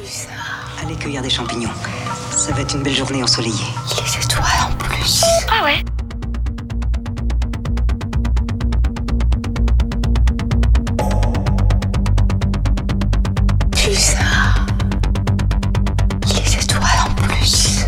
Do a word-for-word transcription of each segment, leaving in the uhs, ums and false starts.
ça. Allez cueillir des champignons. Ça va être une belle journée ensoleillée. Les étoiles en plus. Ah ouais. Plus ça. Les étoiles en plus.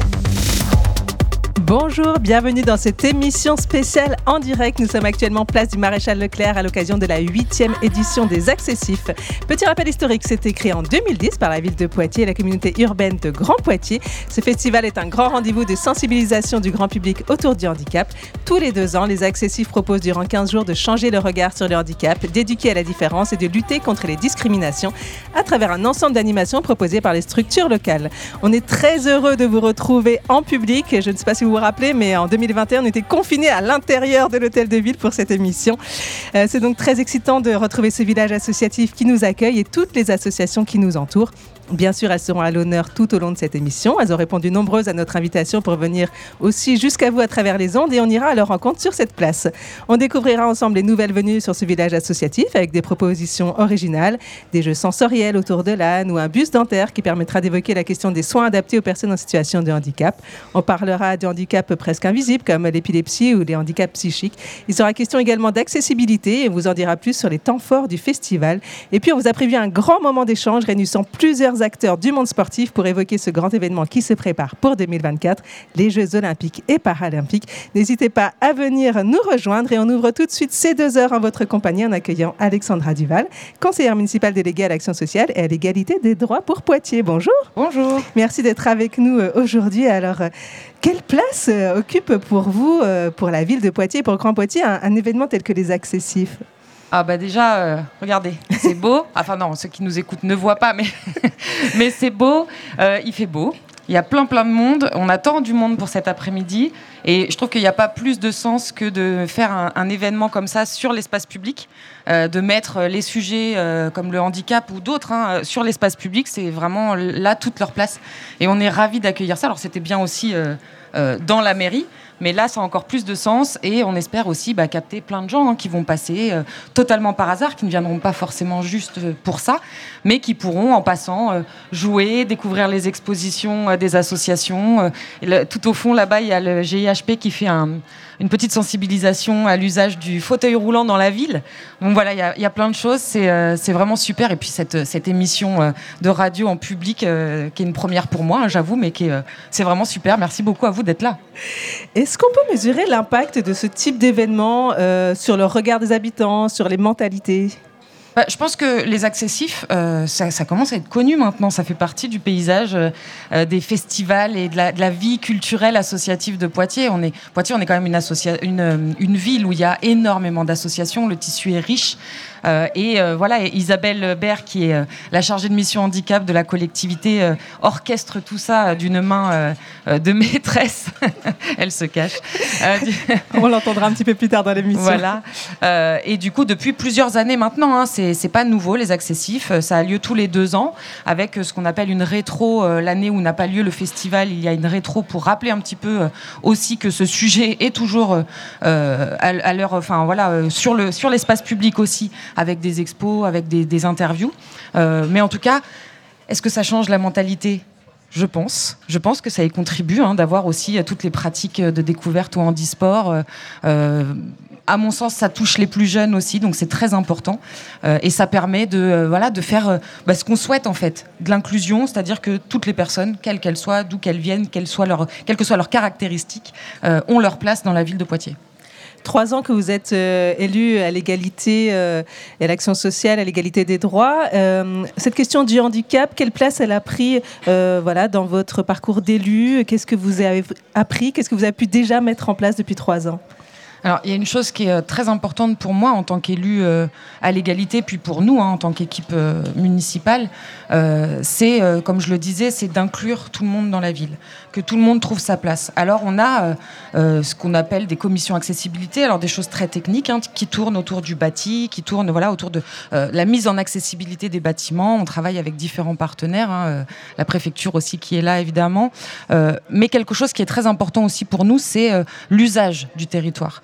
Bonjour, bienvenue dans cette émission spéciale en direct. Nous sommes actuellement place du Maréchal Leclerc à l'occasion de la huitième édition des Accessifs. Petit rappel historique, c'était créé en deux mille dix par la ville de Poitiers et la communauté urbaine de Grand Poitiers. Ce festival est un grand rendez-vous de sensibilisation du grand public autour du handicap. Tous les deux ans, les Accessifs proposent durant quinze jours de changer le regard sur le handicap, d'éduquer à la différence et de lutter contre les discriminations à travers un ensemble d'animations proposées par les structures locales. On est très heureux de vous retrouver en public. Je ne sais pas si vous vous rappelez, mais en deux mille vingt et un, on était confinés à l'intérieur de l'hôtel de ville pour cette émission. Euh, c'est donc très excitant de retrouver ce village associatif qui nous accueille et toutes les associations qui nous entourent. Bien sûr, elles seront à l'honneur tout au long de cette émission. Elles ont répondu nombreuses à notre invitation pour venir aussi jusqu'à vous à travers les ondes et on ira à leur rencontre sur cette place. On découvrira ensemble les nouvelles venues sur ce village associatif avec des propositions originales, des jeux sensoriels autour de l'âne ou un bus dentaire qui permettra d'évoquer la question des soins adaptés aux personnes en situation de handicap. On parlera de handicap presque invisibles comme l'épilepsie ou les handicaps psychiques. Il sera question également d'accessibilité et on vous en dira plus sur les temps forts du festival. Et puis on vous a prévu un grand moment d'échange réunissant plusieurs acteurs du monde sportif pour évoquer ce grand événement qui se prépare pour deux mille vingt-quatre, les Jeux Olympiques et Paralympiques. N'hésitez pas à venir nous rejoindre et on ouvre tout de suite ces deux heures en votre compagnie en accueillant Alexandra Duval, conseillère municipale déléguée à l'action sociale et à l'égalité des droits pour Poitiers. Bonjour. Bonjour. Merci d'être avec nous aujourd'hui. Alors, quelle place occupe pour vous, pour la ville de Poitiers, pour Grand Poitiers, un, un événement tel que les Accessifs ? Ah bah déjà, euh, regardez, c'est beau. Enfin non, ceux qui nous écoutent ne voient pas, mais, mais c'est beau. Euh, il fait beau. Il y a plein plein de monde. On attend du monde pour cet après-midi. Et je trouve qu'il n'y a pas plus de sens que de faire un, un événement comme ça sur l'espace public, euh, de mettre les sujets euh, comme le handicap ou d'autres hein, sur l'espace public. C'est vraiment là toute leur place. Et on est ravis d'accueillir ça. Alors c'était bien aussi euh, euh, dans la mairie. Mais là, ça a encore plus de sens et on espère aussi bah, capter plein de gens hein, qui vont passer euh, totalement par hasard, qui ne viendront pas forcément juste pour ça, mais qui pourront, en passant, euh, jouer, découvrir les expositions euh, des associations. Euh, et le, tout au fond, là-bas, il y a le G I H P qui fait un, une petite sensibilisation à l'usage du fauteuil roulant dans la ville. Donc voilà, il y a, il y a plein de choses. C'est, euh, c'est vraiment super. Et puis cette, cette émission euh, de radio en public, euh, qui est une première pour moi, hein, j'avoue, mais qui est, euh, c'est vraiment super. Merci beaucoup à vous d'être là. Est-ce qu'on peut mesurer l'impact de ce type d'événement euh, sur le regard des habitants, sur les mentalités ? Bah, je pense que les Accessifs, euh, ça, ça commence à être connu maintenant. Ça fait partie du paysage euh, des festivals et de la, de la vie culturelle associative de Poitiers. On est, Poitiers, on est quand même une, associa- une, une ville où il y a énormément d'associations. Le tissu est riche. Euh, et euh, voilà, et Isabelle Baird, qui est euh, la chargée de mission handicap de la collectivité, euh, orchestre tout ça d'une main euh, de maîtresse. Elle se cache. Euh, du... On l'entendra un petit peu plus tard dans l'émission. Voilà. Euh, et du coup, depuis plusieurs années maintenant, hein, c'est, c'est pas nouveau, les Accessifs. Ça a lieu tous les deux ans avec ce qu'on appelle une rétro. Euh, l'année où n'a pas lieu le festival, il y a une rétro pour rappeler un petit peu euh, aussi que ce sujet est toujours euh, à, à l'heure, enfin voilà, euh, sur le sur l'espace public aussi, avec des expos, avec des, des interviews. Euh, mais en tout cas, est-ce que ça change la mentalité ? Je pense. Je pense que ça y contribue, hein, d'avoir aussi toutes les pratiques de découverte au handisport. Euh, à mon sens, ça touche les plus jeunes aussi, donc c'est très important. Euh, et ça permet de, euh, voilà, de faire euh, bah, ce qu'on souhaite, en fait, de l'inclusion, c'est-à-dire que toutes les personnes, quelles qu'elles soient, d'où qu'elles viennent, quelles, soient leurs, quelles que soient leurs caractéristiques, euh, ont leur place dans la ville de Poitiers. Trois ans que vous êtes euh, élu à l'égalité euh, et à l'action sociale, à l'égalité des droits. Euh, cette question du handicap, quelle place elle a pris euh, voilà, dans votre parcours d'élu ? Qu'est-ce que vous avez appris ? Qu'est-ce que vous avez pu déjà mettre en place depuis trois ans ? Alors, il y a une chose qui est très importante pour moi en tant qu'élu euh, à l'égalité, puis pour nous, hein, en tant qu'équipe euh, municipale, euh, c'est, euh, comme je le disais, c'est d'inclure tout le monde dans la ville, que tout le monde trouve sa place. Alors, on a euh, euh, ce qu'on appelle des commissions accessibilité, alors des choses très techniques, hein, qui tournent autour du bâti, qui tournent voilà, autour de euh, la mise en accessibilité des bâtiments. On travaille avec différents partenaires, hein, euh, la préfecture aussi qui est là, évidemment. Euh, mais quelque chose qui est très important aussi pour nous, c'est euh, l'usage du territoire.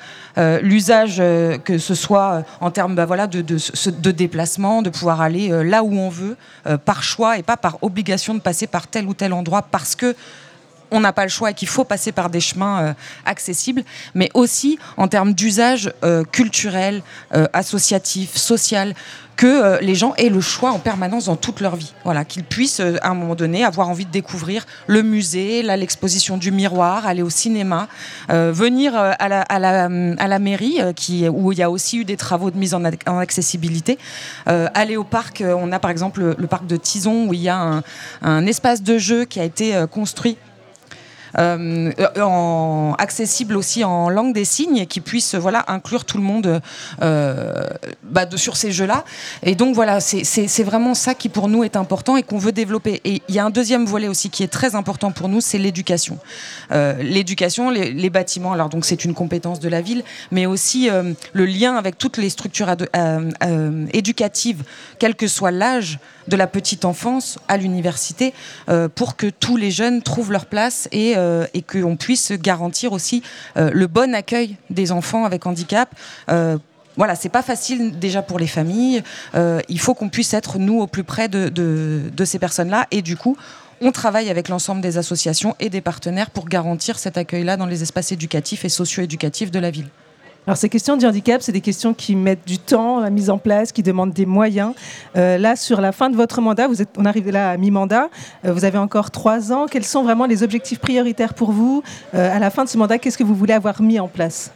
euh, l'usage, euh, que ce soit en termes bah, voilà, de, de, de déplacement, de pouvoir aller euh, là où on veut, euh, par choix et pas par obligation de passer par tel ou tel endroit parce que on n'a pas le choix et qu'il faut passer par des chemins euh, accessibles, mais aussi en termes d'usage euh, culturel, euh, associatif, social, que euh, les gens aient le choix en permanence dans toute leur vie. Voilà, qu'ils puissent euh, à un moment donné avoir envie de découvrir le musée, là, l'exposition du miroir, aller au cinéma, euh, venir euh, à, la, à, la, à la mairie euh, qui, où il y a aussi eu des travaux de mise en, en accessibilité, euh, aller au parc. Euh, on a par exemple le, le parc de Tizon où il y a un, un espace de jeu qui a été euh, construit Euh, en, accessible aussi en langue des signes, qui puisse voilà, inclure tout le monde euh, bah, de, sur ces jeux-là. Et donc voilà, c'est, c'est, c'est vraiment ça qui pour nous est important et qu'on veut développer. Et il y a un deuxième volet aussi qui est très important pour nous, c'est l'éducation. Euh, l'éducation, les, les bâtiments, alors donc c'est une compétence de la ville, mais aussi euh, le lien avec toutes les structures ad, euh, euh, éducatives, quel que soit l'âge, de la petite enfance à l'université, euh, pour que tous les jeunes trouvent leur place et, euh, et qu'on puisse garantir aussi euh, le bon accueil des enfants avec handicap. Euh, voilà, c'est pas facile déjà pour les familles. Euh, il faut qu'on puisse être, nous, au plus près de, de, de ces personnes-là. Et du coup, on travaille avec l'ensemble des associations et des partenaires pour garantir cet accueil-là dans les espaces éducatifs et socio-éducatifs de la ville. Alors ces questions de handicap, c'est des questions qui mettent du temps à mise en place, qui demandent des moyens. Euh, là, sur la fin de votre mandat, vous êtes, on arrive là à mi-mandat, euh, vous avez encore trois ans. Quels sont vraiment les objectifs prioritaires pour vous euh, à la fin de ce mandat? Qu'est-ce que vous voulez avoir mis en place?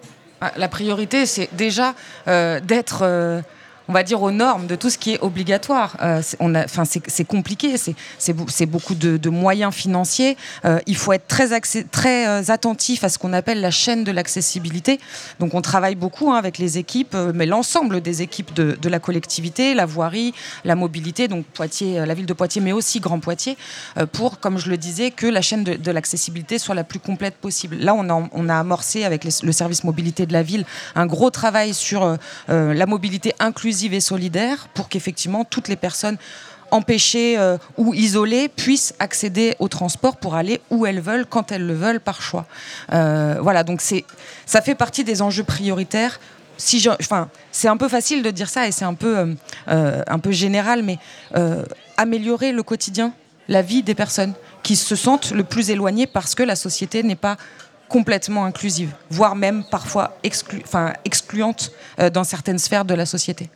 La priorité, c'est déjà euh, d'être... Euh on va dire, aux normes de tout ce qui est obligatoire. Euh, c'est, on a, c'est, c'est compliqué, c'est, c'est, c'est beaucoup de, de moyens financiers. Euh, il faut être très, accès, très euh, attentif à ce qu'on appelle la chaîne de l'accessibilité. Donc on travaille beaucoup hein, avec les équipes, euh, mais l'ensemble des équipes de, de la collectivité, la voirie, la mobilité, donc Poitiers, la ville de Poitiers, mais aussi Grand Poitiers, euh, pour, comme je le disais, que la chaîne de, de l'accessibilité soit la plus complète possible. Là, on a, on a amorcé avec les, le service mobilité de la ville un gros travail sur euh, la mobilité inclusive et solidaire pour qu'effectivement toutes les personnes empêchées euh, ou isolées puissent accéder au transport pour aller où elles veulent, quand elles le veulent, par choix. Euh, voilà, donc c'est, ça fait partie des enjeux prioritaires. Si je, enfin, c'est un peu facile de dire ça et c'est un peu, euh, un peu général, mais euh, améliorer le quotidien, la vie des personnes qui se sentent le plus éloignées parce que la société n'est pas complètement inclusive, voire même parfois exclu, enfin, excluante euh, dans certaines sphères de la société.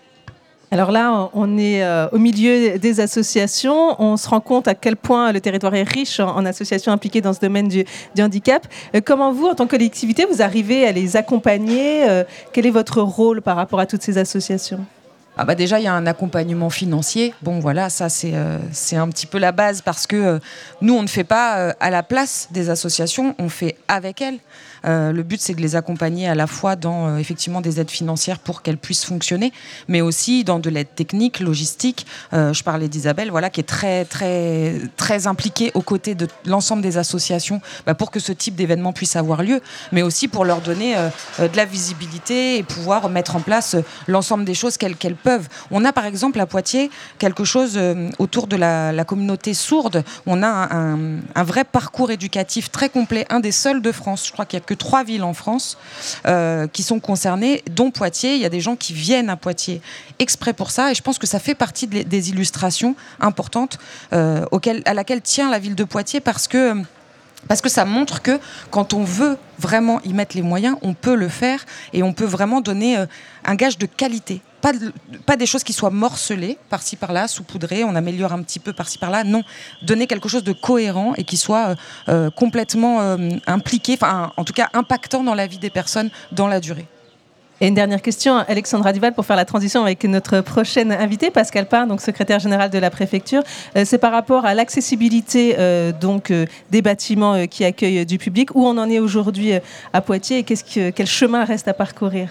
Alors là, on est euh, au milieu des associations. On se rend compte à quel point le territoire est riche en, en associations impliquées dans ce domaine du, du handicap. Euh, comment vous, en tant que collectivité, vous arrivez à les accompagner? euh, Quel est votre rôle par rapport à toutes ces associations? Ah bah déjà, il y a un accompagnement financier. Bon, voilà, ça, c'est, euh, c'est un petit peu la base parce que euh, nous, on ne fait pas euh, à la place des associations, on fait avec elles. Euh, le but, c'est de les accompagner à la fois dans euh, effectivement des aides financières pour qu'elles puissent fonctionner, mais aussi dans de l'aide technique, logistique. Euh, je parlais d'Isabelle, voilà, qui est très, très, très impliquée aux côtés de l'ensemble des associations bah, pour que ce type d'événement puisse avoir lieu, mais aussi pour leur donner euh, de la visibilité et pouvoir mettre en place euh, l'ensemble des choses qu'elles, qu'elles peuvent. On a par exemple à Poitiers quelque chose euh, autour de la, la communauté sourde. On a un, un, un vrai parcours éducatif très complet, un des seuls de France. Je crois qu'il n'y a que trois villes en France euh, qui sont concernées, dont Poitiers. Il y a des gens qui viennent à Poitiers exprès pour ça, et je pense que ça fait partie de, des illustrations importantes euh, auxquelles, à laquelle tient la ville de Poitiers, parce que Parce que ça montre que quand on veut vraiment y mettre les moyens, on peut le faire et on peut vraiment donner euh, un gage de qualité. Pas, de, pas des choses qui soient morcelées par-ci par-là, saupoudrées, on améliore un petit peu par-ci par-là. Non, donner quelque chose de cohérent et qui soit euh, complètement euh, impliqué, enfin en tout cas impactant dans la vie des personnes dans la durée. Et une dernière question, Alexandra Duval, pour faire la transition avec notre prochaine invitée, Pascal Parr, donc secrétaire général de la préfecture. Euh, c'est par rapport à l'accessibilité euh, donc, euh, des bâtiments euh, qui accueillent du public. Où on en est aujourd'hui euh, à Poitiers et qu'est-ce que, quel chemin reste à parcourir?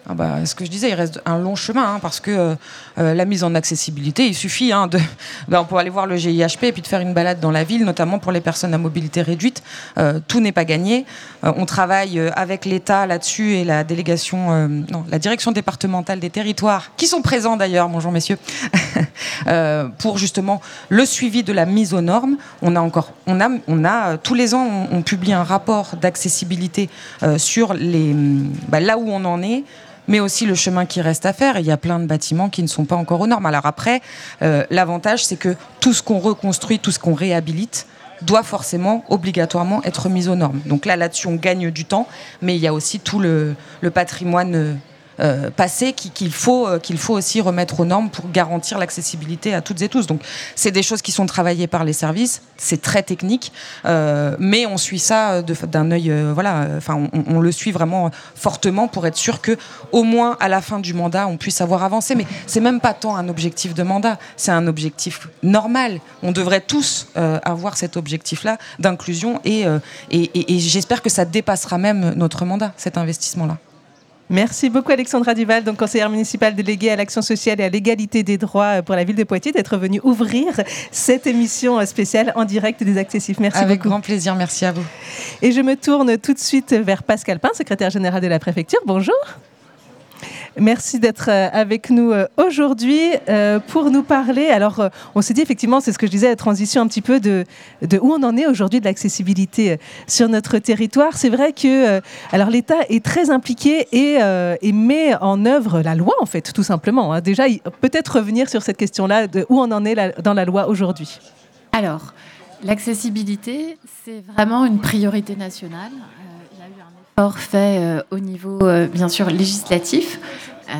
Ah bah, ce que je disais, il reste un long chemin, hein, parce que euh, la mise en accessibilité, il suffit hein, de, ben, pour aller voir le G I H P et puis de faire une balade dans la ville, notamment pour les personnes à mobilité réduite. Euh, tout n'est pas gagné. Euh, on travaille avec l'État là-dessus et la délégation, euh, non, la direction départementale des territoires, qui sont présents d'ailleurs, bonjour messieurs, euh, pour justement le suivi de la mise aux normes. On a encore, on a, on a tous les ans, on, on publie un rapport d'accessibilité euh, sur les, ben, là où on en est, mais aussi le chemin qui reste à faire. Et il y a plein de bâtiments qui ne sont pas encore aux normes. Alors après, euh, l'avantage, c'est que tout ce qu'on reconstruit, tout ce qu'on réhabilite, doit forcément, obligatoirement être mis aux normes. Donc là, là-dessus, on gagne du temps, mais il y a aussi tout le, le patrimoine euh, passé qui, qu'il faut, euh, qu'il faut aussi remettre aux normes pour garantir l'accessibilité à toutes et tous. Donc c'est des choses qui sont travaillées par les services, c'est très technique, euh, mais on suit ça de, d'un œil, euh, voilà, enfin on, on le suit vraiment fortement pour être sûr que au moins à la fin du mandat, on puisse avoir avancé. Mais c'est même pas tant un objectif de mandat, c'est un objectif normal. On devrait tous euh, avoir cet objectif-là d'inclusion et, euh, et, et, et j'espère que ça dépassera même notre mandat, cet investissement-là. Merci beaucoup Alexandra Duval, donc conseillère municipale déléguée à l'action sociale et à l'égalité des droits pour la ville de Poitiers, d'être venue ouvrir cette émission spéciale en direct des Accessifs. Merci Avec beaucoup. grand plaisir, merci à vous. Et je me tourne tout de suite vers Pascal Pin, secrétaire général de la préfecture. Bonjour. Merci d'être avec nous aujourd'hui pour nous parler. Alors, on s'est dit effectivement, c'est ce que je disais, la transition un petit peu de, de où on en est aujourd'hui de l'accessibilité sur notre territoire. C'est vrai que alors, l'État est très impliqué et, et met en œuvre la loi, en fait, tout simplement. Déjà, peut-être revenir sur cette question-là, de où on en est dans la loi aujourd'hui. Alors, l'accessibilité, c'est vraiment une priorité nationale. Or fait euh, au niveau, euh, bien sûr, législatif, euh,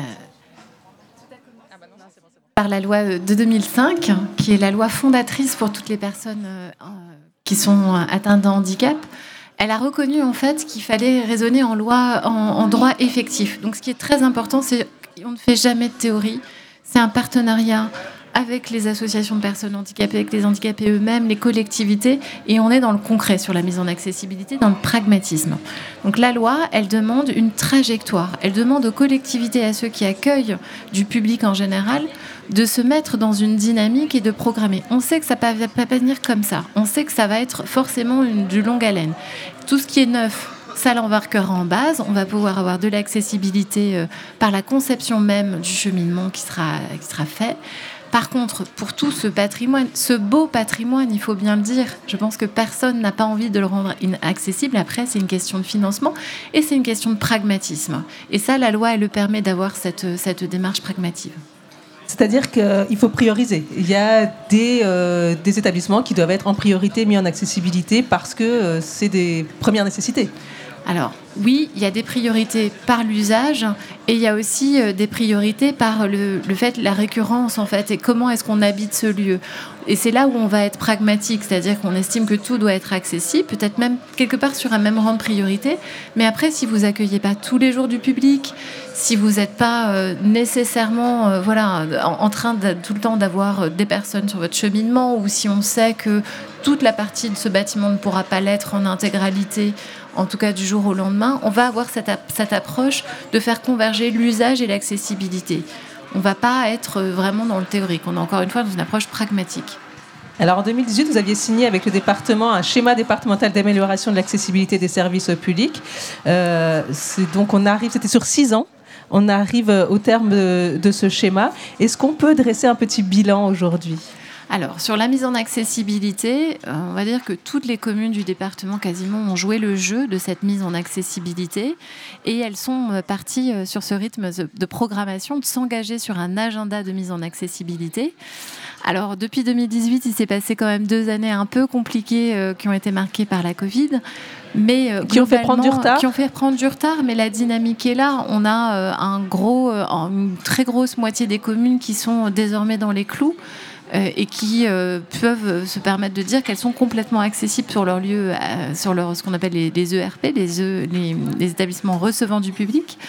par la loi de deux mille cinq, qui est la loi fondatrice pour toutes les personnes euh, qui sont atteintes d'un handicap. Elle a reconnu en fait qu'il fallait raisonner en loi, en, en droit effectif. Donc, ce qui est très important, c'est qu'on ne fait jamais de théorie. C'est un partenariat avec les associations de personnes handicapées, avec les handicapés eux-mêmes, les collectivités, et on est dans le concret sur la mise en accessibilité, dans le pragmatisme. Donc la loi, elle demande une trajectoire, elle demande aux collectivités, à ceux qui accueillent du public en général, de se mettre dans une dynamique et de programmer. On sait que ça ne va pas venir comme ça, on sait que ça va être forcément une, du longue haleine. Tout ce qui est neuf, ça l'embarquera en base, on va pouvoir avoir de l'accessibilité euh, par la conception même du cheminement qui sera, qui sera fait. Par contre, pour tout ce patrimoine, ce beau patrimoine, il faut bien le dire, je pense que personne n'a pas envie de le rendre inaccessible. Après, c'est une question de financement et c'est une question de pragmatisme. Et ça, la loi, elle le permet d'avoir cette, cette démarche pragmative. C'est-à-dire qu'il faut prioriser. Il y a des, euh, des établissements qui doivent être en priorité mis en accessibilité parce que euh, c'est des premières nécessités. Alors, oui, il y a des priorités par l'usage et il y a aussi euh, des priorités par le, le fait, la récurrence en fait, et comment est-ce qu'on habite ce lieu. Et c'est là où on va être pragmatique, c'est-à-dire qu'on estime que tout doit être accessible, peut-être même quelque part sur un même rang de priorité. Mais après, si vous accueillez pas tous les jours du public, si vous n'êtes pas euh, nécessairement euh, voilà, en, en train de, tout le temps d'avoir des personnes sur votre cheminement, ou si on sait que toute la partie de ce bâtiment ne pourra pas l'être en intégralité, en tout cas du jour au lendemain, on va avoir cette, ap- cette approche de faire converger l'usage et l'accessibilité. On ne va pas être vraiment dans le théorique, on est encore une fois dans une approche pragmatique. Alors en deux mille dix-huit, vous aviez signé avec le département un schéma départemental d'amélioration de l'accessibilité des services publics. Euh, c'est donc on arrive, c'était sur six ans. On arrive au terme de, de ce schéma. Est-ce qu'on peut dresser un petit bilan aujourd'hui ? Alors, sur la mise en accessibilité, euh, on va dire que toutes les communes du département quasiment ont joué le jeu de cette mise en accessibilité et elles sont euh, parties euh, sur ce rythme de programmation, de s'engager sur un agenda de mise en accessibilité. Alors, depuis deux mille dix-huit, il s'est passé quand même deux années un peu compliquées euh, qui ont été marquées par la Covid. Mais euh, qui ont fait prendre du retard qui ont fait prendre du retard, mais la dynamique est là. On a euh, un gros, euh, une très grosse moitié des communes qui sont désormais dans les clous. Euh, et qui euh, peuvent se permettre de dire qu'elles sont complètement accessibles sur leur lieu, euh, sur leur, ce qu'on appelle les, les E R P, les, e, les, les établissements recevant du public.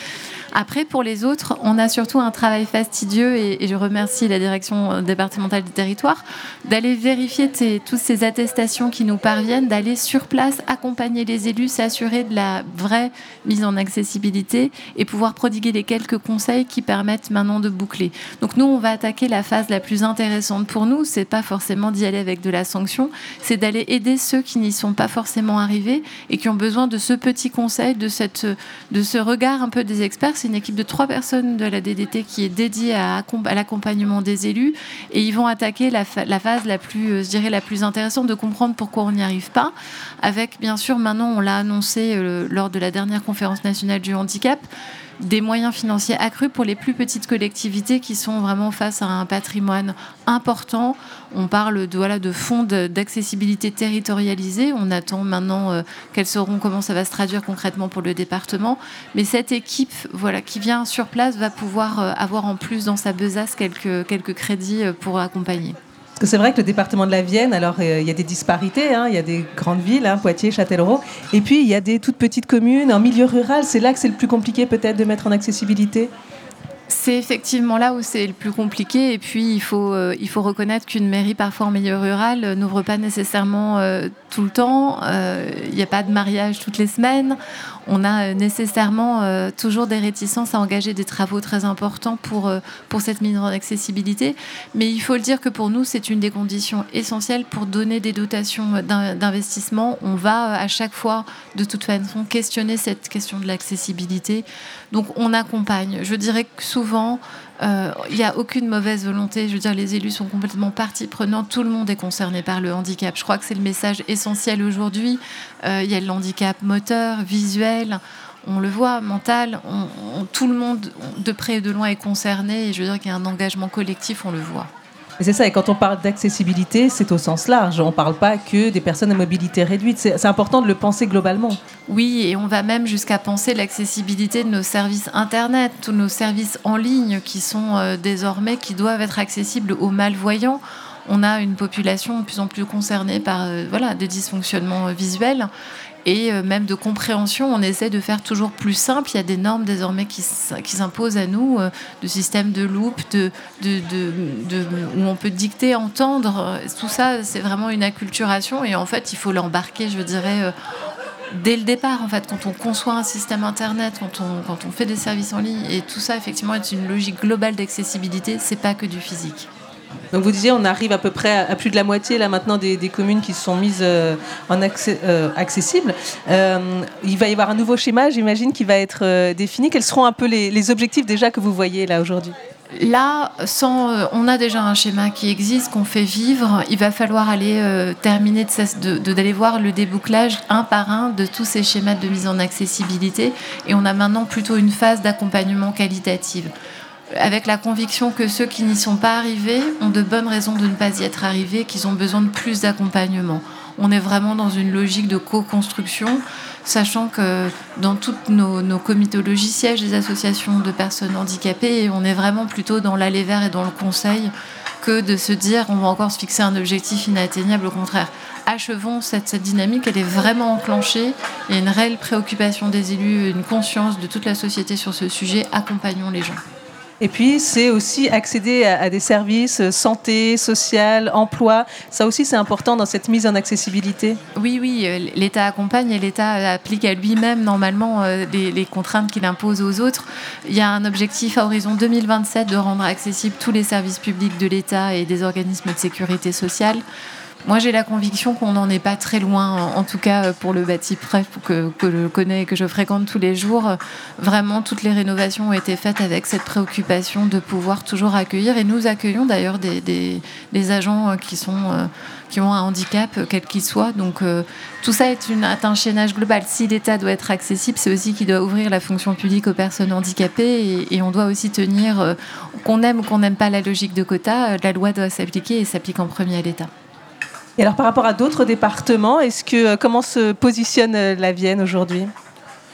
Après, pour les autres, on a surtout un travail fastidieux, et, et je remercie la direction départementale du territoire, d'aller vérifier tes, toutes ces attestations qui nous parviennent, d'aller sur place, accompagner les élus, s'assurer de la vraie mise en accessibilité et pouvoir prodiguer les quelques conseils qui permettent maintenant de boucler. Donc nous, on va attaquer la phase la plus intéressante pour nous, c'est pas forcément d'y aller avec de la sanction, c'est d'aller aider ceux qui n'y sont pas forcément arrivés et qui ont besoin de ce petit conseil, de, cette, de ce regard un peu des experts. C'est une équipe de trois personnes de la D D T qui est dédiée à, à l'accompagnement des élus, et ils vont attaquer la, fa- la phase la plus, je dirais, la plus intéressante, de comprendre pourquoi on n'y arrive pas, avec bien sûr, maintenant on l'a annoncé euh, lors de la dernière conférence nationale du handicap, des moyens financiers accrus pour les plus petites collectivités qui sont vraiment face à un patrimoine important. On parle de, voilà, de fonds de, d'accessibilité territorialisés. On attend maintenant euh, quels seront, comment ça va se traduire concrètement pour le département. Mais cette équipe, voilà, qui vient sur place va pouvoir euh, avoir en plus dans sa besace quelques, quelques crédits euh, pour accompagner. Parce que c'est vrai que le département de la Vienne, alors euh, il y a des disparités, hein, il y a des grandes villes, hein, Poitiers, Châtellerault, et puis il y a des toutes petites communes en milieu rural. C'est là que c'est le plus compliqué peut-être de mettre en accessibilité. C'est effectivement là où c'est le plus compliqué. Et puis, il faut, euh, il faut reconnaître qu'une mairie, parfois en milieu rural, euh, n'ouvre pas nécessairement euh, tout le temps. Il euh, n'y a pas de mariage toutes les semaines. On a euh, nécessairement euh, toujours des réticences à engager des travaux très importants pour, euh, pour cette mise en accessibilité. Mais il faut le dire que pour nous, c'est une des conditions essentielles pour donner des dotations d'in- d'investissement. On va euh, à chaque fois, de toute façon, questionner cette question de l'accessibilité. Donc, on accompagne. Je dirais que souvent, il euh, n'y a aucune mauvaise volonté. Je veux dire, les élus sont complètement partie prenante. Tout le monde est concerné par le handicap. Je crois que c'est le message essentiel aujourd'hui. Il euh, y a le handicap moteur, visuel, on le voit, mental. On, on, tout le monde, de près et de loin, est concerné. Et je veux dire qu'il y a un engagement collectif, on le voit. Et c'est ça, et quand on parle d'accessibilité, c'est au sens large. On ne parle pas que des personnes à mobilité réduite. C'est, c'est important de le penser globalement. Oui, et on va même jusqu'à penser l'accessibilité de nos services Internet, tous nos services en ligne qui sont euh, désormais, qui doivent être accessibles aux malvoyants. On a une population de plus en plus concernée par euh, voilà, des dysfonctionnements euh, visuels. Et même de compréhension, on essaie de faire toujours plus simple. Il y a des normes désormais qui, qui s'imposent à nous, euh, de systèmes de loupe, de, de, de, de, où on peut dicter, entendre. Tout ça, c'est vraiment une acculturation. Et en fait, il faut l'embarquer, je dirais, euh, dès le départ. En fait, quand on conçoit un système Internet, quand on, quand on fait des services en ligne, et tout ça, effectivement, est une logique globale d'accessibilité. C'est pas que du physique. Donc vous disiez, on arrive à peu près à plus de la moitié là maintenant des, des communes qui se sont mises euh, en accès, euh, accessibles. Euh, il va y avoir un nouveau schéma, j'imagine, qui va être euh, défini. Quels seront un peu les, les objectifs déjà que vous voyez là aujourd'hui ? Là, sans, euh, on a déjà un schéma qui existe, qu'on fait vivre. Il va falloir aller euh, terminer de, de, de, d'aller voir le débouclage un par un de tous ces schémas de mise en accessibilité. Et on a maintenant plutôt une phase d'accompagnement qualitative, avec la conviction que ceux qui n'y sont pas arrivés ont de bonnes raisons de ne pas y être arrivés, qu'ils ont besoin de plus d'accompagnement. On est vraiment dans une logique de co-construction, sachant que dans toutes nos, nos comitologies siègent des associations de personnes handicapées, et on est vraiment plutôt dans l'aller vers et dans le conseil que de se dire on va encore se fixer un objectif inatteignable. Au contraire, achevons cette, cette dynamique, elle est vraiment enclenchée. Il y a une réelle préoccupation des élus, une conscience de toute la société sur ce sujet. Accompagnons les gens. Et puis, c'est aussi accéder à, à des services santé, social, emploi. Ça aussi, c'est important dans cette mise en accessibilité. Oui, oui, l'État accompagne et l'État applique à lui-même, normalement, les, les contraintes qu'il impose aux autres. Il y a un objectif à horizon deux mille vingt-sept de rendre accessibles tous les services publics de l'État et des organismes de sécurité sociale. Moi, j'ai la conviction qu'on n'en est pas très loin, en tout cas pour le bâti Pref que, que je connais et que je fréquente tous les jours. Vraiment, toutes les rénovations ont été faites avec cette préoccupation de pouvoir toujours accueillir. Et nous accueillons d'ailleurs des, des, des agents qui, sont, qui ont un handicap, quel qu'il soit. Donc, euh, tout ça est une, un chaînage global. Si l'État doit être accessible, c'est aussi qu'il doit ouvrir la fonction publique aux personnes handicapées. Et, et on doit aussi tenir, euh, qu'on aime ou qu'on n'aime pas la logique de quota, la loi doit s'appliquer et s'applique en premier à l'État. Et alors, par rapport à d'autres départements, est-ce que, comment se positionne la Vienne aujourd'hui ?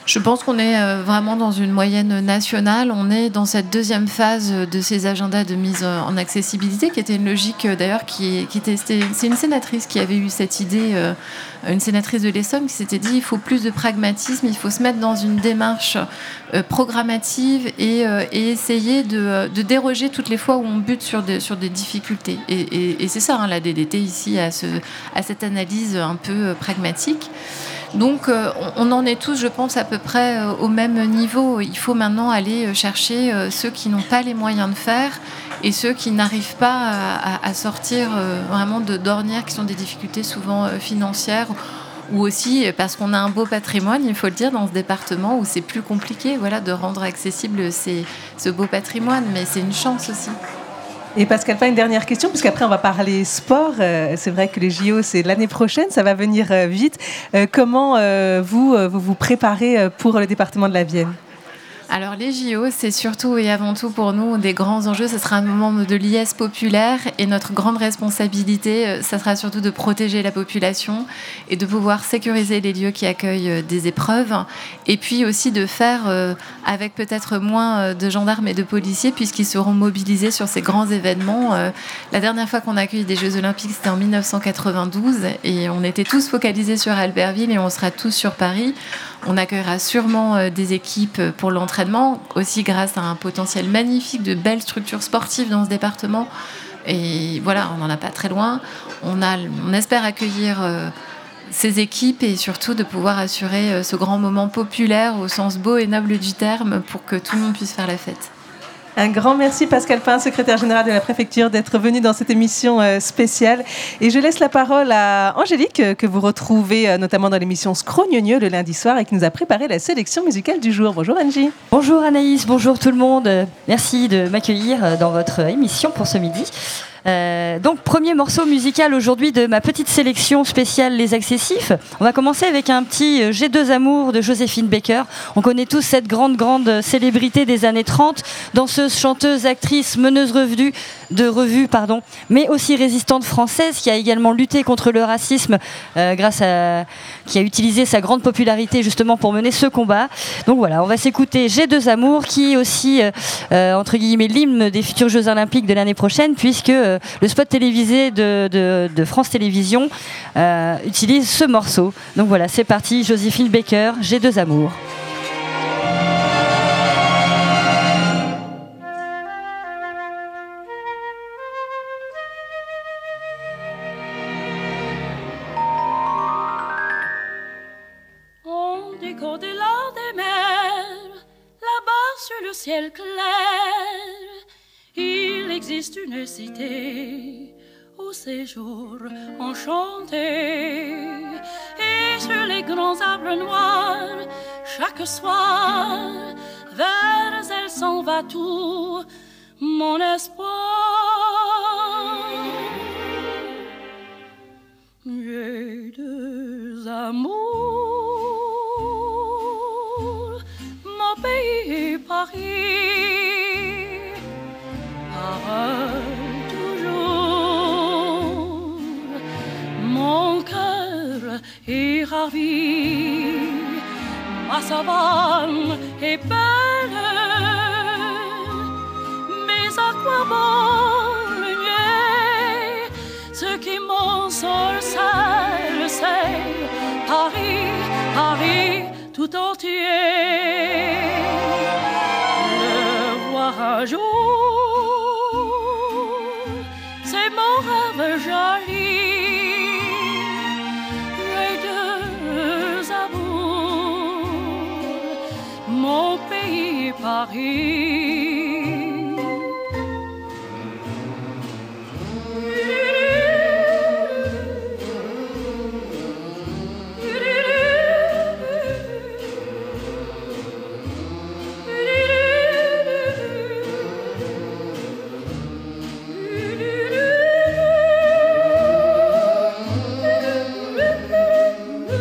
Je pense qu'on est vraiment dans une moyenne nationale. On est dans cette deuxième phase de ces agendas de mise en accessibilité, qui était une logique d'ailleurs qui, qui était. C'est une sénatrice qui avait eu cette idée, une sénatrice de l'Essonne, qui s'était dit il faut plus de pragmatisme, il faut se mettre dans une démarche programmative et, et essayer de, de déroger toutes les fois où on bute sur des, sur des difficultés. Et, et, et c'est ça, hein, la D D T ici, à, ce, à cette analyse un peu pragmatique. Donc euh, on en est tous, je pense, à peu près euh, au même niveau. Il faut maintenant aller chercher euh, ceux qui n'ont pas les moyens de faire et ceux qui n'arrivent pas à, à, à sortir euh, vraiment de d'ornières qui sont des difficultés souvent euh, financières ou aussi parce qu'on a un beau patrimoine, il faut le dire, dans ce département où c'est plus compliqué, voilà, de rendre accessible ces, ce beau patrimoine, mais c'est une chance aussi. Et Pascal Pain, une dernière question, puisqu'après on va parler sport. Euh, c'est vrai que les J O, c'est l'année prochaine, ça va venir euh, vite. Euh, comment euh, vous, euh, vous vous préparez pour le département de la Vienne ? Alors les J O, c'est surtout et avant tout pour nous des grands enjeux. Ce sera un moment de liesse populaire et notre grande responsabilité, ça sera surtout de protéger la population et de pouvoir sécuriser les lieux qui accueillent des épreuves et puis aussi de faire avec peut-être moins de gendarmes et de policiers puisqu'ils seront mobilisés sur ces grands événements. La dernière fois qu'on a accueilli des Jeux Olympiques, c'était en dix-neuf cent quatre-vingt-douze et on était tous focalisés sur Albertville et on sera tous sur Paris. On accueillera sûrement des équipes pour l'entraînement, aussi grâce à un potentiel magnifique de belles structures sportives dans ce département. Et voilà, on n'en a pas très loin. On, a, on espère accueillir euh, ces équipes et surtout de pouvoir assurer euh, ce grand moment populaire au sens beau et noble du terme pour que tout le monde puisse faire la fête. Un grand merci Pascal Pain, secrétaire général de la préfecture, d'être venu dans cette émission spéciale. Et je laisse la parole à Angélique, que vous retrouvez notamment dans l'émission Scrognonieux le lundi soir et qui nous a préparé la sélection musicale du jour. Bonjour Angie. Bonjour Anaïs, bonjour tout le monde. Merci de m'accueillir dans votre émission pour ce midi. Euh, donc premier morceau musical aujourd'hui de ma petite sélection spéciale Les Accessifs. On va commencer avec un petit J'ai deux amours de Joséphine Baker. On connaît tous cette grande grande célébrité des années trente, danseuse, chanteuse, actrice, meneuse revue, de revue pardon, mais aussi résistante française qui a également lutté contre le racisme euh, grâce à qui a utilisé sa grande popularité justement pour mener ce combat. Donc voilà, on va s'écouter J'ai deux amours qui est aussi euh, euh, entre guillemets l'hymne des futurs Jeux Olympiques de l'année prochaine puisque euh, le spot télévisé de, de, de France Télévisions euh, utilise ce morceau. Donc voilà, c'est parti, Joséphine Baker, J'ai deux amours. On dit qu'au-delà des mers, là-bas sur le ciel clair, il existe une cité au séjour enchanté. Et sur les grands arbres noirs, chaque soir, vers elle s'en va tout mon espoir. J'ai deux amours, mon pays et Paris. Toujours mon cœur est ravi, ma savane est belle, mais à quoi bon le nier? Ce qui m'ensorcelle, c'est Paris, Paris tout entier. Le voir un jour, joli, j'ai deux amours, mon pays Paris.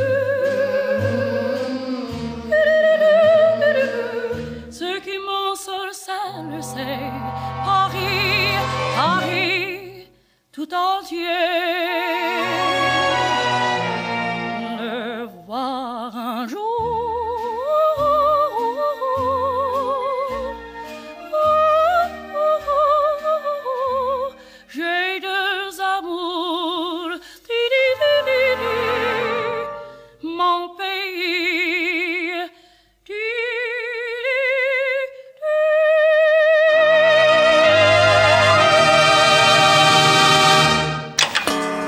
Ce qui m'en sort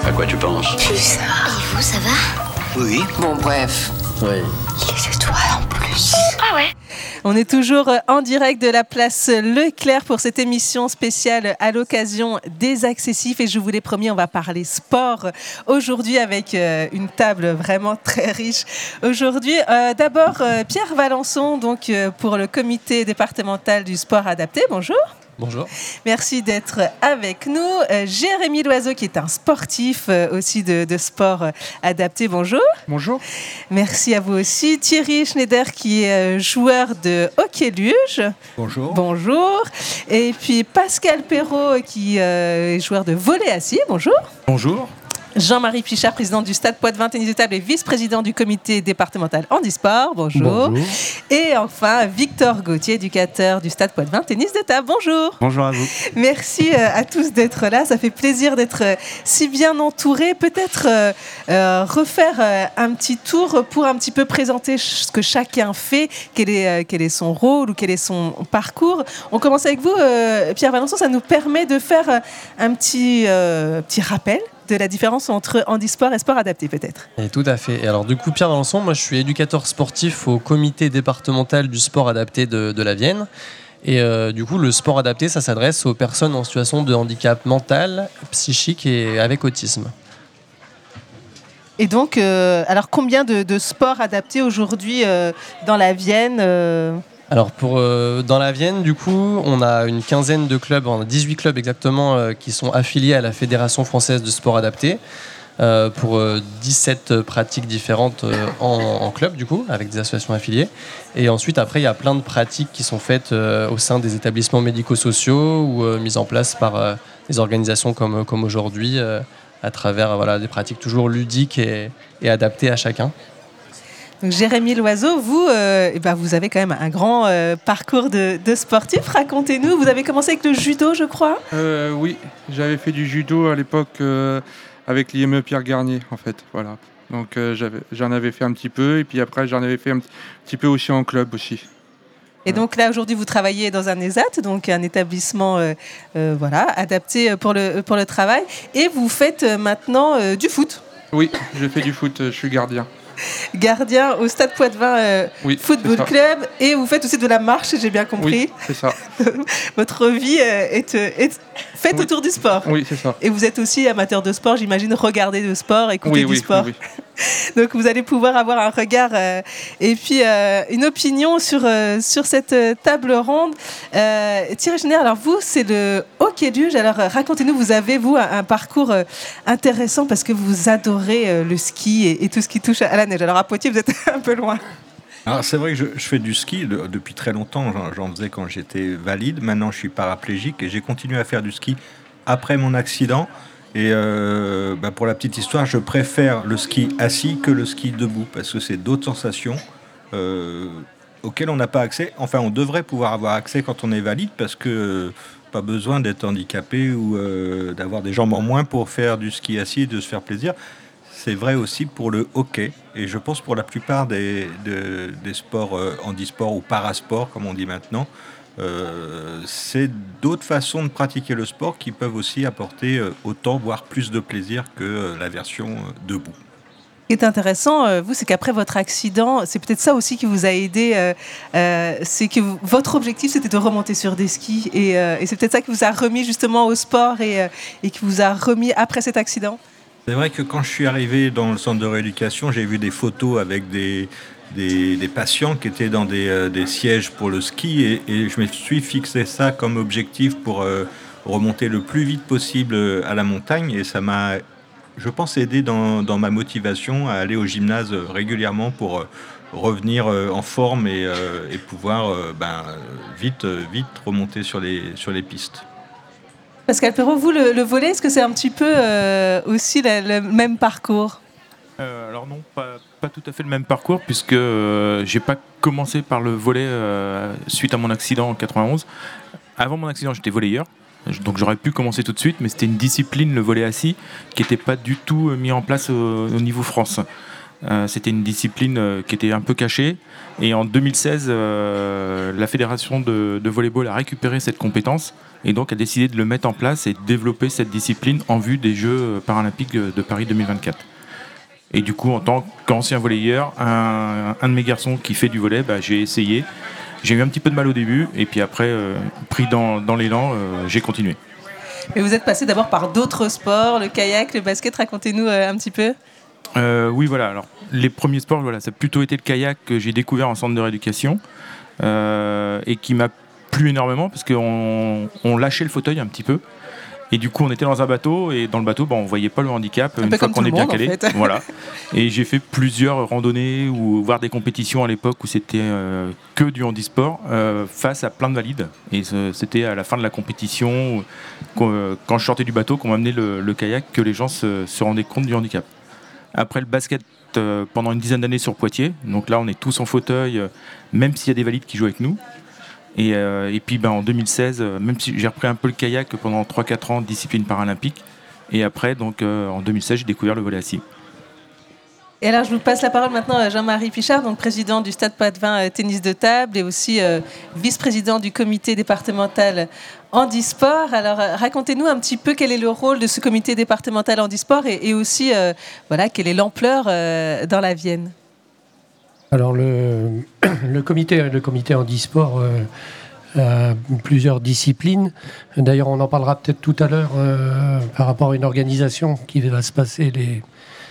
À quoi tu penses? Plus ça. Et vous, ça va? Oui. Bon, bref. Oui. Les étoiles en plus. Ah ouais. On est toujours en direct de la place Leclerc pour cette émission spéciale à l'occasion des accessifs. Et je vous l'ai promis, on va parler sport aujourd'hui avec une table vraiment très riche. Aujourd'hui, euh, d'abord, euh, Pierre Valençon, donc, euh, pour le comité départemental du sport adapté. Bonjour. Bonjour. Merci d'être avec nous. Euh, Jérémy Loiseau, qui est un sportif euh, aussi de, de sport euh, adapté. Bonjour. Bonjour. Merci à vous aussi. Thierry Schneider, qui est euh, joueur de hockey-luge. Bonjour. Bonjour. Et puis Pascal Perrault, qui euh, est joueur de volley assis. Bonjour. Bonjour. Jean-Marie Pichard, président du Stade Poitvin Tennis de Table et vice-président du comité départemental handisport. Bonjour. Bonjour. Et enfin, Victor Gauthier, éducateur du Stade Poitvin Tennis de Table. Bonjour. Bonjour à vous. Merci à tous d'être là. Ça fait plaisir d'être si bien entourés. Peut-être euh, euh, refaire euh, un petit tour pour un petit peu présenter ce que chacun fait, quel est, euh, quel est son rôle ou quel est son parcours. On commence avec vous, euh, Pierre Valençon. Ça nous permet de faire euh, un petit, euh, petit rappel de la différence entre handisport et sport adapté, peut-être. Et tout à fait. Et alors du coup, Pierre Valençon, moi je suis éducateur sportif au comité départemental du sport adapté de, de la Vienne. Et euh, du coup, le sport adapté, ça s'adresse aux personnes en situation de handicap mental, psychique et avec autisme. Et donc, euh, alors combien de, de sports adaptés aujourd'hui euh, dans la Vienne euh Alors pour, euh, dans la Vienne, du coup, on a une quinzaine de clubs, on a dix-huit clubs exactement, euh, qui sont affiliés à la Fédération française de sport adapté euh, pour euh, dix-sept pratiques différentes euh, en, en club, du coup, avec des associations affiliées. Et ensuite, après, il y a plein de pratiques qui sont faites euh, au sein des établissements médico-sociaux ou euh, mises en place par euh, des organisations comme, comme aujourd'hui, euh, à travers voilà, des pratiques toujours ludiques et, et adaptées à chacun. Donc, Jérémy Loiseau, vous, euh, eh ben, vous avez quand même un grand euh, parcours de, de sportif. Racontez-nous, vous avez commencé avec le judo, je crois euh, Oui, j'avais fait du judo à l'époque euh, avec l'I M E Pierre Garnier, en fait. Voilà. Donc euh, j'avais, j'en avais fait un petit peu, et puis après j'en avais fait un petit peu aussi en club aussi. Et donc là, aujourd'hui, vous travaillez dans un ESAT, donc un établissement euh, euh, voilà, adapté pour le, pour le travail. Et vous faites euh, maintenant euh, du foot. Oui, je fais du foot, je suis gardien. Gardien au Stade Poitvin euh, oui, Football Club, et vous faites aussi de la marche, j'ai bien compris. Oui, c'est ça. Votre vie euh, est, est faite oui. autour du sport. Oui, c'est ça. Et vous êtes aussi amateur de sport, j'imagine, regarder de sport, écouter oui, du oui, sport. Oui, oui. Donc vous allez pouvoir avoir un regard euh, et puis euh, une opinion sur, euh, sur cette euh, table ronde. Euh, Thierry Schneider, alors vous, c'est le hockey-luge. Alors euh, racontez-nous, vous avez, vous, un, un parcours euh, intéressant parce que vous adorez euh, le ski et, et tout ce qui touche à la neige. Alors à Poitiers, vous êtes un peu loin. Alors, c'est vrai que je, je fais du ski de, depuis très longtemps. J'en, j'en faisais quand j'étais valide. Maintenant, je suis paraplégique et j'ai continué à faire du ski après mon accident. Et euh, bah pour la petite histoire, je préfère le ski assis que le ski debout parce que c'est d'autres sensations euh, auxquelles on n'a pas accès. Enfin, on devrait pouvoir avoir accès quand on est valide parce que euh, pas besoin d'être handicapé ou euh, d'avoir des jambes en moins pour faire du ski assis et de se faire plaisir. C'est vrai aussi pour le hockey et je pense pour la plupart des, de, des sports euh, handisport ou parasport comme on dit maintenant. Euh, c'est d'autres façons de pratiquer le sport qui peuvent aussi apporter euh, autant, voire plus de plaisir que euh, la version euh, debout. Ce qui est intéressant, euh, vous, c'est qu'après votre accident, c'est peut-être ça aussi qui vous a aidé, euh, euh, c'est que vous, votre objectif, c'était de remonter sur des skis et, euh, et c'est peut-être ça qui vous a remis justement au sport et, euh, et qui vous a remis après cet accident. C'est vrai que quand je suis arrivé dans le centre de rééducation, j'ai vu des photos avec des... Des, des patients qui étaient dans des, euh, des sièges pour le ski et, et je me suis fixé ça comme objectif pour euh, remonter le plus vite possible à la montagne et ça m'a, je pense, aidé dans, dans ma motivation à aller au gymnase régulièrement pour euh, revenir euh, en forme et, euh, et pouvoir euh, ben, vite, vite remonter sur les, sur les pistes. Pascal Perrault, vous, le, le volley, est-ce que c'est un petit peu euh, aussi le, le même parcours ? Euh, alors non, pas, pas tout à fait le même parcours puisque euh, j'ai pas commencé par le volley euh, suite à mon accident en quatre-vingt-onze. Avant mon accident, j'étais volleyeur, donc j'aurais pu commencer tout de suite, mais c'était une discipline, le volley assis, qui n'était pas du tout mis en place au, au niveau France. Euh, c'était une discipline euh, qui était un peu cachée. Et en deux mille seize, euh, la fédération de, de volleyball a récupéré cette compétence et donc a décidé de le mettre en place et de développer cette discipline en vue des Jeux paralympiques de Paris deux mille vingt-quatre. Et du coup, en tant qu'ancien volleyeur, un, un de mes garçons qui fait du volley, bah, j'ai essayé. J'ai eu un petit peu de mal au début et puis après, euh, pris dans, dans l'élan, euh, j'ai continué. Mais vous êtes passé d'abord par d'autres sports, le kayak, le basket, racontez-nous euh, un petit peu. Euh, oui, voilà. Alors, les premiers sports, voilà, ça a plutôt été le kayak que j'ai découvert en centre de rééducation euh, et qui m'a plu énormément parce qu'on on lâchait le fauteuil un petit peu. Et du coup, on était dans un bateau et dans le bateau, bah, on voyait pas le handicap un une peu fois comme qu'on tout est le bien monde, calé. En fait. Voilà. Et j'ai fait plusieurs randonnées ou voire des compétitions à l'époque où c'était euh, que du handisport euh, face à plein de valides. Et ce, c'était à la fin de la compétition, quand, quand je sortais du bateau, qu'on m'amenait le, le kayak, que les gens se, se rendaient compte du handicap. Après le basket, euh, pendant une dizaine d'années sur Poitiers. Donc là, on est tous en fauteuil, euh, même s'il y a des valides qui jouent avec nous. Et, euh, et puis ben, en deux mille seize, euh, même si j'ai repris un peu le kayak pendant trois quatre ans, discipline paralympique. Et après, donc, euh, en deux mille seize, j'ai découvert le volley assis. Et alors, je vous passe la parole maintenant à Jean-Marie Pichard, donc président du Stade Poitvin euh, tennis de table et aussi euh, vice-président du comité départemental handisport. Alors, euh, racontez-nous un petit peu quel est le rôle de ce comité départemental handisport et, et aussi, euh, voilà, quelle est l'ampleur euh, dans la Vienne. Alors, le, le comité, le comité handisport euh, a plusieurs disciplines. D'ailleurs, on en parlera peut-être tout à l'heure euh, par rapport à une organisation qui va se passer les,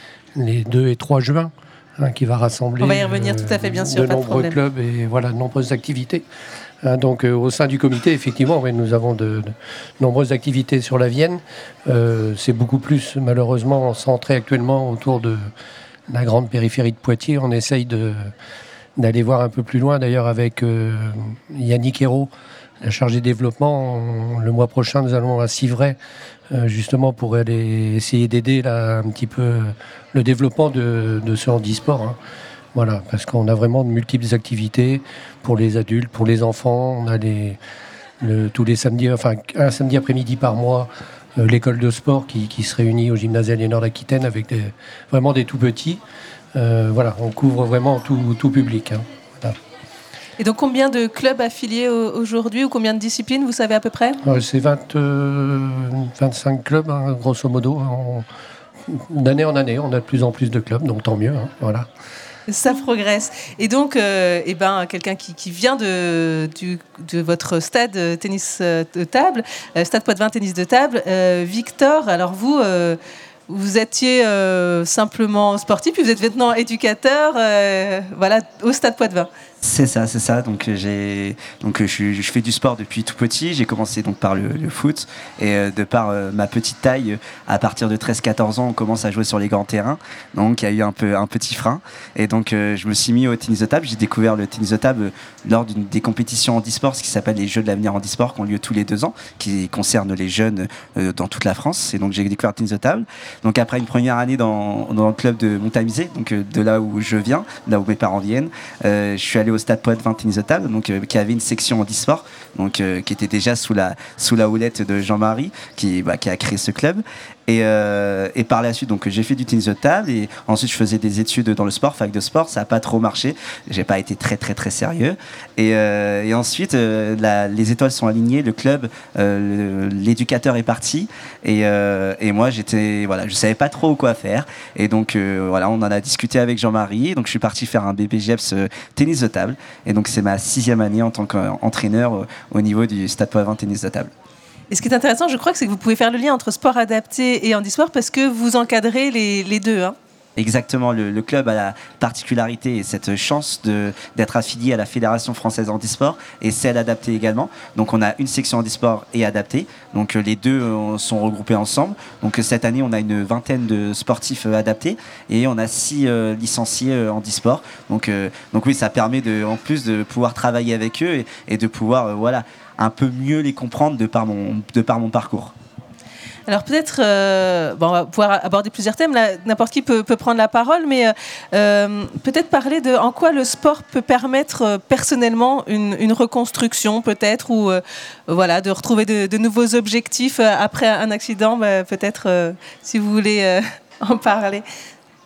les deux et trois juin, hein, qui va rassembler on va y revenir, euh, tout à fait, bien sûr, de pas de nombreux problème. clubs et voilà, de nombreuses activités. Hein, donc, euh, au sein du comité, effectivement, ouais, nous avons de, de nombreuses activités sur la Vienne. Euh, c'est beaucoup plus, malheureusement, centré actuellement autour de la grande périphérie de Poitiers. On essaye de, d'aller voir un peu plus loin, d'ailleurs, avec euh, Yannick Hérault, la chargée développement. On, le mois prochain, nous allons à Civray, euh, justement pour aller essayer d'aider là, un petit peu le développement de, de ce handisport. Hein. Voilà, parce qu'on a vraiment de multiples activités pour les adultes, pour les enfants. On a les, le, tous les samedis, enfin un samedi après-midi par mois, l'école de sport qui, qui se réunit au gymnase Aliénor d'Aquitaine avec des, vraiment des tout petits. Euh, voilà, on couvre vraiment tout, tout public. Hein. Voilà. Et donc, combien de clubs affiliés aujourd'hui ou combien de disciplines, vous savez à peu près ? euh, C'est vingt, euh, vingt-cinq clubs, hein, grosso modo. Hein. D'année en année, on a de plus en plus de clubs, donc tant mieux. Hein. Voilà. Ça progresse. Et donc, euh, eh ben, quelqu'un qui, qui vient de, du, de votre stade tennis de table, euh, Stade Poitvin tennis de table, euh, Victor, alors vous, euh, vous étiez euh, simplement sportif, puis vous êtes maintenant éducateur euh, voilà, au Stade Poitvin. C'est ça, c'est ça. Donc, j'ai, donc je, je fais du sport depuis tout petit. J'ai commencé donc par le, le foot. Et euh, de par euh, ma petite taille, à partir de treize quatorze ans, on commence à jouer sur les grands terrains. Donc, il y a eu un, peu, un petit frein. Et donc, euh, je me suis mis au tennis de table. J'ai découvert le tennis de table lors d'une des compétitions handisport, ce qui s'appelle les Jeux de l'avenir handisport, qui ont lieu tous les deux ans, qui concernent les jeunes euh, dans toute la France. Et donc, j'ai découvert le tennis de table. Donc, après une première année dans, dans le club de Montamisé, donc euh, de là où je viens, là où mes parents viennent, euh, je suis allé au Stade Poitvin tennis de table, donc euh, qui avait une section handisport, donc euh, qui était déjà sous la sous la houlette de Jean-Marie, qui bah, qui a créé ce club. Et, euh, et par la suite, donc j'ai fait du tennis de table et ensuite je faisais des études dans le sport, fac de sport. Ça n'a pas trop marché. J'ai pas été très très très sérieux. Et, euh, et ensuite, euh, la, les étoiles sont alignées. Le club, euh, l'éducateur est parti et, euh, et moi j'étais voilà, je savais pas trop quoi faire. Et donc euh, voilà, on en a discuté avec Jean-Marie. Donc je suis parti faire un B P G E P S euh, tennis de table. Et donc c'est ma sixième année en tant qu'entraîneur euh, au niveau du Stade Poitvin tennis de table. Et ce qui est intéressant, je crois, c'est que vous pouvez faire le lien entre sport adapté et handisport parce que vous encadrez les, les deux. Hein. Exactement, le, le club a la particularité et cette chance de, d'être affilié à la Fédération française handisport et celle adaptée également. Donc on a une section handisport et adaptée, donc les deux euh, sont regroupés ensemble. Donc cette année on a une vingtaine de sportifs euh, adaptés et on a six euh, licenciés euh, handisport. Donc, euh, donc oui, ça permet de, en plus de pouvoir travailler avec eux et, et de pouvoir euh, voilà, un peu mieux les comprendre de par mon, de par mon parcours. Alors peut-être, euh, bon, on va pouvoir aborder plusieurs thèmes, là, n'importe qui peut, peut prendre la parole, mais euh, peut-être parler de en quoi le sport peut permettre euh, personnellement une, une reconstruction peut-être, ou euh, voilà, de retrouver de, de nouveaux objectifs euh, après un accident, bah, peut-être euh, si vous voulez euh, en parler.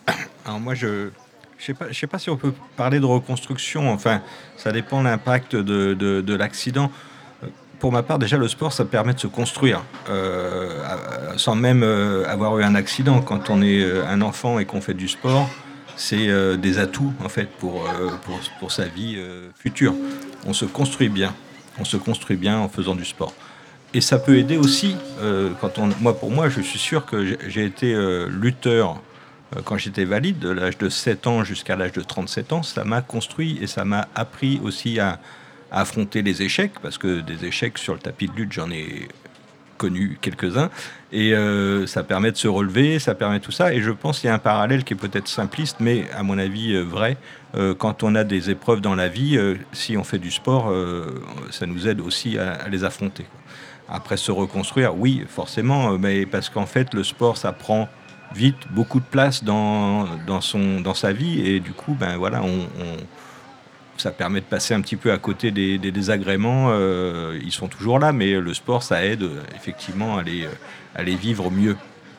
Alors moi, je je sais pas, je sais pas si on peut parler de reconstruction. Enfin, ça dépend de l'impact de, de, de l'accident. Pour ma part, déjà, le sport, ça permet de se construire, euh, sans même euh, avoir eu un accident. Quand on est un enfant et qu'on fait du sport, c'est euh, des atouts, en fait, pour, euh, pour, pour sa vie euh, future. On se construit bien. On se construit bien en faisant du sport. Et ça peut aider aussi, euh, quand on, moi, pour moi, je suis sûr que j'ai, j'ai été euh, lutteur euh, quand j'étais valide, de l'âge de sept ans jusqu'à l'âge de trente-sept ans. Ça m'a construit et ça m'a appris aussi à, à affronter les échecs, parce que des échecs sur le tapis de lutte, j'en ai connu quelques-uns. Et euh, ça permet de se relever, ça permet tout ça. Et je pense qu'il y a un parallèle qui est peut-être simpliste, mais à mon avis euh, vrai. Euh, quand on a des épreuves dans la vie, euh, si on fait du sport, euh, ça nous aide aussi à, à les affronter. Après, se reconstruire, oui, forcément, mais parce qu'en fait, le sport, ça prend vite beaucoup de place dans, dans, son, dans sa vie, et du coup, ben, voilà, on, on, ça permet de passer un petit peu à côté des, des désagréments. Euh, ils sont toujours là, mais le sport, ça aide effectivement à les, à les vivre mieux.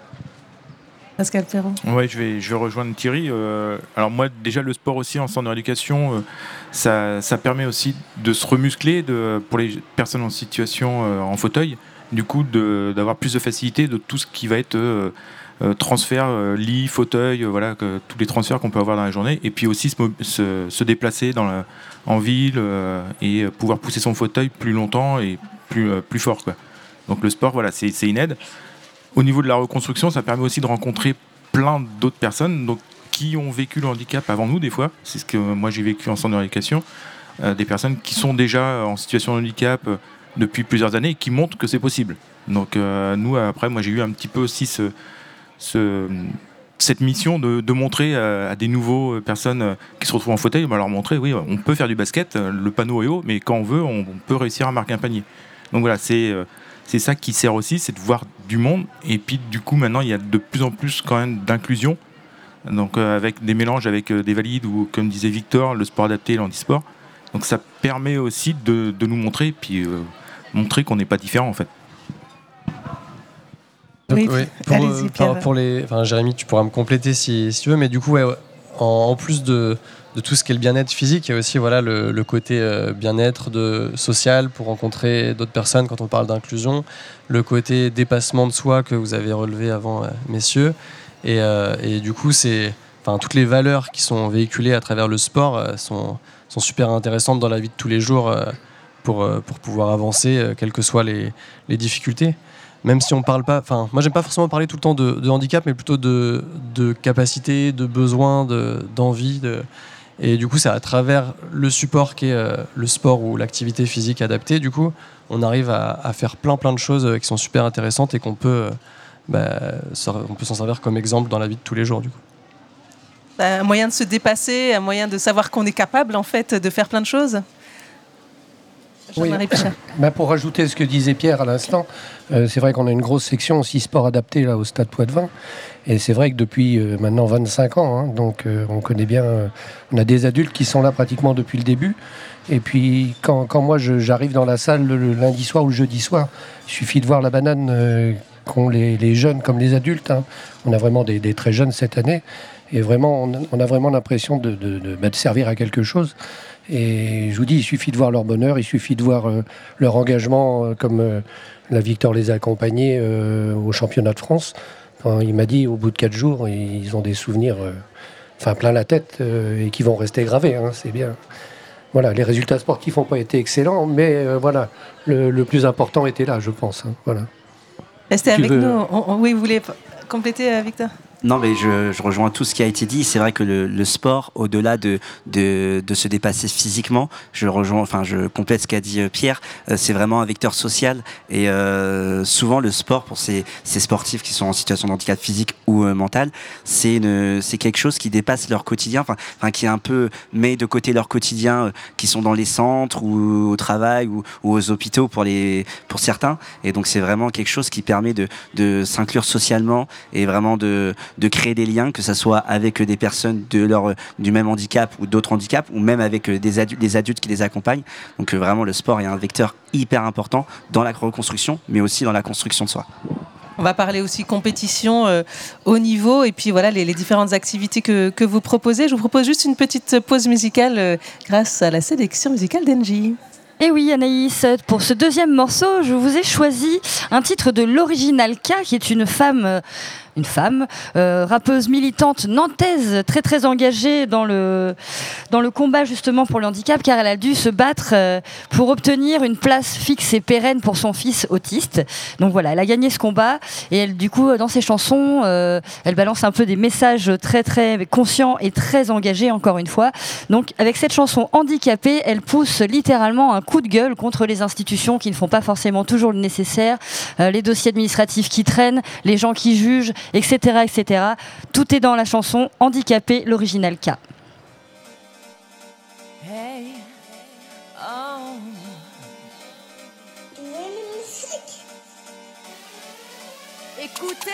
Pascal Perron. Ouais, je vais, je vais rejoindre Thierry. Euh, alors moi, déjà, le sport aussi en centre de rééducation, euh, ça, ça permet aussi de se remuscler de, pour les personnes en situation euh, en fauteuil. Du coup, de, d'avoir plus de facilité de tout ce qui va être euh, euh, transfert, euh, lit, fauteuil, euh, voilà, que, tous les transferts qu'on peut avoir dans la journée. Et puis aussi se, se, se déplacer dans la, en ville euh, et pouvoir pousser son fauteuil plus longtemps et plus, euh, plus fort, quoi. Donc le sport, voilà, c'est, c'est une aide. Au niveau de la reconstruction, ça permet aussi de rencontrer plein d'autres personnes donc, qui ont vécu le handicap avant nous, des fois. C'est ce que moi j'ai vécu en centre de rééducation. Euh, des personnes qui sont déjà en situation de handicap euh, depuis plusieurs années et qui montrent que c'est possible. Donc euh, nous, après, moi j'ai eu un petit peu aussi ce, ce, cette mission de, de montrer à, à des nouveaux personnes euh, qui se retrouvent en fauteuil, bah, leur montrer, oui, on peut faire du basket, le panneau est haut, mais quand on veut, on, on peut réussir à marquer un panier. Donc voilà, c'est... Euh, C'est ça qui sert aussi, c'est de voir du monde. Et puis du coup, maintenant, il y a de plus en plus quand même d'inclusion. Donc euh, avec des mélanges avec euh, des valides ou, comme disait Victor, le sport adapté et l'handisport. Donc ça permet aussi de, de nous montrer, puis euh, montrer qu'on n'est pas différent en fait. Oui, oui. Pour, allez-y, Pierre. pour, pour les, enfin, Jérémy, tu pourras me compléter si, si tu veux, mais du coup, ouais, en, en plus de, de tout ce qui est le bien-être physique, il y a aussi voilà, le, le côté euh, bien-être de, social pour rencontrer d'autres personnes quand on parle d'inclusion, le côté dépassement de soi que vous avez relevé avant, euh, messieurs. Et, euh, et du coup, c'est, enfin, toutes les valeurs qui sont véhiculées à travers le sport euh, sont, sont super intéressantes dans la vie de tous les jours euh, pour, euh, pour pouvoir avancer, euh, quelles que soient les, les difficultés. Même si on parle pas, enfin, moi j'aime pas forcément parler tout le temps de, de handicap, mais plutôt de, de capacité, de besoin, de, d'envie. De... Et du coup, c'est à travers le support qui est euh, le sport ou l'activité physique adaptée, du coup, on arrive à, à faire plein plein de choses qui sont super intéressantes et qu'on peut, euh, bah, on peut s'en servir comme exemple dans la vie de tous les jours, du coup. Un moyen de se dépasser, un moyen de savoir qu'on est capable en fait de faire plein de choses. Oui. Bah pour rajouter ce que disait Pierre à l'instant, euh, c'est vrai qu'on a une grosse section aussi sport adapté là au Stade Poitvin, et c'est vrai que depuis euh, maintenant vingt-cinq ans, hein, donc euh, on connaît bien, euh, on a des adultes qui sont là pratiquement depuis le début, et puis quand, quand moi je, j'arrive dans la salle le, le lundi soir ou le jeudi soir, il suffit de voir la banane euh, qu'ont les, les jeunes comme les adultes, hein. On a vraiment des, des très jeunes cette année, et vraiment on, on a vraiment l'impression de, de, de, bah, de servir à quelque chose. Et je vous dis, il suffit de voir leur bonheur, il suffit de voir euh, leur engagement, euh, comme euh, la Victor les a accompagnés euh, au championnat de France. Enfin, il m'a dit, au bout de quatre jours, ils ont des souvenirs, euh, enfin plein la tête, euh, et qui vont rester gravés. Hein, c'est bien. Voilà, les résultats sportifs n'ont pas été excellents, mais euh, voilà, le, le plus important était là, je pense. Hein, voilà. Restez Tu avec veux... nous. On, on, oui, vous voulez compléter, euh, Victor ? Non, mais je, je rejoins tout ce qui a été dit. C'est vrai que le, le sport, au-delà de, de, de se dépasser physiquement, je rejoins, enfin, je complète ce qu'a dit Pierre. Euh, c'est vraiment un vecteur social. Et euh, souvent, le sport pour ces, ces sportifs qui sont en situation de handicap physique ou euh, mental, c'est une, c'est quelque chose qui dépasse leur quotidien. Enfin, enfin, qui est un peu met de côté leur quotidien, euh, qui sont dans les centres ou au travail ou, ou aux hôpitaux pour les, pour certains. Et donc, c'est vraiment quelque chose qui permet de, de s'inclure socialement et vraiment de de créer des liens, que ce soit avec des personnes de leur, du même handicap ou d'autres handicaps, ou même avec des adultes, des adultes qui les accompagnent. Donc vraiment, le sport est un vecteur hyper important dans la reconstruction, mais aussi dans la construction de soi. On va parler aussi compétition, euh, haut niveau, et puis voilà les, les différentes activités que, que vous proposez. Je vous propose juste une petite pause musicale euh, grâce à la sélection musicale d'Engie. Et oui Anaïs, pour ce deuxième morceau, je vous ai choisi un titre de l'Original K, qui est une femme... Euh, une femme, euh, rappeuse militante nantaise, très très engagée dans le, dans le combat justement pour le handicap, car elle a dû se battre euh, pour obtenir une place fixe et pérenne pour son fils autiste. Donc voilà, elle a gagné ce combat, et elle, du coup, dans ses chansons, euh, elle balance un peu des messages très très conscients et très engagés, encore une fois. Donc avec cette chanson Handicapée, elle pousse littéralement un coup de gueule contre les institutions qui ne font pas forcément toujours le nécessaire, euh, les dossiers administratifs qui traînent, les gens qui jugent, et cetera, et cetera. Tout est dans la chanson Handicapée, l'Original K. Hey, oh. Écoutez,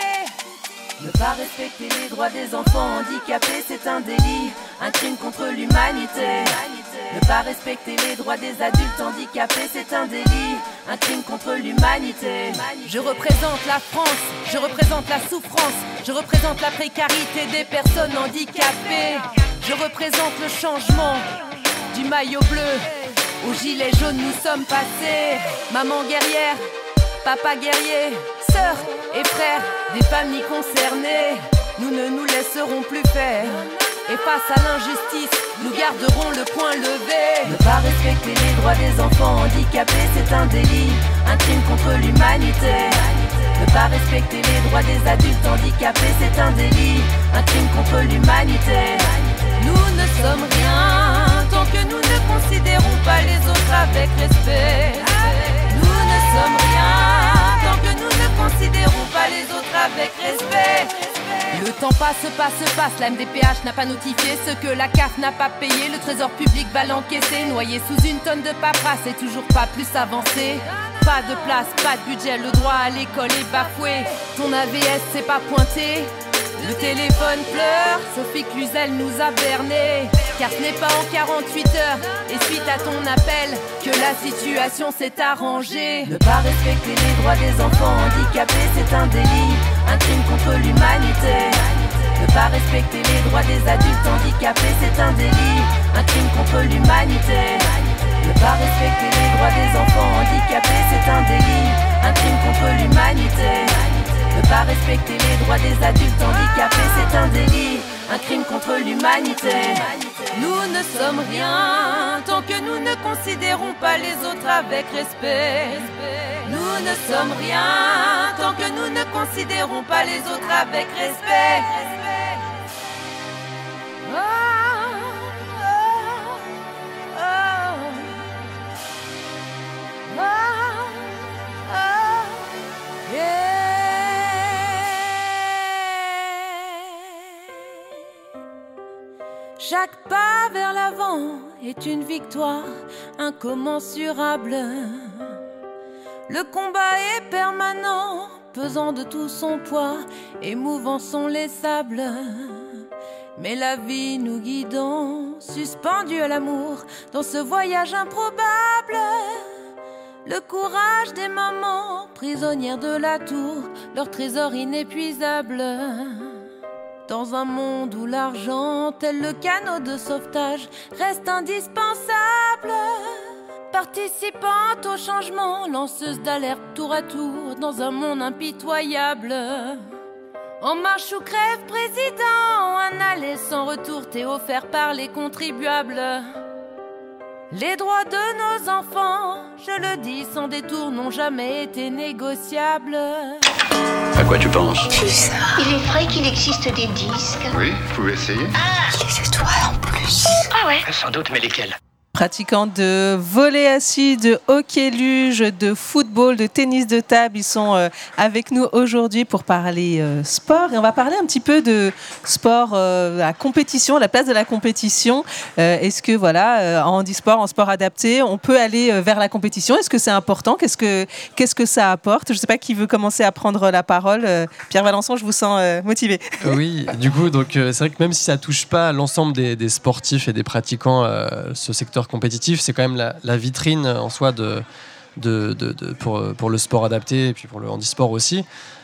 ne pas respecter les droits des enfants handicapés, c'est un délit, un crime contre l'humanité. Ne pas respecter les droits des adultes handicapés, c'est un délit, un crime contre l'humanité. Je représente la France, je représente la souffrance, je représente la précarité des personnes handicapées. Je représente le changement du maillot bleu au gilet jaune, nous sommes passés. Maman guerrière, papa guerrier, sœurs et frères, des familles concernées, nous ne nous laisserons plus faire. Et face à l'injustice, nous garderons le poing levé. Ne pas respecter les droits des enfants handicapés, c'est un délit, un crime contre l'humanité. Ne pas respecter les droits des adultes handicapés, c'est un délit, un crime contre l'humanité. Nous ne sommes rien tant que nous ne considérons pas les autres avec respect. Nous ne sommes rien tant que nous ne considérons pas les autres avec respect. Le temps passe, passe, passe, la M D P H n'a pas notifié ce que la C A F n'a pas payé. Le trésor public va l'encaisser, noyé sous une tonne de paperasse et toujours pas plus avancé. Pas de place, pas de budget, le droit à l'école est bafoué. Ton A V S s'est pas pointé, le téléphone pleure, Sophie Cluzel nous a bernés. Car ce n'est pas en quarante-huit heures et suite à ton appel que la situation s'est arrangée. Ne pas respecter les droits des enfants handicapés, c'est un délit, un crime contre l'humanité. Ne pas respecter les droits des adultes handicapés, c'est un délit, un crime contre l'humanité. Ne pas respecter les droits des enfants handicapés, c'est un délit, un crime contre l'humanité. Ne pas respecter les droits des adultes handicapés, c'est un délit, un crime contre l'humanité. Nous ne sommes rien tant que nous ne considérons pas les autres avec respect. Nous ne sommes rien tant que nous ne considérons pas les autres avec respect. Oh, oh, oh, oh, oh, yeah. Chaque pas vers l'avant est une victoire incommensurable. Le combat est permanent, pesant de tout son poids, émouvant sont les sables. Mais la vie nous guidant, suspendus à l'amour, dans ce voyage improbable. Le courage des mamans, prisonnières de la tour, leur trésor inépuisable. Dans un monde où l'argent, tel le canot de sauvetage, reste indispensable. Participante au changement, lanceuse d'alerte tour à tour, dans un monde impitoyable. En marche ou crève président, un aller sans retour t'est offert par les contribuables. Les droits de nos enfants, je le dis sans détour, n'ont jamais été négociables. À quoi tu penses? Plus. Il est vrai qu'il existe des disques. Oui, vous pouvez essayer. Ah, les étoiles en plus. Ah ouais. Sans doute, mais lesquelles? Pratiquants de volley assis, de hockey luge, de football, de tennis de table. Ils sont euh, avec nous aujourd'hui pour parler euh, sport. Et on va parler un petit peu de sport, euh, la compétition, la place de la compétition. Euh, est-ce que, voilà, euh, en handisport, en sport adapté, on peut aller euh, vers la compétition? Est-ce que c'est important? Qu'est-ce que, qu'est-ce que ça apporte? Je ne sais pas qui veut commencer à prendre la parole. Euh, Pierre Valençon, je vous sens euh, motivé. Oui, du coup, donc, euh, c'est vrai que même si ça ne touche pas l'ensemble des, des sportifs et des pratiquants, euh, ce secteur compétitif, c'est quand même la, la vitrine en soi de, de, de, de, pour, pour le sport adapté et puis pour le handisport aussi.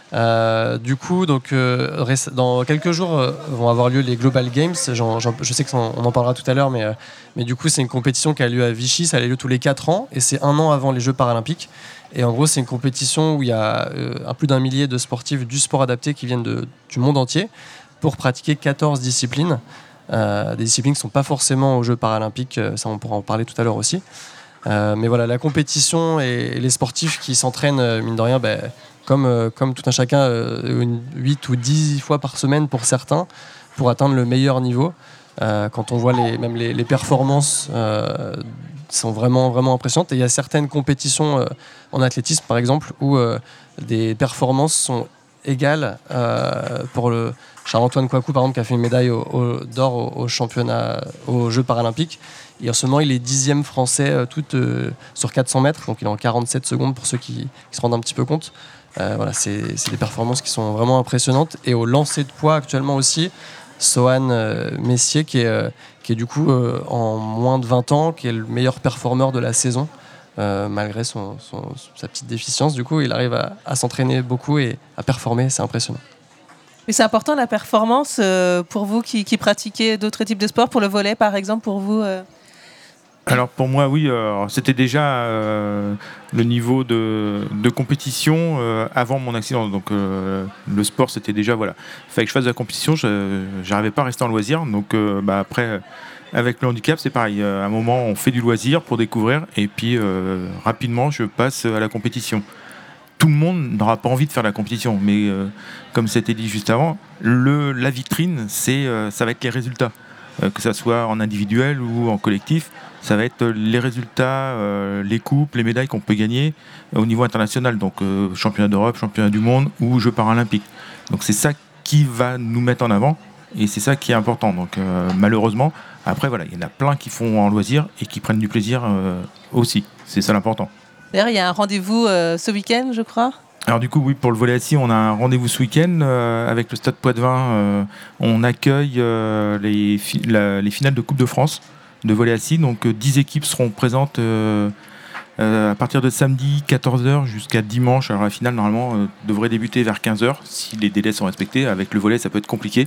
Euh, du coup, donc, euh, dans quelques jours euh, vont avoir lieu les Global Games. J'en, j'en, je sais qu'on en parlera tout à l'heure, mais, euh, mais du coup, c'est une compétition qui a lieu à Vichy. Ça a lieu tous les quatre ans et c'est un an avant les Jeux paralympiques. Et en gros, c'est une compétition où il y a euh, un plus d'un millier de sportifs du sport adapté qui viennent de, du monde entier pour pratiquer quatorze disciplines. Euh, des disciplines qui ne sont pas forcément aux Jeux paralympiques. Ça, on pourra en parler tout à l'heure aussi. Euh, mais voilà, la compétition et, et les sportifs qui s'entraînent, euh, mine de rien, ben, comme, euh, comme tout un chacun, euh, une, huit ou dix fois par semaine pour certains, pour atteindre le meilleur niveau. Euh, quand on voit les, même les, les performances, euh, sont vraiment, vraiment impressionnantes. Et il y a certaines compétitions euh, en athlétisme, par exemple, où euh, des performances sont égales euh, pour le Charles-Antoine Kouakou, par exemple, qui a fait une médaille au, au, d'or au, au championnat, aux Jeux paralympiques. Et en ce moment, il est dixième français euh, tout, euh, sur quatre cents mètres, donc il est en quarante-sept secondes pour ceux qui, qui se rendent un petit peu compte. Euh, voilà, c'est, c'est des performances qui sont vraiment impressionnantes. Et au lancer de poids actuellement aussi, Sohan euh, Messier, qui est, euh, qui est du coup euh, en moins de vingt ans, qui est le meilleur performeur de la saison, euh, malgré son, son, sa petite déficience. Du coup, il arrive à, à s'entraîner beaucoup et à performer, c'est impressionnant. Mais c'est important la performance euh, pour vous qui, qui pratiquez d'autres types de sports, pour le volley par exemple, pour vous euh... Alors pour moi, oui, euh, c'était déjà euh, le niveau de, de compétition euh, avant mon accident. Donc euh, le sport, c'était déjà, voilà, il fallait que je fasse de la compétition, je n'arrivais pas à rester en loisir. Donc euh, bah, après, avec le handicap, c'est pareil. À un moment, on fait du loisir pour découvrir et puis euh, rapidement, je passe à la compétition. Tout le monde n'aura pas envie de faire la compétition, mais euh, comme c'était dit juste avant, le, la vitrine, c'est, euh, ça va être les résultats. Euh, que ça soit en individuel ou en collectif, ça va être les résultats, euh, les coupes, les médailles qu'on peut gagner au niveau international, donc euh, championnat d'Europe, championnat du monde ou Jeux paralympiques. Donc c'est ça qui va nous mettre en avant et c'est ça qui est important. Donc euh, malheureusement, après voilà, il y en a plein qui font en loisir et qui prennent du plaisir euh, aussi. C'est ça l'important. D'ailleurs, il y a un rendez-vous euh, ce week-end, je crois. Alors du coup, oui, pour le volley assis, on a un rendez-vous ce week-end euh, avec le Stade Poitvin. Euh, on accueille euh, les, fi- la, les finales de Coupe de France de volley assis. Donc euh, dix équipes seront présentes euh, euh, à partir de samedi quatorze heures jusqu'à dimanche. Alors la finale, normalement, euh, devrait débuter vers quinze heures si les délais sont respectés. Avec le volley, ça peut être compliqué.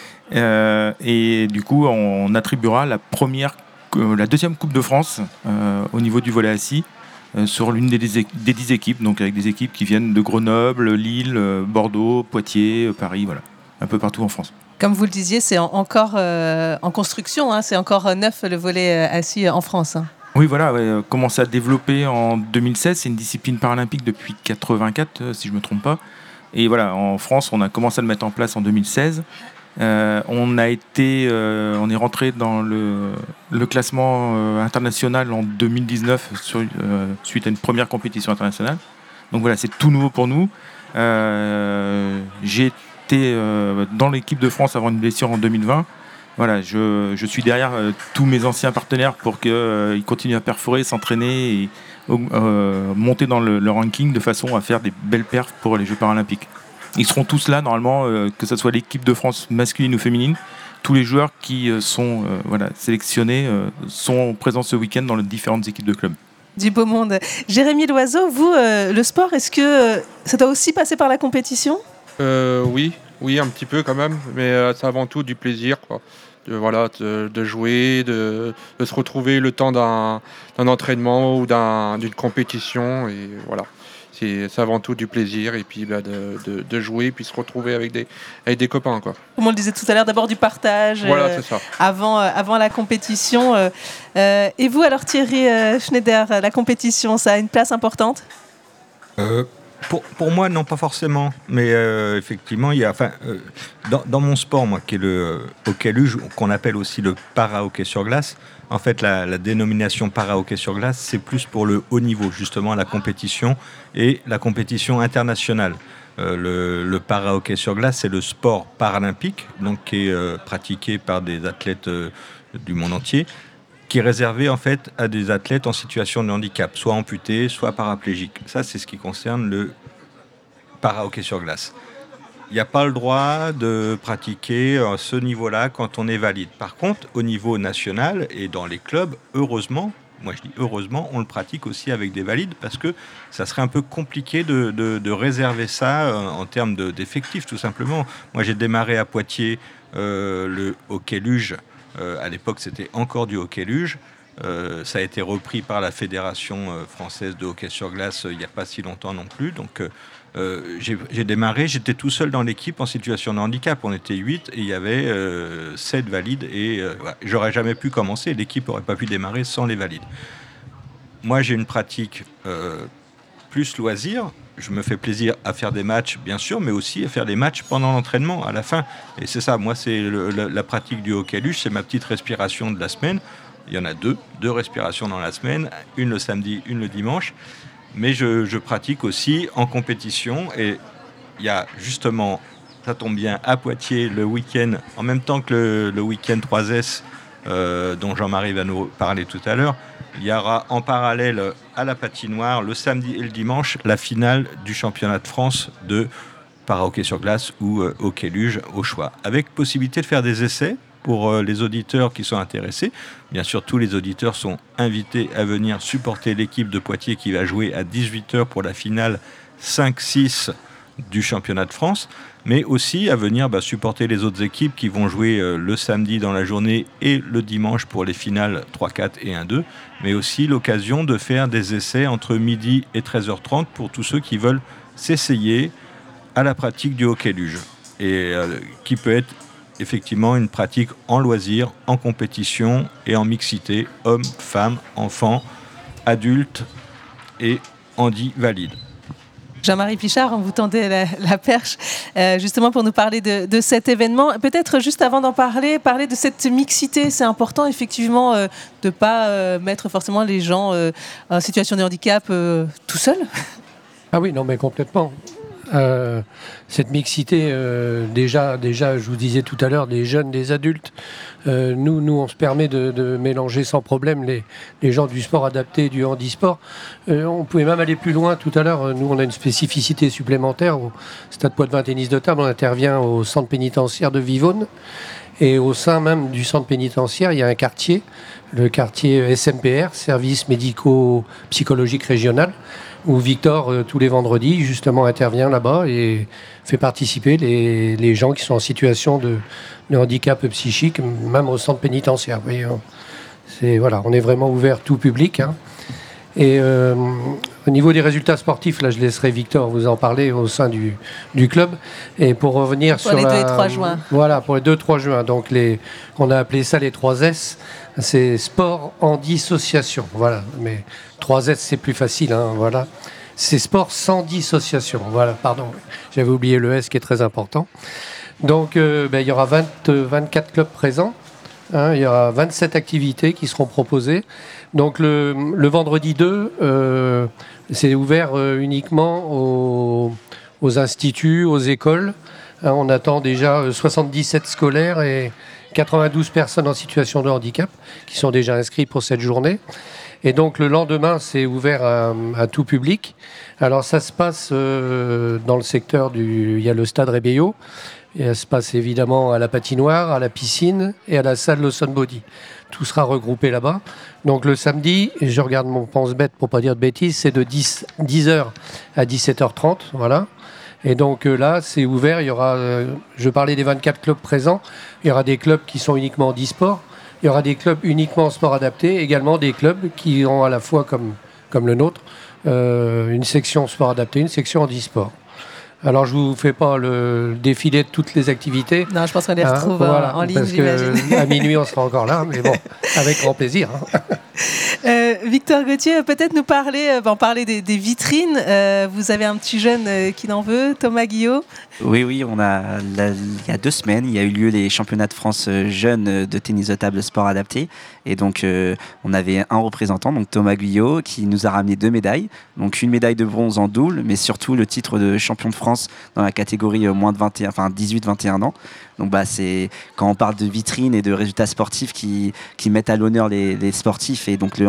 Euh, et du coup, on attribuera la, première, euh, la deuxième Coupe de France euh, au niveau du volley assis. Euh, sur l'une des, des dix équipes, donc avec des équipes qui viennent de Grenoble, Lille, euh, Bordeaux, Poitiers, euh, Paris, voilà, un peu partout en France. Comme vous le disiez, c'est en, encore euh, en construction, hein, c'est encore euh, neuf le volley euh, assis en France. Hein. Oui, voilà, ouais, euh, commencé à développer en deux mille seize, c'est une discipline paralympique depuis quatre-vingt-quatre, euh, si je ne me trompe pas. Et voilà, en France, on a commencé à le mettre en place en deux mille seize. Euh, on a été, euh, on est rentré dans le, le classement euh, international en deux mille dix-neuf sur, euh, suite à une première compétition internationale. Donc voilà, c'est tout nouveau pour nous. Euh, j'ai été euh, dans l'équipe de France avant une blessure en deux mille vingt. Voilà, je, je suis derrière euh, tous mes anciens partenaires pour qu'ils euh, continuent à perforer, s'entraîner et euh, monter dans le, le ranking de façon à faire des belles perfs pour les Jeux paralympiques. Ils seront tous là, normalement, euh, que ce soit l'équipe de France masculine ou féminine. Tous les joueurs qui euh, sont euh, voilà, sélectionnés euh, sont présents ce week-end dans les différentes équipes de clubs. Du beau monde. Jérémy Loiseau, vous, euh, le sport, est-ce que euh, ça doit aussi passer par la compétition ? euh, Oui, oui, un petit peu quand même, mais euh, c'est avant tout du plaisir, quoi. De, voilà, de, de jouer, de, de se retrouver le temps d'un, d'un entraînement ou d'un, d'une compétition, et voilà. C'est, c'est avant tout du plaisir et puis bah, de, de, de jouer puis se retrouver avec des, avec des copains, quoi. Comme on le disait tout à l'heure, d'abord du partage voilà, euh, c'est ça. Avant, euh, avant la compétition. Euh, euh, et vous alors Thierry euh, Schneider, la compétition, ça a une place importante ? euh, pour, pour moi, non, pas forcément. Mais euh, effectivement, il y a, enfin, euh, dans, dans mon sport, moi, qui est le euh, hockey luge, qu'on appelle aussi le para-hockey sur glace, en fait, la, la dénomination para-hockey sur glace, c'est plus pour le haut niveau, justement, la compétition et la compétition internationale. Euh, le, le para-hockey sur glace, c'est le sport paralympique, donc qui est euh, pratiqué par des athlètes euh, du monde entier, qui est réservé en fait à des athlètes en situation de handicap, soit amputés, soit paraplégiques. Ça, c'est ce qui concerne le para-hockey sur glace. Il n'y a pas le droit de pratiquer à ce niveau-là quand on est valide. Par contre, au niveau national et dans les clubs, heureusement, moi je dis heureusement, on le pratique aussi avec des valides parce que ça serait un peu compliqué de, de, de réserver ça euh, en termes de, d'effectifs tout simplement. Moi j'ai démarré à Poitiers euh, le hockey luge, euh, à l'époque c'était encore du hockey luge. Euh, ça a été repris par la Fédération euh, française de hockey sur glace euh, il n'y a pas si longtemps non plus. Donc, euh, j'ai, j'ai démarré, j'étais tout seul dans l'équipe en situation de handicap. On était huit et il y avait euh, sept valides. Et euh, ouais, j'aurais jamais pu commencer. L'équipe n'aurait pas pu démarrer sans les valides. Moi, j'ai une pratique euh, plus loisir. Je me fais plaisir à faire des matchs, bien sûr, mais aussi à faire des matchs pendant l'entraînement, à la fin. Et c'est ça, moi, c'est le, la, la pratique du hockey luge, c'est ma petite respiration de la semaine. Il y en a deux, deux respirations dans la semaine, une le samedi, une le dimanche. Mais je, je pratique aussi en compétition. Et il y a justement, ça tombe bien, à Poitiers, le week-end, en même temps que le, le week-end trois S, euh, dont Jean-Marie va nous parler tout à l'heure, il y aura en parallèle à la patinoire, le samedi et le dimanche, la finale du championnat de France de para-hockey sur glace ou euh, hockey luge au choix. Avec possibilité de faire des essais pour les auditeurs qui sont intéressés. Bien sûr, tous les auditeurs sont invités à venir supporter l'équipe de Poitiers qui va jouer à dix-huit heures pour la finale cinq six du championnat de France, mais aussi à venir bah, supporter les autres équipes qui vont jouer euh, le samedi dans la journée et le dimanche pour les finales trois quatre et un deux, mais aussi l'occasion de faire des essais entre midi et treize heures trente pour tous ceux qui veulent s'essayer à la pratique du hockey luge, et euh, qui peut être effectivement une pratique en loisir, en compétition et en mixité, hommes, femmes, enfants, adultes et handi valides. Jean-Marie Pichard, on vous tendait la, la perche euh, justement pour nous parler de, de cet événement. Peut-être juste avant d'en parler, parler de cette mixité. C'est important effectivement euh, de ne pas euh, mettre forcément les gens euh, en situation de handicap euh, tout seuls. Ah oui, non mais complètement. Euh, cette mixité, euh, déjà, déjà, je vous disais tout à l'heure, des jeunes, des adultes, euh, nous, nous, on se permet de, de mélanger sans problème les, les gens du sport adapté et du handisport. Euh, on pouvait même aller plus loin tout à l'heure. Nous, on a une spécificité supplémentaire. Au Stade Poitvin Tennis de Table, on intervient au centre pénitentiaire de Vivonne. Et au sein même du centre pénitentiaire, il y a un quartier, le quartier S M P R, Service médico-psychologique régional, où Victor, euh, tous les vendredis, justement, intervient là-bas et fait participer les, les gens qui sont en situation de, de handicap psychique, même au centre pénitentiaire. Vous voyez, hein. C'est, voilà, on est vraiment ouvert tout public. Hein. Et euh, au niveau des résultats sportifs, là, je laisserai Victor vous en parler au sein du, du club. Et pour revenir pour sur les la, deux et trois juin. Voilà, pour les deux et trois juin. Donc, les, on a appelé ça les trois S. C'est sport en dissociation. Voilà, mais trois S, c'est plus facile. Hein, voilà. C'est sport sans dissociation. Voilà, pardon. J'avais oublié le S qui est très important. Donc, euh, ben, il y aura vingt, vingt-quatre clubs présents. Hein, il y aura vingt-sept activités qui seront proposées. Donc le, le vendredi deux, euh, c'est ouvert euh, uniquement aux, aux instituts, aux écoles. Hein, on attend déjà soixante-dix-sept scolaires et quatre-vingt-douze personnes en situation de handicap qui sont déjà inscrits pour cette journée. Et donc le lendemain, c'est ouvert à, à tout public. Alors ça se passe euh, dans le secteur du... Il y a le stade Rébéillot. Et ça se passe évidemment à la patinoire, à la piscine et à la salle Lawson Body. Tout sera regroupé là-bas. Donc le samedi, et je regarde mon pense-bête pour ne pas dire de bêtises, c'est de dix heures à dix-sept heures trente. Voilà. Et donc euh, là, c'est ouvert. Il y aura, euh, je parlais des vingt-quatre clubs présents. Il y aura des clubs qui sont uniquement en e-sport. Il y aura des clubs uniquement en sport adapté. Également des clubs qui ont à la fois, comme, comme le nôtre, euh, une section sport adapté, une section en e-sport. Alors, je ne vous fais pas le défilé de toutes les activités. Non, je pense qu'on les retrouve hein, voilà, en ligne, parce j'imagine. Qu'à minuit, on sera encore là, mais bon, avec grand plaisir. Hein. Euh, Victor Gauthier, peut-être nous parler, euh, ben, parler des, des vitrines. Euh, vous avez un petit jeune euh, qui en veut, Thomas Guillot. Oui, oui, on a, la, il y a deux semaines, il y a eu lieu les championnats de France jeunes de tennis de table sport adapté. Et donc, euh, on avait un représentant, donc Thomas Guillot, qui nous a ramené deux médailles. Donc, une médaille de bronze en double, mais surtout le titre de champion de France dans la catégorie moins de vingt et un, enfin dix-huit vingt et un ans. Donc, bah, c'est quand on parle de vitrine et de résultats sportifs qui, qui mettent à l'honneur les, les sportifs et donc le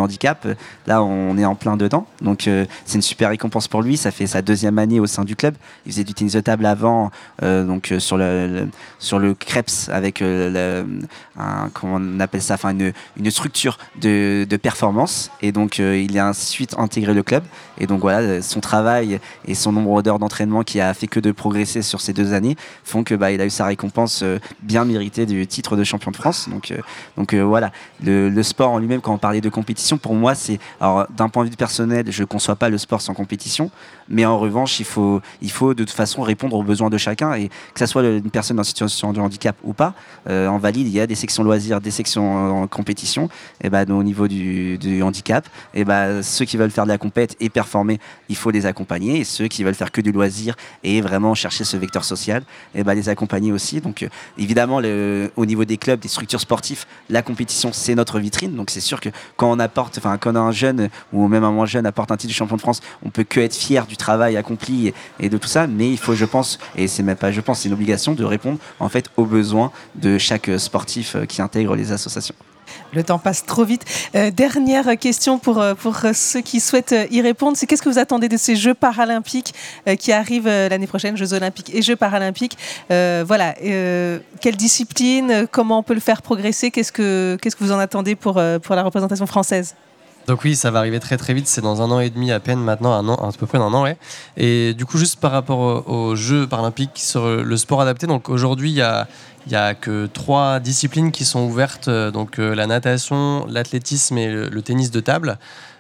handicap. Là, on est en plein dedans. Donc, euh, c'est une super récompense pour lui. Ça fait sa deuxième année au sein du club. Il faisait du tennis de table avant, euh, donc euh, sur le, le sur le Krebs avec euh, le, un, comment on appelle ça, enfin une, une structure de, de performance. Et donc, euh, il a ensuite intégré le club. Et donc voilà, son travail et son nombre d'heures d'entraînement qui a fait que de progresser sur ces deux années font que bah, il a eu sa récompense euh, bien méritée du titre de champion de France. Donc, euh, donc euh, voilà, le, le sport en lui-même, quand on parlait de compétition, pour moi, c'est, alors d'un point de vue personnel, je ne conçois pas le sport sans compétition, mais en revanche, il faut, il faut de toute façon répondre aux besoins de chacun, et que ça soit une personne en situation de handicap ou pas. Euh, en valide, il y a des sections loisirs, des sections en compétition. Et bah, au niveau du, du handicap, et bah, ceux qui veulent faire de la compète et performer, il faut les accompagner, et ceux qui veulent faire que du loisir et vraiment chercher ce vecteur social, et bah, les accompagner aussi. Donc euh, évidemment, le, au niveau des clubs, des structures sportives, la compétition, c'est notre vitrine. Donc c'est sûr que quand on apporte, enfin quand un jeune ou même un moins jeune apporte un titre de champion de France, on peut que être fier du travail accompli et, et de tout ça. Mais il faut, je pense, et c'est même pas je pense, c'est une obligation de répondre en fait aux besoins de chaque sportif qui intègre les associations. Le temps passe trop vite. Euh, dernière question pour, pour ceux qui souhaitent y répondre, c'est qu'est-ce que vous attendez de ces Jeux paralympiques euh, qui arrivent euh, l'année prochaine, Jeux olympiques et Jeux paralympiques. Euh, voilà, euh, quelle discipline, comment on peut le faire progresser, qu'est-ce que, qu'est-ce que vous en attendez pour, euh, pour la représentation française ? Donc oui, ça va arriver très très vite, c'est dans un an et demi à peine maintenant, un an, à peu près d'un an, ouais. Et du coup, juste par rapport aux, aux Jeux paralympiques sur le sport adapté, donc aujourd'hui, il y a, il y a que trois disciplines qui sont ouvertes, donc euh, la natation, l'athlétisme et le, le tennis de table.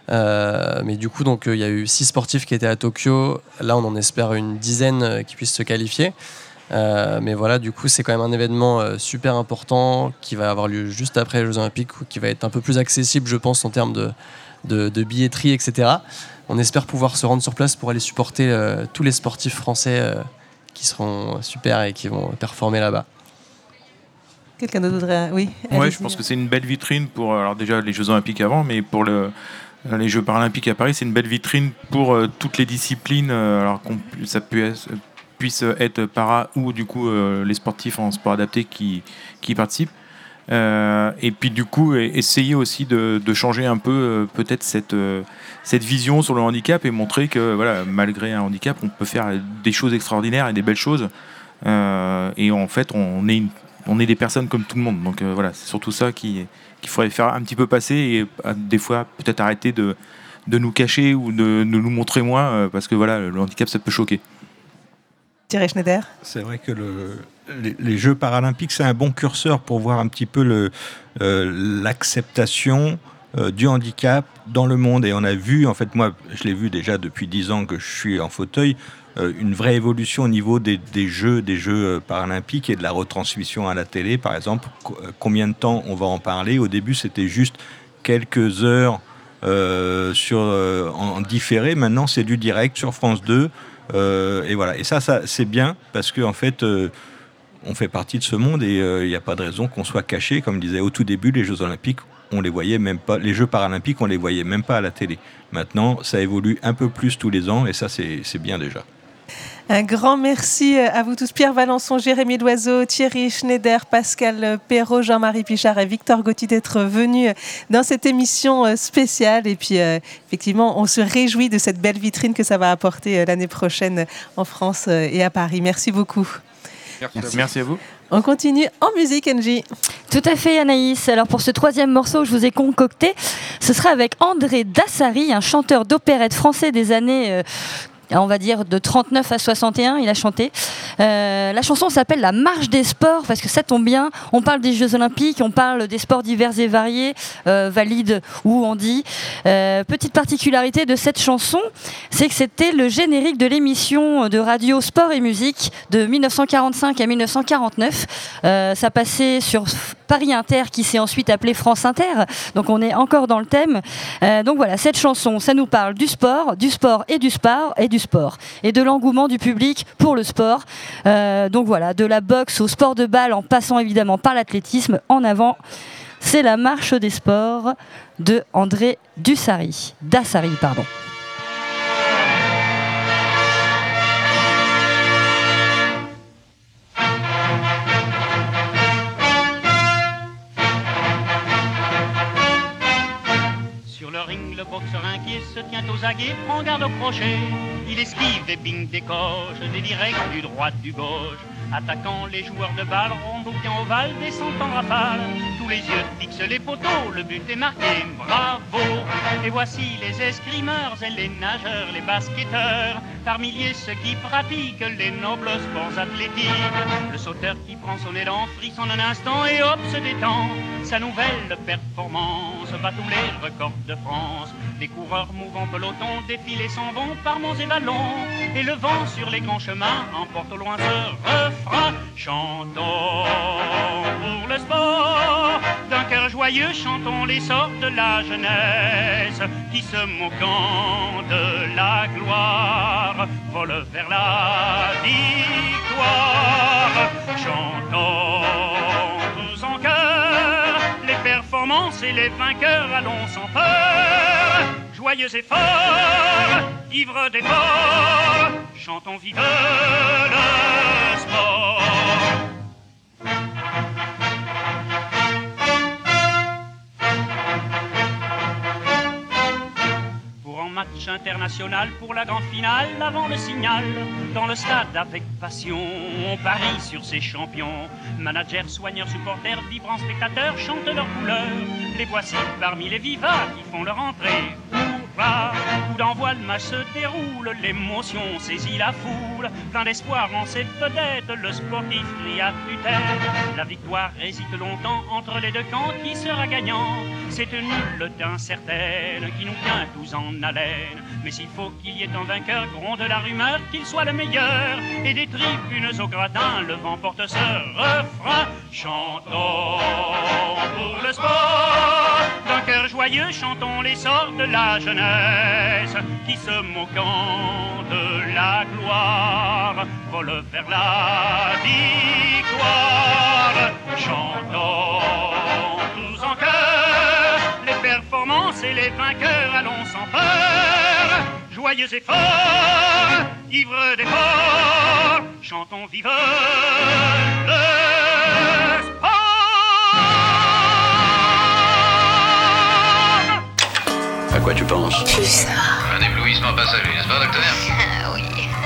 Euh, mais du coup, donc, euh, il y a eu six sportifs qui étaient à Tokyo. Là, on en espère une dizaine qui puissent se qualifier. Euh, mais voilà, du coup, c'est quand même un événement euh, super important qui va avoir lieu juste après les Jeux Olympiques, qui va être un peu plus accessible, je pense, en termes de, de, de billetterie, et cetera. On espère pouvoir se rendre sur place pour aller supporter euh, tous les sportifs français euh, qui seront super et qui vont performer là-bas. Quelqu'un d'autre voudrait... Oui. Ouais, je pense que c'est une belle vitrine pour, alors déjà les Jeux Olympiques avant, mais pour le, les Jeux Paralympiques à Paris, c'est une belle vitrine pour euh, toutes les disciplines. Euh, alors qu'on ça peut être, puisse être para ou du coup euh, les sportifs en sport adapté qui, qui participent. Euh, et puis du coup essayer aussi de, de changer un peu euh, peut-être cette, euh, cette vision sur le handicap et montrer que voilà, malgré un handicap on peut faire des choses extraordinaires et des belles choses euh, et en fait on est, une, on est des personnes comme tout le monde, donc euh, voilà, c'est surtout ça qui, qu'il faudrait faire un petit peu passer et euh, des fois peut-être arrêter de, de nous cacher ou de, de nous montrer moins euh, parce que voilà, le handicap ça peut choquer. Thierry Schneider. C'est vrai que le, les, les Jeux paralympiques, c'est un bon curseur pour voir un petit peu le, euh, l'acceptation euh, du handicap dans le monde. Et on a vu, en fait, moi, je l'ai vu déjà depuis dix ans que je suis en fauteuil, euh, une vraie évolution au niveau des, des Jeux, des Jeux paralympiques et de la retransmission à la télé, par exemple. Co- combien de temps on va en parler ? Au début, c'était juste quelques heures euh, sur, euh, en, en différé. Maintenant, c'est du direct sur France deux. Euh, et voilà, et ça, ça c'est bien parce que en fait, euh, on fait partie de ce monde et il euh, n'y a pas de raison qu'on soit caché. Comme je disais au tout début, les Jeux Olympiques, on les voyait même pas. Les Jeux Paralympiques, on les voyait même pas à la télé. Maintenant, ça évolue un peu plus tous les ans et ça, c'est, c'est bien déjà. Un grand merci à vous tous, Pierre Valençon, Jérémy Loiseau, Thierry Schneider, Pascal Perrault, Jean-Marie Pichard et Victor Gauthier d'être venus dans cette émission spéciale. Et puis, euh, effectivement, on se réjouit de cette belle vitrine que ça va apporter l'année prochaine en France et à Paris. Merci beaucoup. Merci, merci. Merci à vous. On continue en musique, Angie. Tout à fait, Anaïs. Alors pour ce troisième morceau que je vous ai concocté, ce sera avec André Dassary, un chanteur d'opérette français des années... Euh, on va dire de trente-neuf à soixante et un, il a chanté. Euh, la chanson s'appelle La Marche des Sports, parce que ça tombe bien, on parle des Jeux Olympiques, on parle des sports divers et variés, euh, valides ou handi. Euh, petite particularité de cette chanson, c'est que c'était le générique de l'émission de radio Sport et Musique de dix-neuf cent quarante-cinq à dix-neuf cent quarante-neuf. Euh, ça passait sur Paris Inter, qui s'est ensuite appelé France Inter, donc on est encore dans le thème. Euh, donc voilà, cette chanson, ça nous parle du sport, du sport et du sport, et du sport, et de l'engouement du public pour le sport. Euh, donc voilà, de la boxe au sport de balle, en passant évidemment par l'athlétisme, en avant, c'est la marche des sports de André Dassary. Dassary, pardon. Sur le l'époque serein qui se tient aux aguets, prend garde au crochet. Il esquive et bing décoche, des directs du droit du gauche. Attaquant les joueurs de balle, rond ou bien ovale, descend en rafale. Tous les yeux fixent les poteaux, le but est marqué, bravo. Et voici les escrimeurs et les nageurs, les basketteurs, par milliers ceux qui pratiquent les nobles sports athlétiques. Le sauteur qui prend son élan, frissonne un instant et hop se détend. Sa nouvelle performance bat tous les records de France. Des coureurs mouvant peloton défilent et s'en vont par monts et vallons. Et le vent sur les grands chemins emporte au loin ce refrain. Chantons pour le sport, d'un cœur joyeux chantons l'essor de la jeunesse, qui se moquant de la gloire vole vers la victoire. Chantons tous en chœur les performances et les vainqueurs, allons sans peur, joyeux et forts, ivres d'efforts, chantons vive le sport. Pour un match international, pour la grande finale, avant le signal, dans le stade avec passion, on parie sur ces champions. Managers, soigneurs, supporters, vibrants spectateurs chantent leurs couleurs. Les voici parmi les vivats qui font leur entrée. Coup d'envoi, le match se déroule, l'émotion saisit la foule. Plein d'espoir en ses vedettes, le sportif crie à tue-tête. La victoire hésite longtemps entre les deux camps, qui sera gagnant? C'est une lutte incertaine qui nous tient tous en haleine. Mais s'il faut qu'il y ait un vainqueur, gronde la rumeur qu'il soit le meilleur. Et des tribunes au gratin, le vent porte ce refrain. Chantons pour le sport, d'un cœur joyeux, chantons l'essor de la jeunesse, qui se moquant de la gloire vole vers la victoire. Chantons tous en chœur les performances et les vainqueurs, allons sans peur, joyeux et forts, ivres d'efforts, chantons vive le sport. À quoi tu penses? Plus ça. Un éblouissement passager, n'est-ce pas, docteur? Ah oui.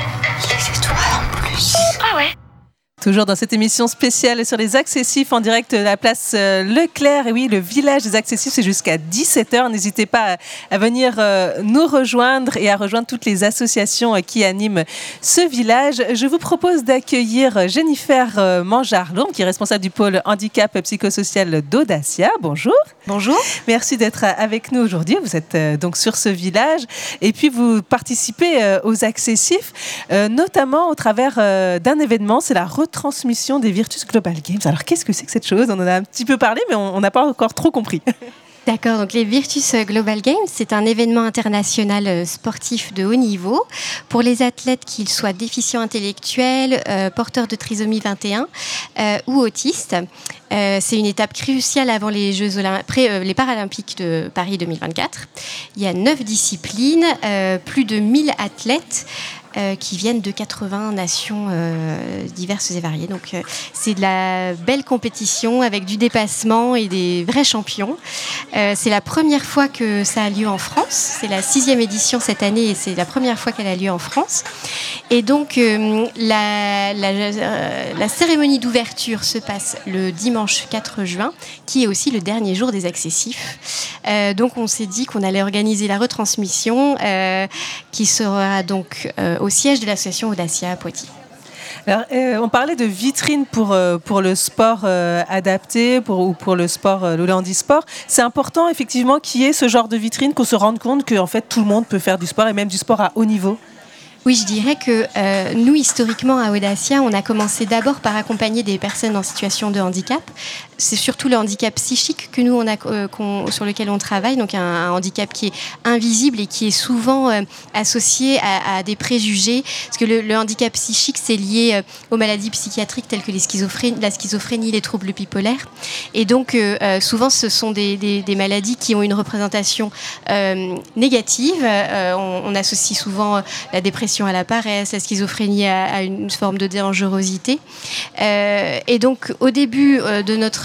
Les étoiles en plus. Ah ouais. Toujours dans cette émission spéciale sur les accessifs en direct de la place Leclerc. Et oui, le village des accessifs, c'est jusqu'à dix-sept heures. N'hésitez pas à venir nous rejoindre et à rejoindre toutes les associations qui animent ce village. Je vous propose d'accueillir Jennifer Manjarlon, qui est responsable du pôle handicap psychosocial d'Audacia. Bonjour. Bonjour. Merci d'être avec nous aujourd'hui. Vous êtes donc sur ce village et puis vous participez aux accessifs, notamment au travers d'un événement, c'est la retransmission des Virtus Global Games. Alors qu'est-ce que c'est que cette chose? On en a un petit peu parlé, mais on n'a pas encore trop compris. D'accord, donc les Virtus Global Games, c'est un événement international sportif de haut niveau pour les athlètes, qu'ils soient déficients intellectuels, euh, porteurs de trisomie vingt et un euh, ou autistes. Euh, c'est une étape cruciale avant les Jeux Olymp- pré, euh, les Paralympiques de Paris deux mille vingt-quatre. Il y a neuf disciplines, euh, plus de mille athlètes euh, qui viennent de quatre-vingts nations euh, diverses et variées. Donc euh, c'est de la belle compétition avec du dépassement et des vrais champions. Euh, c'est la première fois que ça a lieu en France. C'est la sixième édition cette année et c'est la première fois qu'elle a lieu en France. Et donc euh, la, la, euh, la cérémonie d'ouverture se passe le dimanche quatre juin, qui est aussi le dernier jour des accessifs. Euh, donc on s'est dit qu'on allait organiser la retransmission euh, qui sera donc euh, au siège de l'association Audacia à Poitiers. Alors, euh, on parlait de vitrine pour, euh, pour le sport euh, adapté pour, ou pour le sport, euh, le handisport. C'est important effectivement qu'il y ait ce genre de vitrine, qu'on se rende compte que en fait, tout le monde peut faire du sport et même du sport à haut niveau. Oui, je dirais que euh, nous, historiquement, à Audacia, on a commencé d'abord par accompagner des personnes en situation de handicap. C'est surtout le handicap psychique que nous, on a, euh, qu'on, sur lequel on travaille, donc un, un handicap qui est invisible et qui est souvent euh, associé à, à des préjugés. Parce que le, le handicap psychique, c'est lié euh, aux maladies psychiatriques telles que les schizophrénies, la schizophrénie, les troubles bipolaires. Et donc, euh, souvent, ce sont des, des, des maladies qui ont une représentation euh, négative. Euh, on, on associe souvent la dépression à la paresse, la schizophrénie à, à une forme de dangerosité. Euh, et donc, au début euh, de notre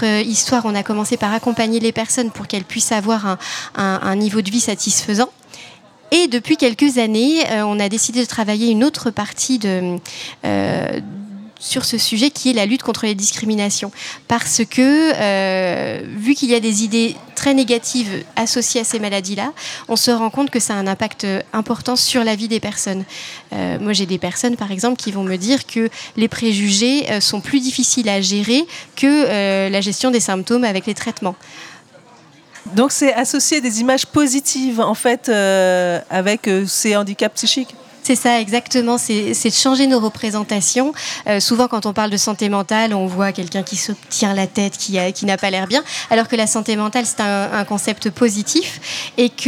notre histoire, on a commencé par accompagner les personnes pour qu'elles puissent avoir un, un, un niveau de vie satisfaisant. Et depuis quelques années, euh, on a décidé de travailler une autre partie de, euh, sur ce sujet qui est la lutte contre les discriminations. Parce que, euh, vu qu'il y a des idées très négatives associées à ces maladies-là, on se rend compte que ça a un impact important sur la vie des personnes. Euh, moi, j'ai des personnes, par exemple, qui vont me dire que les préjugés euh, sont plus difficiles à gérer que euh, la gestion des symptômes avec les traitements. Donc c'est associer des images positives en fait euh, avec euh, ces handicaps psychiques. C'est ça, exactement. C'est, c'est de changer nos représentations. Euh, souvent, quand on parle de santé mentale, on voit quelqu'un qui se tient la tête, qui, a, qui n'a pas l'air bien, alors que la santé mentale, c'est un, un concept positif et que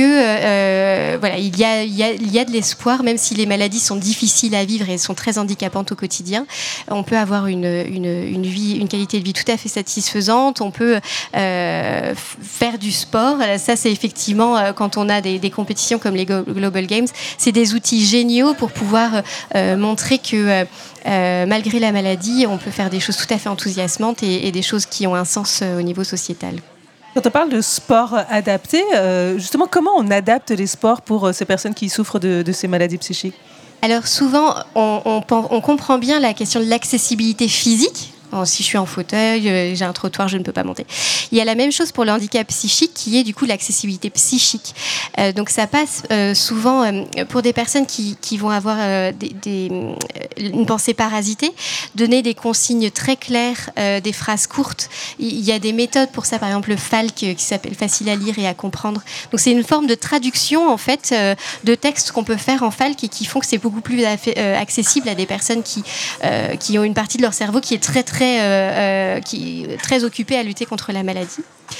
euh, voilà, il y a, il y a, il y a de l'espoir, même si les maladies sont difficiles à vivre et sont très handicapantes au quotidien. On peut avoir une, une, une vie, une qualité de vie tout à fait satisfaisante. On peut euh, faire du sport. Ça, c'est effectivement quand on a des, des compétitions comme les Global Games, c'est des outils géniaux pour pouvoir euh, montrer que euh, euh, malgré la maladie, on peut faire des choses tout à fait enthousiasmantes et, et des choses qui ont un sens euh, au niveau sociétal. Quand on parle de sport adapté, euh, justement, comment on adapte les sports pour euh, ces personnes qui souffrent de, de ces maladies psychiques ? Alors souvent, on, on, on comprend bien la question de l'accessibilité physique. Si je suis en fauteuil, euh, j'ai un trottoir, je ne peux pas monter. Il y a la même chose pour le handicap psychique qui est du coup l'accessibilité psychique. Euh, donc ça passe euh, souvent euh, pour des personnes qui, qui vont avoir euh, des, des, une pensée parasitée, donner des consignes très claires, euh, des phrases courtes. Il y a des méthodes pour ça, par exemple le F A L C qui s'appelle facile à lire et à comprendre. Donc c'est une forme de traduction en fait euh, de textes qu'on peut faire en F A L C et qui font que c'est beaucoup plus euh, accessible à des personnes qui, euh, qui ont une partie de leur cerveau qui est très très Très, euh, qui, très occupé à lutter contre la maladie.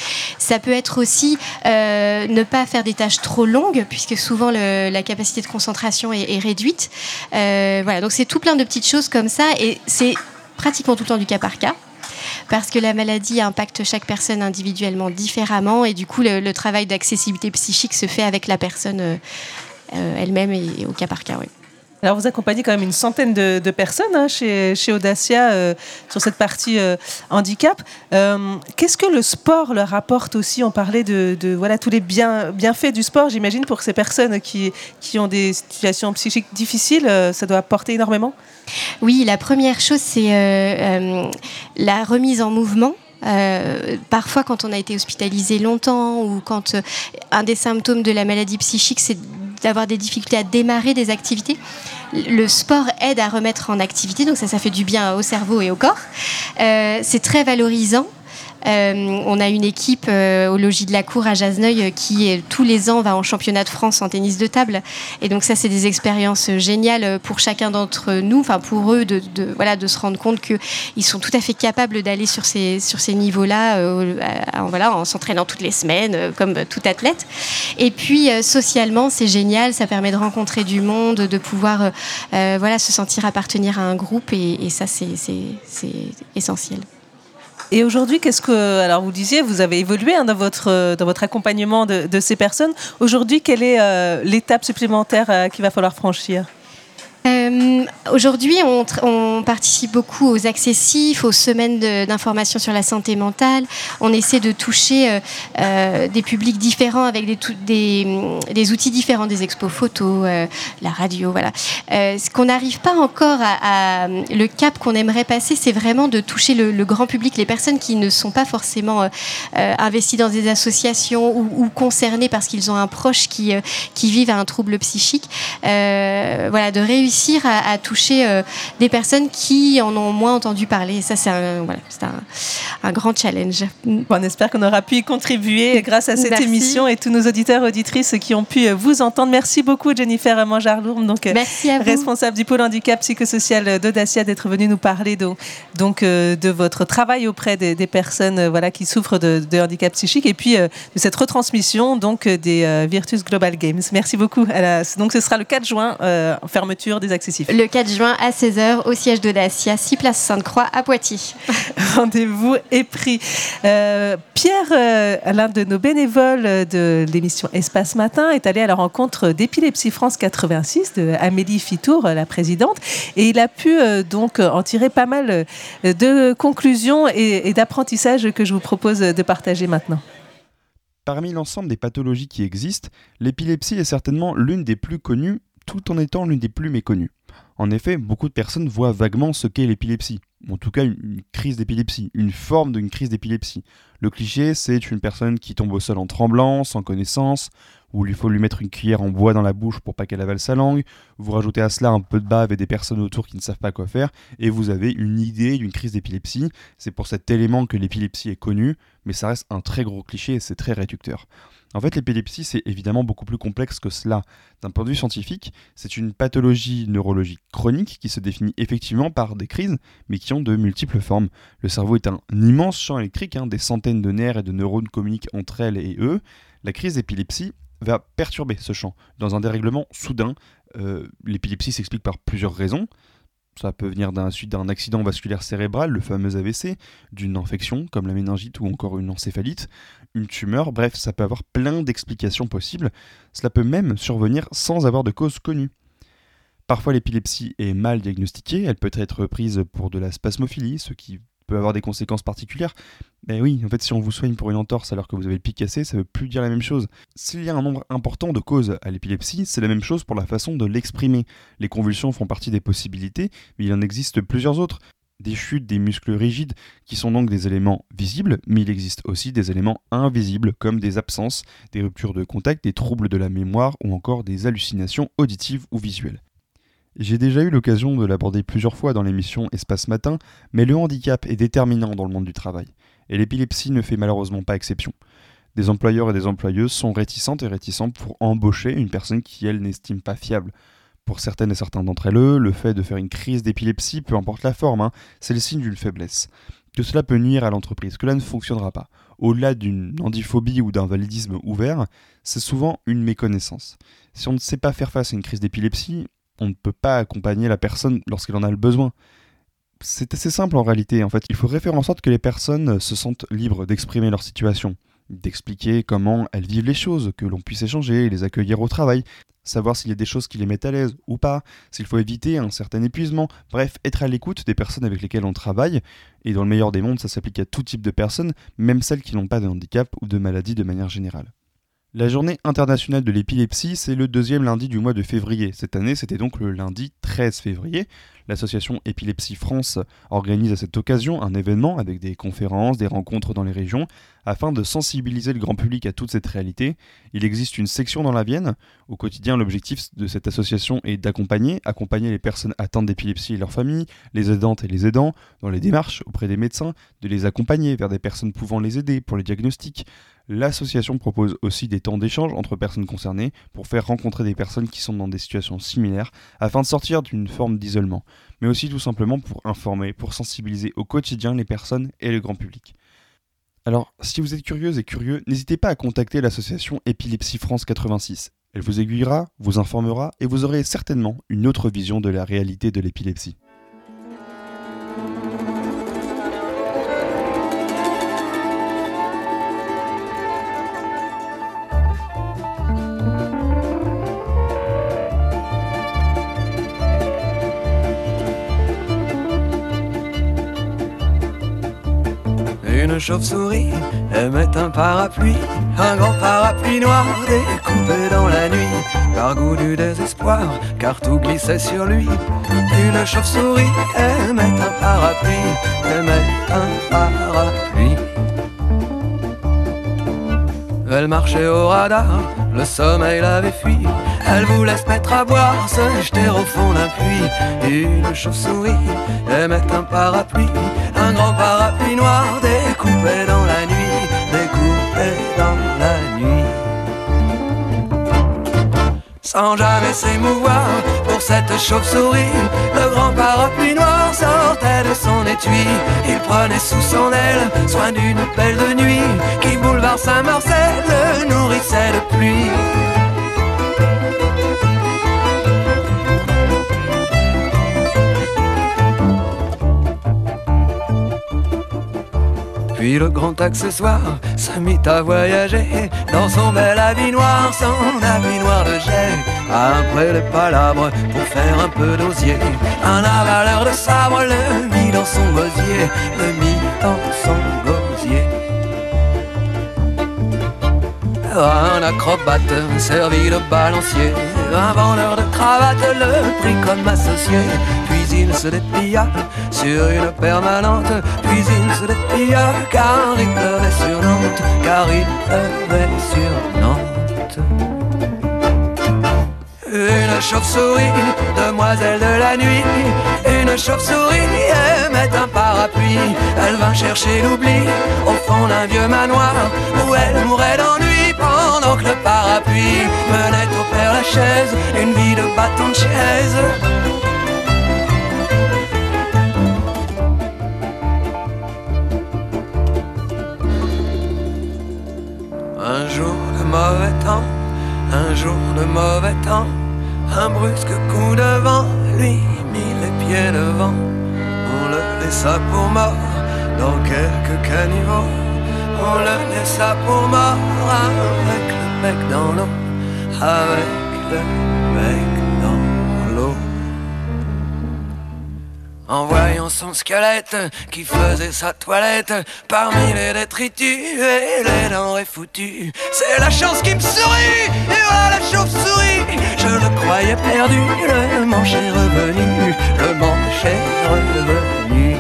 Ça peut être aussi euh, ne pas faire des tâches trop longues, puisque souvent le, la capacité de concentration est, est réduite. Euh, voilà, donc c'est tout plein de petites choses comme ça, et c'est pratiquement tout le temps du cas par cas. Parce que la maladie impacte chaque personne individuellement différemment, et du coup le, le travail d'accessibilité psychique se fait avec la personne euh, euh, elle-même et, et au cas par cas. Oui. Alors vous accompagnez quand même une centaine de, de personnes hein, chez, chez Audacia euh, sur cette partie euh, handicap. Euh, qu'est-ce que le sport leur apporte aussi ? On parlait de, de voilà, tous les bien, bienfaits du sport. J'imagine pour ces personnes qui, qui ont des situations psychiques difficiles, euh, ça doit apporter énormément ? Oui, la première chose, c'est euh, euh, la remise en mouvement. Euh, parfois, quand on a été hospitalisé longtemps ou quand euh, un des symptômes de la maladie psychique, c'est d'avoir des difficultés à démarrer des activités, le sport aide à remettre en activité, donc ça, ça fait du bien au cerveau et au corps. Euh, c'est très valorisant. Euh, on a une équipe euh, au logis de la Cour à Jasneuil euh, qui euh, tous les ans va en championnat de France en tennis de table, et donc ça c'est des expériences euh, géniales pour chacun d'entre nous, enfin pour eux de, de, voilà, de se rendre compte qu'ils sont tout à fait capables d'aller sur ces, sur ces niveaux-là euh, à, à, voilà, en s'entraînant toutes les semaines euh, comme tout athlète. Et puis euh, socialement c'est génial, ça permet de rencontrer du monde, de pouvoir euh, voilà, se sentir appartenir à un groupe, et, et ça c'est, c'est, c'est essentiel. Et aujourd'hui, qu'est-ce que, alors vous disiez, vous avez évolué hein, dans votre dans votre accompagnement de, de ces personnes. Aujourd'hui, quelle est euh, l'étape supplémentaire euh, qu'il va falloir franchir ? Euh, aujourd'hui, on, tr- on participe beaucoup aux accessifs, aux semaines de, d'information sur la santé mentale. On essaie de toucher euh, euh, des publics différents avec des, tout, des, des outils différents, des expos photos, euh, la radio, voilà. Euh, ce qu'on n'arrive pas encore à, à, le cap qu'on aimerait passer, c'est vraiment de toucher le, le grand public, les personnes qui ne sont pas forcément euh, euh, investies dans des associations ou, ou concernées parce qu'ils ont un proche qui, euh, qui vit à un trouble psychique. Euh, voilà, de réussir À, à toucher euh, des personnes qui en ont moins entendu parler. Et ça, c'est un, voilà, c'est un, un grand challenge. On espère qu'on aura pu y contribuer grâce à cette Merci. émission et tous nos auditeurs et auditrices qui ont pu vous entendre. Merci beaucoup, Jennifer Mangeard-Lourme, donc Merci à vous. responsable du pôle handicap psychosocial d'Audacia, d'être venue nous parler de, donc, euh, de votre travail auprès des, des personnes euh, voilà, qui souffrent de, de handicap psychique, et puis euh, de cette retransmission donc, des euh, Virtus Global Games. Merci beaucoup. La, donc, ce sera le quatre juin, euh, en fermeture des accès accessifs. Le quatre juin à seize heures au siège de Dacia, six place Sainte-Croix à Poitiers. Rendez-vous est pris. Euh, Pierre, euh, l'un de nos bénévoles de l'émission Espace Matin, est allé à la rencontre d'Épilepsie France quatre-vingt-six de Amélie Fitour, la présidente, et il a pu euh, donc en tirer pas mal de conclusions et, et d'apprentissages que je vous propose de partager maintenant. Parmi l'ensemble des pathologies qui existent, l'épilepsie est certainement l'une des plus connues, tout en étant l'une des plus méconnues. En effet, beaucoup de personnes voient vaguement ce qu'est l'épilepsie, en tout cas une, une crise d'épilepsie, une forme d'une crise d'épilepsie. Le cliché, c'est une personne qui tombe au sol en tremblant, sans connaissance, où il faut lui mettre une cuillère en bois dans la bouche pour pas qu'elle avale sa langue, vous rajoutez à cela un peu de bave et des personnes autour qui ne savent pas quoi faire, et vous avez une idée d'une crise d'épilepsie. C'est pour cet élément que l'épilepsie est connue, mais ça reste un très gros cliché et c'est très réducteur. En fait, l'épilepsie, c'est évidemment beaucoup plus complexe que cela. D'un point de vue scientifique, c'est une pathologie neurologique chronique qui se définit effectivement par des crises, mais qui ont de multiples formes. Le cerveau est un immense champ électrique, hein, des centaines de nerfs et de neurones communiquent entre elles et eux. La crise d'épilepsie va perturber ce champ dans un dérèglement soudain. Euh, l'épilepsie s'explique par plusieurs raisons. Ça peut venir d'un suite d'un accident vasculaire cérébral, le fameux A V C, d'une infection comme la méningite ou encore une encéphalite, une tumeur, bref, ça peut avoir plein d'explications possibles. Cela peut même survenir sans avoir de cause connue. Parfois l'épilepsie est mal diagnostiquée, elle peut être prise pour de la spasmophilie, ce qui peut avoir des conséquences particulières. Mais oui, en fait, si on vous soigne pour une entorse alors que vous avez le pied cassé, ça ne veut plus dire la même chose. S'il y a un nombre important de causes à l'épilepsie, c'est la même chose pour la façon de l'exprimer. Les convulsions font partie des possibilités, mais il en existe plusieurs autres. Des chutes, des muscles rigides, qui sont donc des éléments visibles, mais il existe aussi des éléments invisibles, comme des absences, des ruptures de contact, des troubles de la mémoire ou encore des hallucinations auditives ou visuelles. J'ai déjà eu l'occasion de l'aborder plusieurs fois dans l'émission Espace Matin, mais le handicap est déterminant dans le monde du travail, et l'épilepsie ne fait malheureusement pas exception. Des employeurs et des employeuses sont réticentes et réticents pour embaucher une personne qui, elle, n'estime pas fiable. Pour certaines et certains d'entre elles, le fait de faire une crise d'épilepsie, peu importe la forme, hein, c'est le signe d'une faiblesse. Que cela peut nuire à l'entreprise, que cela ne fonctionnera pas. Au-delà d'une handiphobie ou d'un validisme ouvert, c'est souvent une méconnaissance. Si on ne sait pas faire face à une crise d'épilepsie, on ne peut pas accompagner la personne lorsqu'elle en a le besoin. C'est assez simple en réalité, en fait. Il faudrait faire en sorte que les personnes se sentent libres d'exprimer leur situation, d'expliquer comment elles vivent les choses, que l'on puisse échanger, les accueillir au travail, savoir s'il y a des choses qui les mettent à l'aise ou pas, s'il faut éviter un certain épuisement, bref, être à l'écoute des personnes avec lesquelles on travaille, et dans le meilleur des mondes, ça s'applique à tout type de personnes, même celles qui n'ont pas de handicap ou de maladie de manière générale. La journée internationale de l'épilepsie, c'est le deuxième lundi du mois de février. Cette année, c'était donc le lundi treize février. L'association Épilepsie France organise à cette occasion un événement avec des conférences, des rencontres dans les régions, afin de sensibiliser le grand public à toute cette réalité. Il existe une section dans la Vienne. Au quotidien, l'objectif de cette association est d'accompagner, accompagner les personnes atteintes d'épilepsie et leurs familles, les aidantes et les aidants, dans les démarches auprès des médecins, de les accompagner vers des personnes pouvant les aider pour les diagnostics. L'association propose aussi des temps d'échange entre personnes concernées pour faire rencontrer des personnes qui sont dans des situations similaires afin de sortir d'une forme d'isolement, mais aussi tout simplement pour informer, pour sensibiliser au quotidien les personnes et le grand public. Alors, si vous êtes curieuse et curieux, n'hésitez pas à contacter l'association Épilepsie France quatre-vingt-six. Elle vous aiguillera, vous informera et vous aurez certainement une autre vision de la réalité de l'épilepsie. Une chauve-souris aimait un parapluie, un grand parapluie noir découpé dans la nuit, par goût du désespoir, car tout glissait sur lui. Une chauve-souris aimait un parapluie, aimait un parapluie. Elle marchait au radar, le sommeil l'avait fui. Elle voulait se mettre à boire, se jeter au fond d'un puits. Une chauve-souris aimait un parapluie, un grand parapluie noir découpé dans la nuit, découpé dans la nuit. Sans jamais s'émouvoir pour cette chauve-souris, le grand parapluie noir sortait de son étui. Il prenait sous son aile soin d'une belle de nuit qui, boulevard Saint-Marcel, le nourrissait de pluie. Puis le grand accessoire se mit à voyager dans son bel habit noir, son habit noir de jet. Après les palabres pour faire un peu d'osier, un avaleur de sabre le mit dans son gosier, le mit dans son gosier. Un acrobate servi de balancier, un vendeur de cravates le prit comme associé. Puis il se déplia sur une permanente, puis il se déplia car il pleuvait sur Nantes, car il pleuvait sur Nantes. Une chauve-souris, demoiselle de la nuit, une chauve-souris aimait un parapluie. Elle vint chercher l'oubli au fond d'un vieux manoir où elle mourait d'ennui pendant que le parapluie menait au Père Lachaise une vie de bâton de chaise. Un jour de mauvais temps, un jour de mauvais temps, un brusque coup de vent lui mit les pieds devant. On le laissa pour mort dans quelques caniveaux, on le laissa pour mort avec le bec dans l'eau, avec le bec dans l'eau. En voyant son squelette qui faisait sa toilette parmi les détritus et les denrées foutues, c'est la chance qui me sourit, et voilà la chauve-souris. Je le croyais perdu, le manche est revenu, le manche est revenu.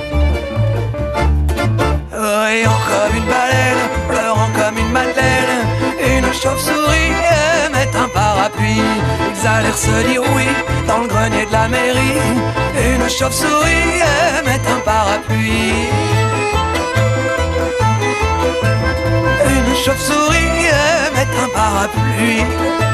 Riant comme une baleine, pleurant comme une madeleine, une chauve-souris aimait un parapluie. Ils allèrent se dire oui dans le grenier de la mairie. Une chauve-souris aimait un parapluie. Une chauve-souris aimait un parapluie.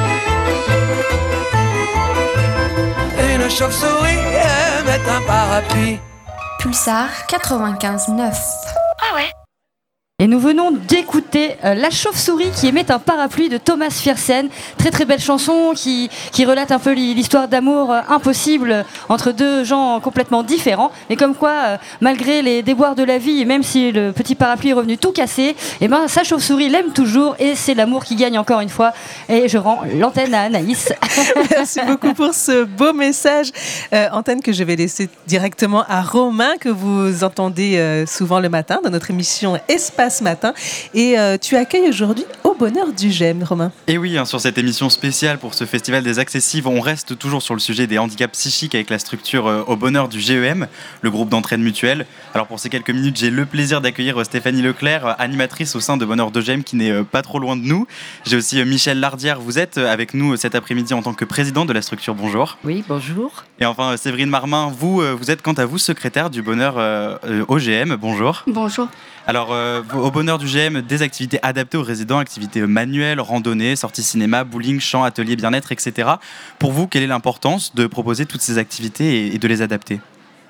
Une chauve-souris aimait un parapluie. Pulsar quatre-vingt-quinze neuf. Ah ouais. Et nous venons d'écouter euh, La chauve-souris qui émet un parapluie de Thomas Fiersen. Très très belle chanson qui, qui relate un peu l'histoire d'amour euh, impossible entre deux gens complètement différents. Mais comme quoi, euh, malgré les déboires de la vie, et même si le petit parapluie est revenu tout cassé, et ben, sa chauve-souris l'aime toujours et c'est l'amour qui gagne encore une fois. Et je rends l'antenne à Anaïs. Merci beaucoup pour ce beau message. Euh, antenne que je vais laisser directement à Romain, que vous entendez euh, souvent le matin dans notre émission Espace ce matin. Et euh, tu accueilles aujourd'hui Au Bonheur du G E M, Romain. Et oui, hein, sur cette émission spéciale pour ce festival des accessibles, on reste toujours sur le sujet des handicaps psychiques avec la structure euh, Au Bonheur du G E M, le groupe d'entraide mutuelle. Alors pour ces quelques minutes, j'ai le plaisir d'accueillir euh, Stéphanie Leclerc, euh, animatrice au sein de Bonheur de G E M, qui n'est euh, pas trop loin de nous. J'ai aussi euh, Michel Lardière, vous êtes euh, avec nous euh, cet après-midi en tant que président de la structure. Bonjour. Oui, bonjour. Et enfin, euh, Séverine Marmin, vous, euh, vous êtes quant à vous secrétaire du Bonheur euh, euh, au G E M. Bonjour. Bonjour. Alors, euh, au Bonheur du G E M, des activités adaptées aux résidents, activités manuelles, randonnées, sorties cinéma, bowling, chant, ateliers bien-être, et cetera. Pour vous, quelle est l'importance de proposer toutes ces activités et, et de les adapter ?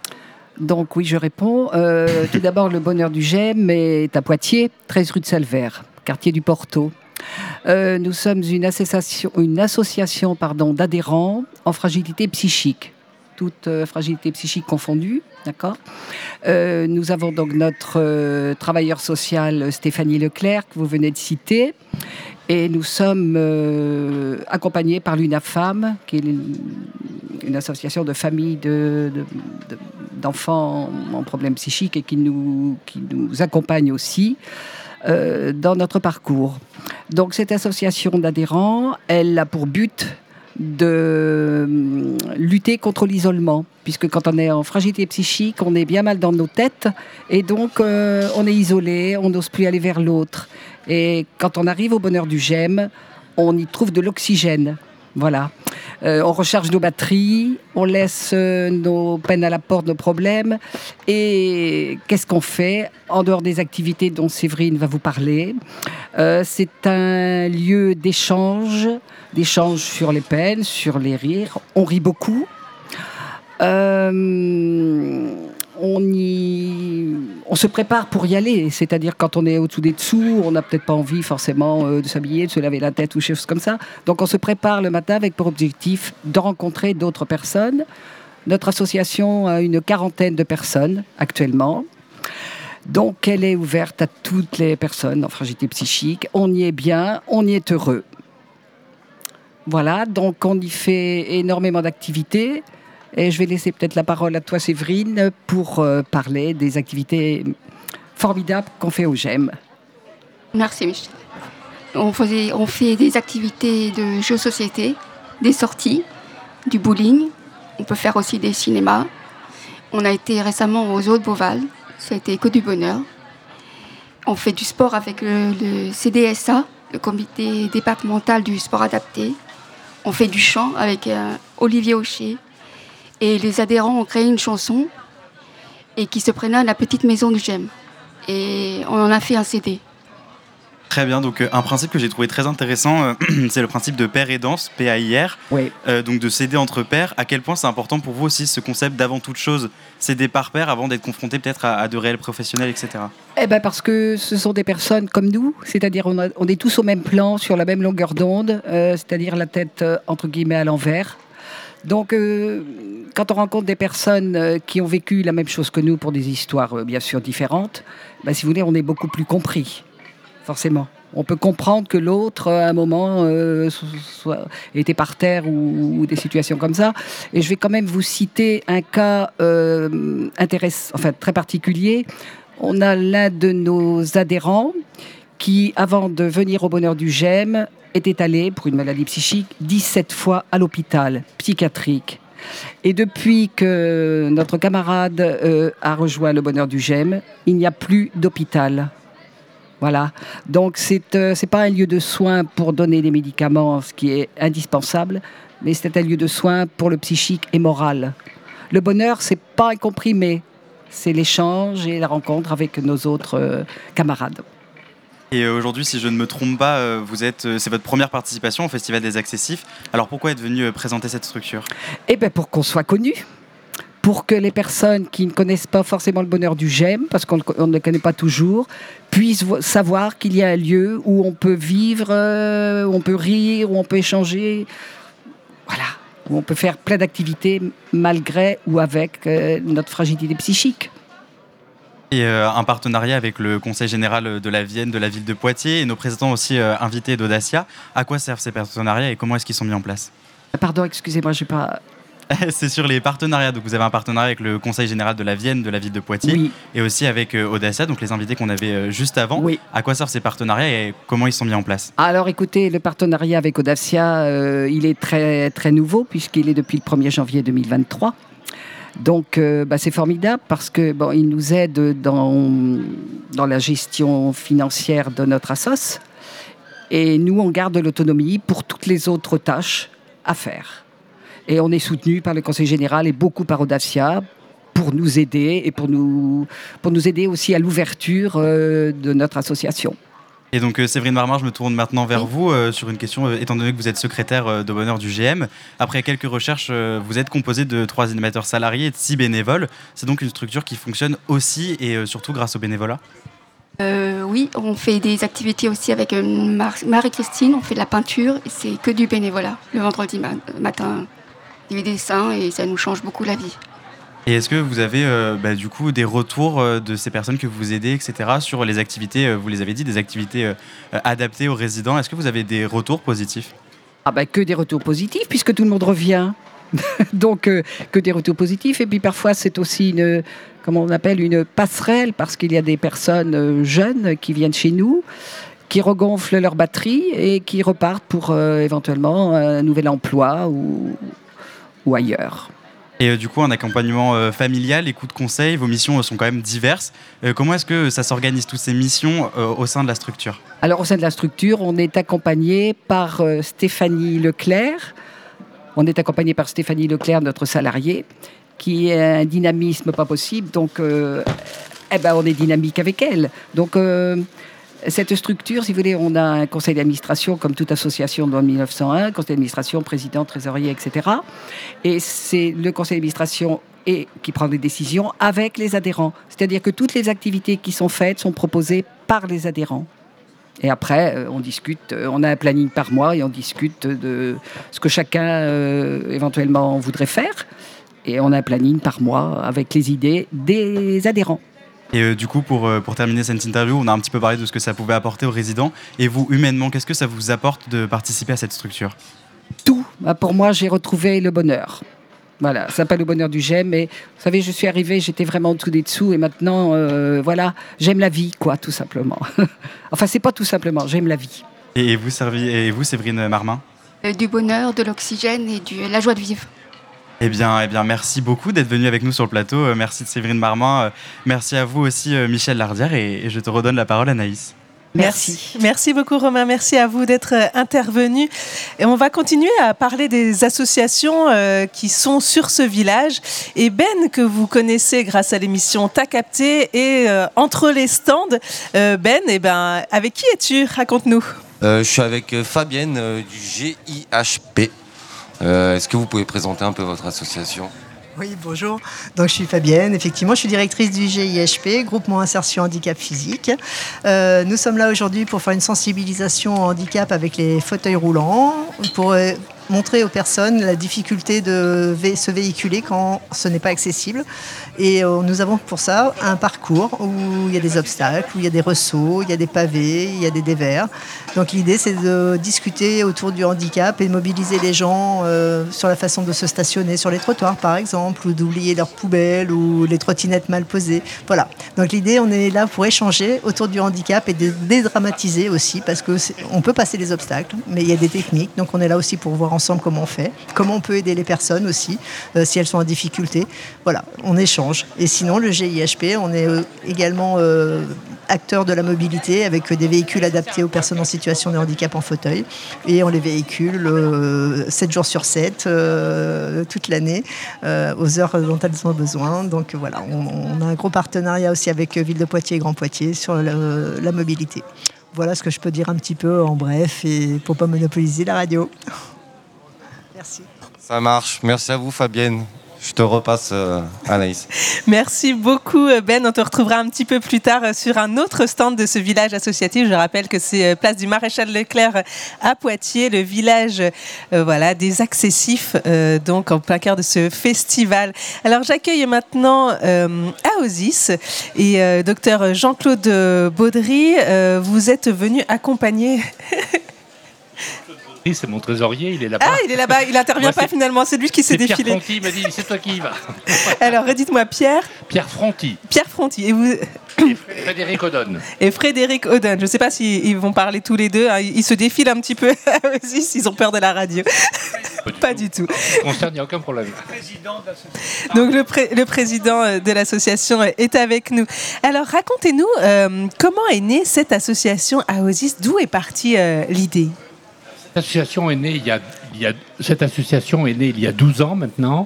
Donc oui, je réponds. Euh, tout d'abord, le Bonheur du G E M est à Poitiers, treize rue de Salvert, quartier du Porto. Euh, nous sommes une association, une association pardon, d'adhérents en fragilité psychique. Toute euh, fragilité psychique confondue, d'accord. Euh, nous avons donc notre euh, travailleur social Stéphanie Leclerc, que vous venez de citer, et nous sommes euh, accompagnés par l'UNAFAM, qui est une, une association de familles de, de, de, d'enfants en problèmes psychiques et qui nous, qui nous accompagne aussi euh, dans notre parcours. Donc cette association d'adhérents, elle a pour but de lutter contre l'isolement, puisque quand on est en fragilité psychique, on est bien mal dans nos têtes et donc euh, on est isolé, on n'ose plus aller vers l'autre. Et quand on arrive au Bonheur du G E M, on y trouve de l'oxygène. Voilà. Euh, on recharge nos batteries, on laisse euh, nos peines à la porte, nos problèmes. Et qu'est-ce qu'on fait en dehors des activités dont Séverine va vous parler ? euh, C'est un lieu d'échange, d'échange sur les peines, sur les rires. On rit beaucoup. Euh, on, y, on se prépare pour y aller, c'est-à-dire quand on est au-dessous des dessous, on n'a peut-être pas envie forcément euh, de s'habiller, de se laver la tête ou des choses comme ça. Donc on se prépare le matin avec pour objectif de rencontrer d'autres personnes. Notre association a une quarantaine de personnes actuellement. Donc elle est ouverte à toutes les personnes en fragilité psychique. On y est bien, on y est heureux. Voilà, donc on y fait énormément d'activités. Et je vais laisser peut-être la parole à toi, Séverine, pour euh, parler des activités formidables qu'on fait au G E M. Merci Michel. On, faisait, on fait des activités de jeux de société, des sorties, du bowling. On peut faire aussi des cinémas. On a été récemment au Zoo de Beauval. Ça a été que du bonheur. On fait du sport avec le, le C D S A, le comité départemental du sport adapté. On fait du chant avec euh, Olivier Aucher. Et les adhérents ont créé une chanson et qui se prénomme La Petite Maison du G E M. Et on en a fait un C D. Très bien, donc euh, un principe que j'ai trouvé très intéressant, euh, c'est le principe de pair et danse, P A I R, oui. euh, donc de s'aider entre pairs. À quel point c'est important pour vous aussi ce concept d'avant toute chose, s'aider par pair avant d'être confronté peut-être à, à de réels professionnels, et cetera. Eh ben parce que ce sont des personnes comme nous, c'est-à-dire on, a, on est tous au même plan, sur la même longueur d'onde, euh, c'est-à-dire la tête euh, entre guillemets à l'envers. Donc, euh, quand on rencontre des personnes euh, qui ont vécu la même chose que nous pour des histoires euh, bien sûr différentes, ben, si vous voulez, on est beaucoup plus compris, forcément. On peut comprendre que l'autre, à un moment, euh, soit, était par terre ou, ou des situations comme ça. Et je vais quand même vous citer un cas euh, intéressant, enfin très particulier. On a l'un de nos adhérents qui, avant de venir au Bonheur du G E M, était allé, pour une maladie psychique, dix-sept fois à l'hôpital psychiatrique. Et depuis que notre camarade euh, a rejoint le Bonheur du G E M, il n'y a plus d'hôpital. Voilà. Donc, c'est euh, c'est pas un lieu de soins pour donner des médicaments, ce qui est indispensable, mais c'est un lieu de soins pour le psychique et moral. Le bonheur, c'est pas un comprimé, c'est l'échange et la rencontre avec nos autres euh, camarades. Et aujourd'hui, si je ne me trompe pas, vous êtes, c'est votre première participation au Festival des Accessifs. Alors pourquoi être venu présenter cette structure ? Eh bien, pour qu'on soit connu, pour que les personnes qui ne connaissent pas forcément le Bonheur du G E M, parce qu'on ne le connaît pas toujours, puissent savoir qu'il y a un lieu où on peut vivre, euh, où on peut rire, où on peut échanger, voilà, où on peut faire plein d'activités malgré ou avec euh, notre fragilité psychique. Et euh, un partenariat avec le Conseil général de la Vienne, de la ville de Poitiers, et nos présidents aussi euh, invités d'Audacia. À quoi servent ces partenariats et comment est-ce qu'ils sont mis en place ? Pardon, excusez-moi, je n'ai pas... C'est sur les partenariats. Donc vous avez un partenariat avec le Conseil général de la Vienne, de la ville de Poitiers, oui. Et aussi avec euh, Audacia, donc les invités qu'on avait euh, juste avant. Oui. À quoi servent ces partenariats et comment ils sont mis en place ? Alors écoutez, le partenariat avec Audacia, euh, il est très, très nouveau puisqu'il est depuis le premier janvier deux mille vingt-trois. Donc, euh, bah, c'est formidable parce que bon, il nous aide dans, dans la gestion financière de notre assos. Et nous, on garde l'autonomie pour toutes les autres tâches à faire. Et on est soutenu par le Conseil général et beaucoup par Audacia pour nous aider et pour nous, pour nous aider aussi à l'ouverture euh, de notre association. Et donc, euh, Séverine Marmar, je me tourne maintenant vers oui. vous euh, sur une question, euh, étant donné que vous êtes secrétaire euh, de Bonheur du G E M. Après quelques recherches, euh, vous êtes composé de trois animateurs salariés et de six bénévoles. C'est donc une structure qui fonctionne aussi et euh, surtout grâce au bénévolat ? euh, Oui, on fait des activités aussi avec euh, Mar- Marie-Christine. On fait de la peinture et c'est que du bénévolat. Le vendredi ma- matin, des dessins et ça nous change beaucoup la vie. Et est-ce que vous avez euh, bah, du coup des retours euh, de ces personnes que vous aidez, et cetera, sur les activités, euh, vous les avez dit, des activités euh, adaptées aux résidents ? Est-ce que vous avez des retours positifs ? Ah bah, que des retours positifs, puisque tout le monde revient. Donc, euh, que des retours positifs. Et puis parfois, c'est aussi une, comment on appelle, une passerelle, parce qu'il y a des personnes euh, jeunes qui viennent chez nous, qui regonflent leur batterie et qui repartent pour euh, éventuellement un nouvel emploi ou, ou ailleurs. Et euh, du coup, un accompagnement euh, familial, les coups de conseil, vos missions euh, sont quand même diverses. Euh, comment est-ce que ça s'organise, toutes ces missions, euh, au sein de la structure ? Alors, au sein de la structure, on est accompagné par euh, Stéphanie Leclerc. On est accompagné par Stéphanie Leclerc, notre salariée, qui a un dynamisme pas possible. Donc, euh, eh ben, on est dynamique avec elle. Donc, euh, cette structure, si vous voulez, on a un conseil d'administration, comme toute association dans mille neuf cent un, conseil d'administration, président, trésorier, et cetera. Et c'est le conseil d'administration et, qui prend des décisions avec les adhérents. C'est-à-dire que toutes les activités qui sont faites sont proposées par les adhérents. Et après, on discute, on a un planning par mois et on discute de ce que chacun euh, éventuellement voudrait faire. Et on a un planning par mois avec les idées des adhérents. Et euh, du coup, pour, euh, pour terminer cette interview, on a un petit peu parlé de ce que ça pouvait apporter aux résidents. Et vous, humainement, qu'est-ce que ça vous apporte de participer à cette structure ? Tout. Bah, pour moi, j'ai retrouvé le bonheur. Voilà, ça s'appelle le bonheur du G E M. Mais vous savez, je suis arrivée, j'étais vraiment en dessous des dessous. Et maintenant, euh, voilà, j'aime la vie, quoi, tout simplement. Enfin, c'est pas tout simplement, j'aime la vie. Et vous, Servi, et vous Séverine Marmin ? Euh, Du bonheur, de l'oxygène et de la joie de vivre. Eh bien, eh bien, merci beaucoup d'être venu avec nous sur le plateau. Euh, merci de Séverine Marmin. Euh, merci à vous aussi, euh, Michel Lardière. Et, et je te redonne la parole, Anaïs. Merci. Merci beaucoup Romain, merci à vous d'être intervenu. Et on va continuer à parler des associations euh, qui sont sur ce village. Et Ben, que vous connaissez grâce à l'émission T'as capté, et euh, entre les stands. Euh, Ben, eh ben, avec qui es-tu ? Raconte-nous. Euh, je suis avec euh, Fabienne euh, du G I H P. Euh, est-ce que vous pouvez présenter un peu votre association ? Oui, bonjour. Donc, je suis Fabienne. Effectivement, je suis directrice du G I H P, Groupement Insertion Handicap Physique. Euh, nous sommes là aujourd'hui pour faire une sensibilisation au handicap avec les fauteuils roulants, pour euh, montrer aux personnes la difficulté de vé- se véhiculer quand ce n'est pas accessible. Et euh, nous avons pour ça un parcours où il y a des obstacles, où il y a des ressauts, il y a des pavés, il y a des dévers. Donc l'idée, c'est de discuter autour du handicap et de mobiliser les gens euh, sur la façon de se stationner sur les trottoirs, par exemple, ou d'oublier leurs poubelles ou les trottinettes mal posées. Voilà. Donc l'idée, on est là pour échanger autour du handicap et de dédramatiser aussi, parce qu'on peut passer les obstacles, mais il y a des techniques. Donc on est là aussi pour voir ensemble comment on fait, comment on peut aider les personnes aussi, euh, si elles sont en difficulté. Voilà, on échange. Et sinon, le G I H P, on est euh, également euh, acteur de la mobilité avec des véhicules adaptés aux personnes en situation de handicap en fauteuil. Et on les véhicule euh, sept jours sur sept, euh, toute l'année, euh, aux heures dont elles ont besoin. Donc voilà, on, on a un gros partenariat aussi avec Ville de Poitiers et Grand Poitiers sur la, la mobilité. Voilà ce que je peux dire un petit peu en bref, et pour ne pas monopoliser la radio. Merci. Ça marche. Merci à vous, Fabienne. Je te repasse euh, Anaïs. Merci beaucoup Ben, on te retrouvera un petit peu plus tard sur un autre stand de ce village associatif. Je rappelle que c'est place du Maréchal Leclerc à Poitiers, le village euh, voilà, des accessifs, euh, donc en plein cœur de ce festival. Alors j'accueille maintenant euh, Aosis et euh, docteur Jean-Claude Baudry, euh, vous êtes venu accompagner... C'est mon trésorier, il est là-bas. Ah, il est là-bas, il n'intervient pas finalement, c'est lui qui s'est défilé. Pierre Fronti m'a dit, c'est toi qui y vas. Alors, redites-moi, Pierre Pierre Fronti. Pierre Fronti. Et, vous... et Frédéric Odon. Et Frédéric Odon. Je ne sais pas s'ils vont parler tous les deux. Hein. Ils se défilent un petit peu. Ils ont peur de la radio. Pas, pas du tout. Ça concerne, il n'y a aucun problème. Donc, le, pré- le président de l'association est avec nous. Alors, racontez-nous, euh, comment est née cette association Aosis ? D'où est partie euh, l'idée ? Cette association est née il y a, il y a, cette association est née il y a douze ans maintenant,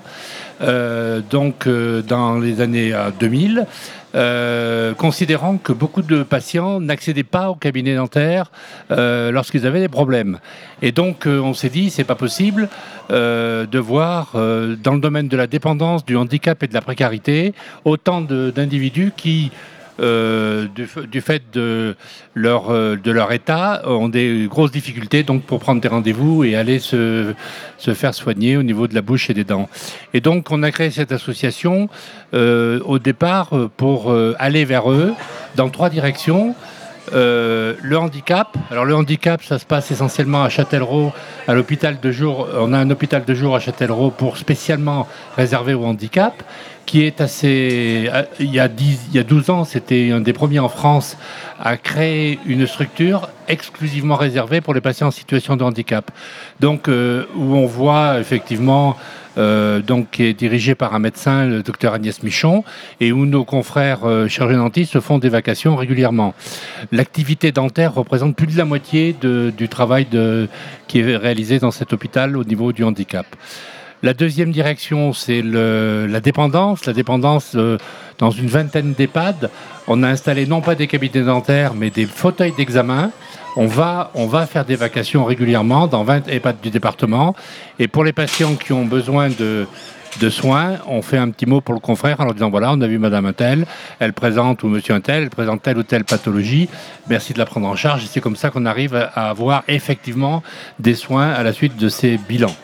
euh, donc euh, dans les années euh, deux mille, euh, considérant que beaucoup de patients n'accédaient pas au cabinet dentaire euh, lorsqu'ils avaient des problèmes. Et donc euh, on s'est dit, c'est pas possible euh, de voir euh, dans le domaine de la dépendance, du handicap et de la précarité, autant de, d'individus qui... Euh, du, du fait de leur, euh, de leur état, ont des grosses difficultés donc pour prendre des rendez-vous et aller se, se faire soigner au niveau de la bouche et des dents. Et donc on a créé cette association euh, au départ pour euh, aller vers eux dans trois directions. Euh, le handicap. Alors le handicap, ça se passe essentiellement à Châtellerault, à l'hôpital de jour. On a un hôpital de jour à Châtellerault pour spécialement réservé au handicap, qui est assez... Il y a, dix, il y a douze ans, c'était un des premiers en France à créer une structure exclusivement réservée pour les patients en situation de handicap. Donc, euh, où on voit effectivement... Euh, donc, qui est dirigé par un médecin, le docteur Agnès Michon, et où nos confrères euh, chirurgiens dentistes se font des vacations régulièrement. L'activité dentaire représente plus de la moitié de, du travail de, qui est réalisé dans cet hôpital au niveau du handicap. La deuxième direction, c'est le, la dépendance. La dépendance, euh, dans une vingtaine d'EHPAD, on a installé non pas des cabinets dentaires, mais des fauteuils d'examen. On va, on va faire des vacations régulièrement dans vingt EHPAD du département. Et pour les patients qui ont besoin de, de soins, on fait un petit mot pour le confrère en leur disant, voilà, on a vu madame un tel, elle présente, ou monsieur un tel, elle présente telle ou telle pathologie, merci de la prendre en charge. Et c'est comme ça qu'on arrive à avoir effectivement des soins à la suite de ces bilans.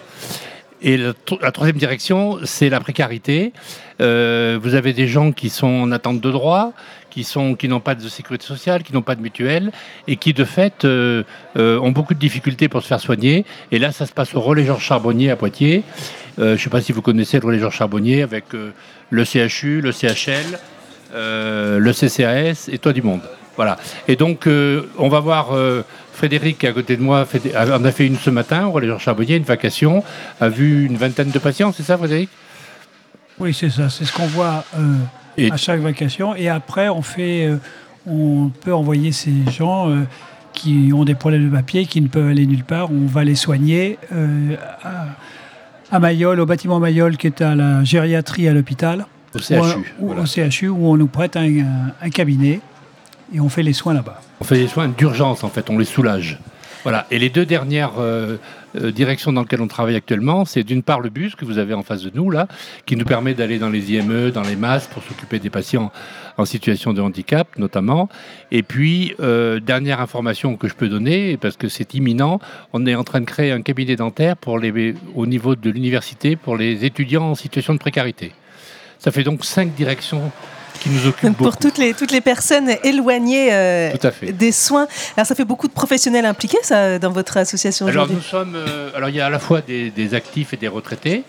Et la, la troisième direction, c'est la précarité. Euh, vous avez des gens qui sont en attente de droit, qui qui sont qui n'ont pas de sécurité sociale, qui n'ont pas de mutuelle et qui de fait euh, euh, ont beaucoup de difficultés pour se faire soigner. Et là, ça se passe au Relais Georges Charbonnier à Poitiers. Euh, je ne sais pas si vous connaissez le Relais Georges Charbonnier avec euh, le C H U, le C H L, euh, le C C A S et Toit du Monde. Voilà. Et donc, euh, on va voir euh, Frédéric qui est à côté de moi. Fait, on a fait une ce matin au Relais Georges Charbonnier, une vacation, a vu une vingtaine de patients, c'est ça, Frédéric? Oui, c'est ça. C'est ce qu'on voit euh, et... à chaque vacation. Et après, on fait, euh, on peut envoyer ces gens euh, qui ont des problèmes de papier, qui ne peuvent aller nulle part. On va les soigner euh, à, à Mayol, au bâtiment Mayol, qui est à la gériatrie à l'hôpital. Au C H U. Ou, voilà. Au C H U, où on nous prête un, un, un cabinet et on fait les soins là-bas. On fait des soins d'urgence, en fait, on les soulage. Voilà. Et les deux dernières euh, euh, directions dans lesquelles on travaille actuellement, c'est d'une part le bus que vous avez en face de nous, là, qui nous permet d'aller dans les I M E, dans les M A S, pour s'occuper des patients en situation de handicap, notamment. Et puis, euh, dernière information que je peux donner, parce que c'est imminent, on est en train de créer un cabinet dentaire pour les, au niveau de l'université pour les étudiants en situation de précarité. Ça fait donc cinq directions qui nous occupe beaucoup. Pour toutes les, toutes les personnes éloignées euh, Tout à fait. des soins. Alors ça fait beaucoup de professionnels impliqués ça, dans votre association alors aujourd'hui. nous sommes, euh, alors il y a à la fois des, des actifs et des retraités.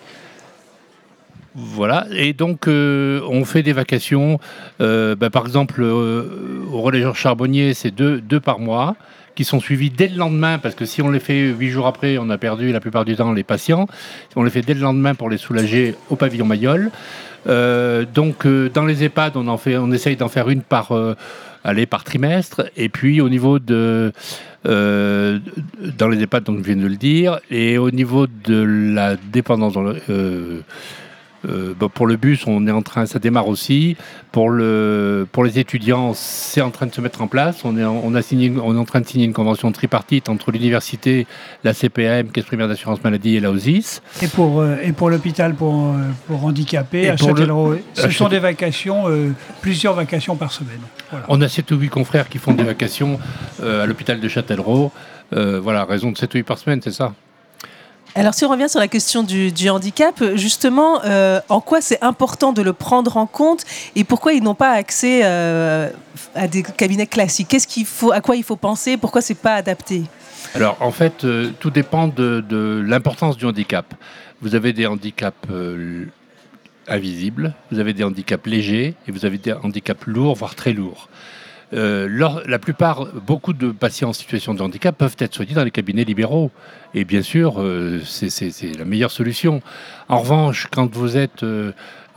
Voilà, et donc euh, on fait des vacations. Euh, bah, par exemple, euh, au Relais Georges Charbonnier, c'est deux, deux par mois, qui sont suivis dès le lendemain, parce que si on les fait huit jours après, on a perdu la plupart du temps les patients. On les fait dès le lendemain pour les soulager au pavillon Mayol. Euh, donc euh, dans les EHPAD, on en fait, on essaye d'en faire une par, euh, allez, par trimestre. Et puis au niveau de, euh, dans les EHPAD, donc je viens de le dire, et au niveau de la dépendance dans le, euh, Euh, bah pour le bus, on est en train, ça démarre aussi. Pour, le, pour les étudiants, c'est en train de se mettre en place. On est en, on a signé, on est en train de signer une convention tripartite entre l'université, la C P A M, Caisse primaire d'assurance maladie, et la O S I S. Et pour, euh, et pour l'hôpital pour, euh, pour handicapés Et à pour le- Châtellerault, ce à sont Châtel- des vacations, euh, plusieurs vacations par semaine. Voilà. On a sept ou huit confrères qui font des vacations euh, à l'hôpital de Châtellerault. Euh, voilà, raison de sept ou huit par semaine, c'est ça. Alors si on revient sur la question du, du handicap, justement, euh, en quoi c'est important de le prendre en compte et pourquoi ils n'ont pas accès euh, à des cabinets classiques? Qu'est-ce qu'il faut, à quoi il faut penser? Pourquoi c'est pas adapté? Alors, en fait, euh, tout dépend de, de l'importance du handicap. Vous avez des handicaps euh, invisibles, vous avez des handicaps légers et vous avez des handicaps lourds, voire très lourds. Euh, lors- la plupart, beaucoup de patients en situation de handicap peuvent être soignés dans les cabinets libéraux. Et bien sûr, euh, c'est, c'est- c'est la meilleure solution. En revanche, quand vous êtes euh,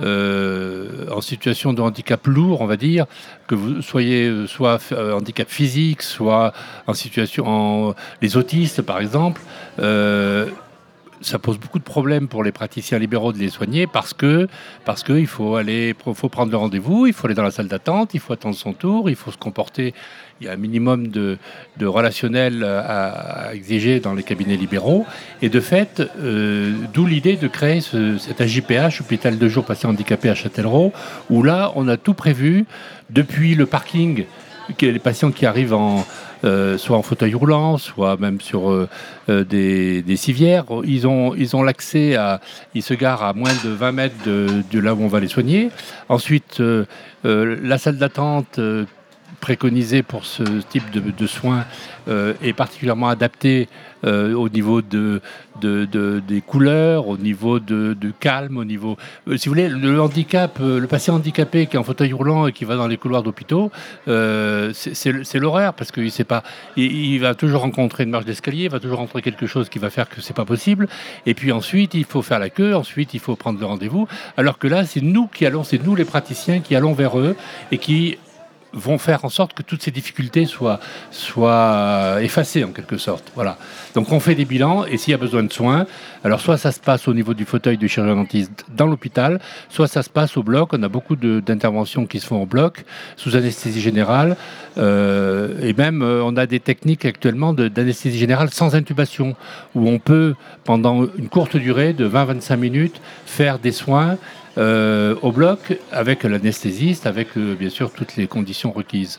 euh, en situation de handicap lourd, on va dire, que vous soyez euh, soit euh, handicap physique, soit en situation, en, les autistes par exemple, euh, ça pose beaucoup de problèmes pour les praticiens libéraux de les soigner parce que parce que il faut aller, faut prendre le rendez-vous, il faut aller dans la salle d'attente, il faut attendre son tour, il faut se comporter. Il y a un minimum de, de relationnel à, à exiger dans les cabinets libéraux. Et de fait, euh, d'où l'idée de créer ce, cet A J P H, hôpital de jour patients handicapés à Châtellerault, où là, on a tout prévu depuis le parking. Que les patients qui arrivent en, euh, soit en fauteuil roulant, soit même sur euh, euh, des, des civières, ils ont, ils ont l'accès à... Ils se garent à moins de vingt mètres de, de là où on va les soigner. Ensuite, euh, euh, la salle d'attente euh, préconisée pour ce type de, de soins euh, est particulièrement adaptée euh, au niveau de, de, de- des couleurs, au niveau de, de calme, au niveau... euh, si vous voulez, le handicap, euh, le patient handicapé qui est en fauteuil roulant et qui va dans les couloirs d'hôpitaux, euh, c'est- c'est c'est l'horreur parce qu'il sait pas... Il, il va toujours rencontrer une marche d'escalier, il va toujours rencontrer quelque chose qui va faire que c'est pas possible. Et puis ensuite, il faut faire la queue, ensuite, il faut prendre le rendez-vous. Alors que là, c'est nous qui allons, c'est nous les praticiens qui allons vers eux et qui vont faire en sorte que toutes ces difficultés soient, soient effacées en quelque sorte. Voilà. Donc on fait des bilans et s'il y a besoin de soins, alors soit ça se passe au niveau du fauteuil du chirurgien dentiste dans l'hôpital, soit ça se passe au bloc. On a beaucoup de- d'interventions qui se font au bloc, sous anesthésie générale, euh, et même euh, on a des techniques actuellement de- d'anesthésie générale sans intubation, où on peut, pendant une courte durée de vingt à vingt-cinq minutes, faire des soins euh, au bloc avec l'anesthésiste, avec euh, bien sûr toutes les conditions requises.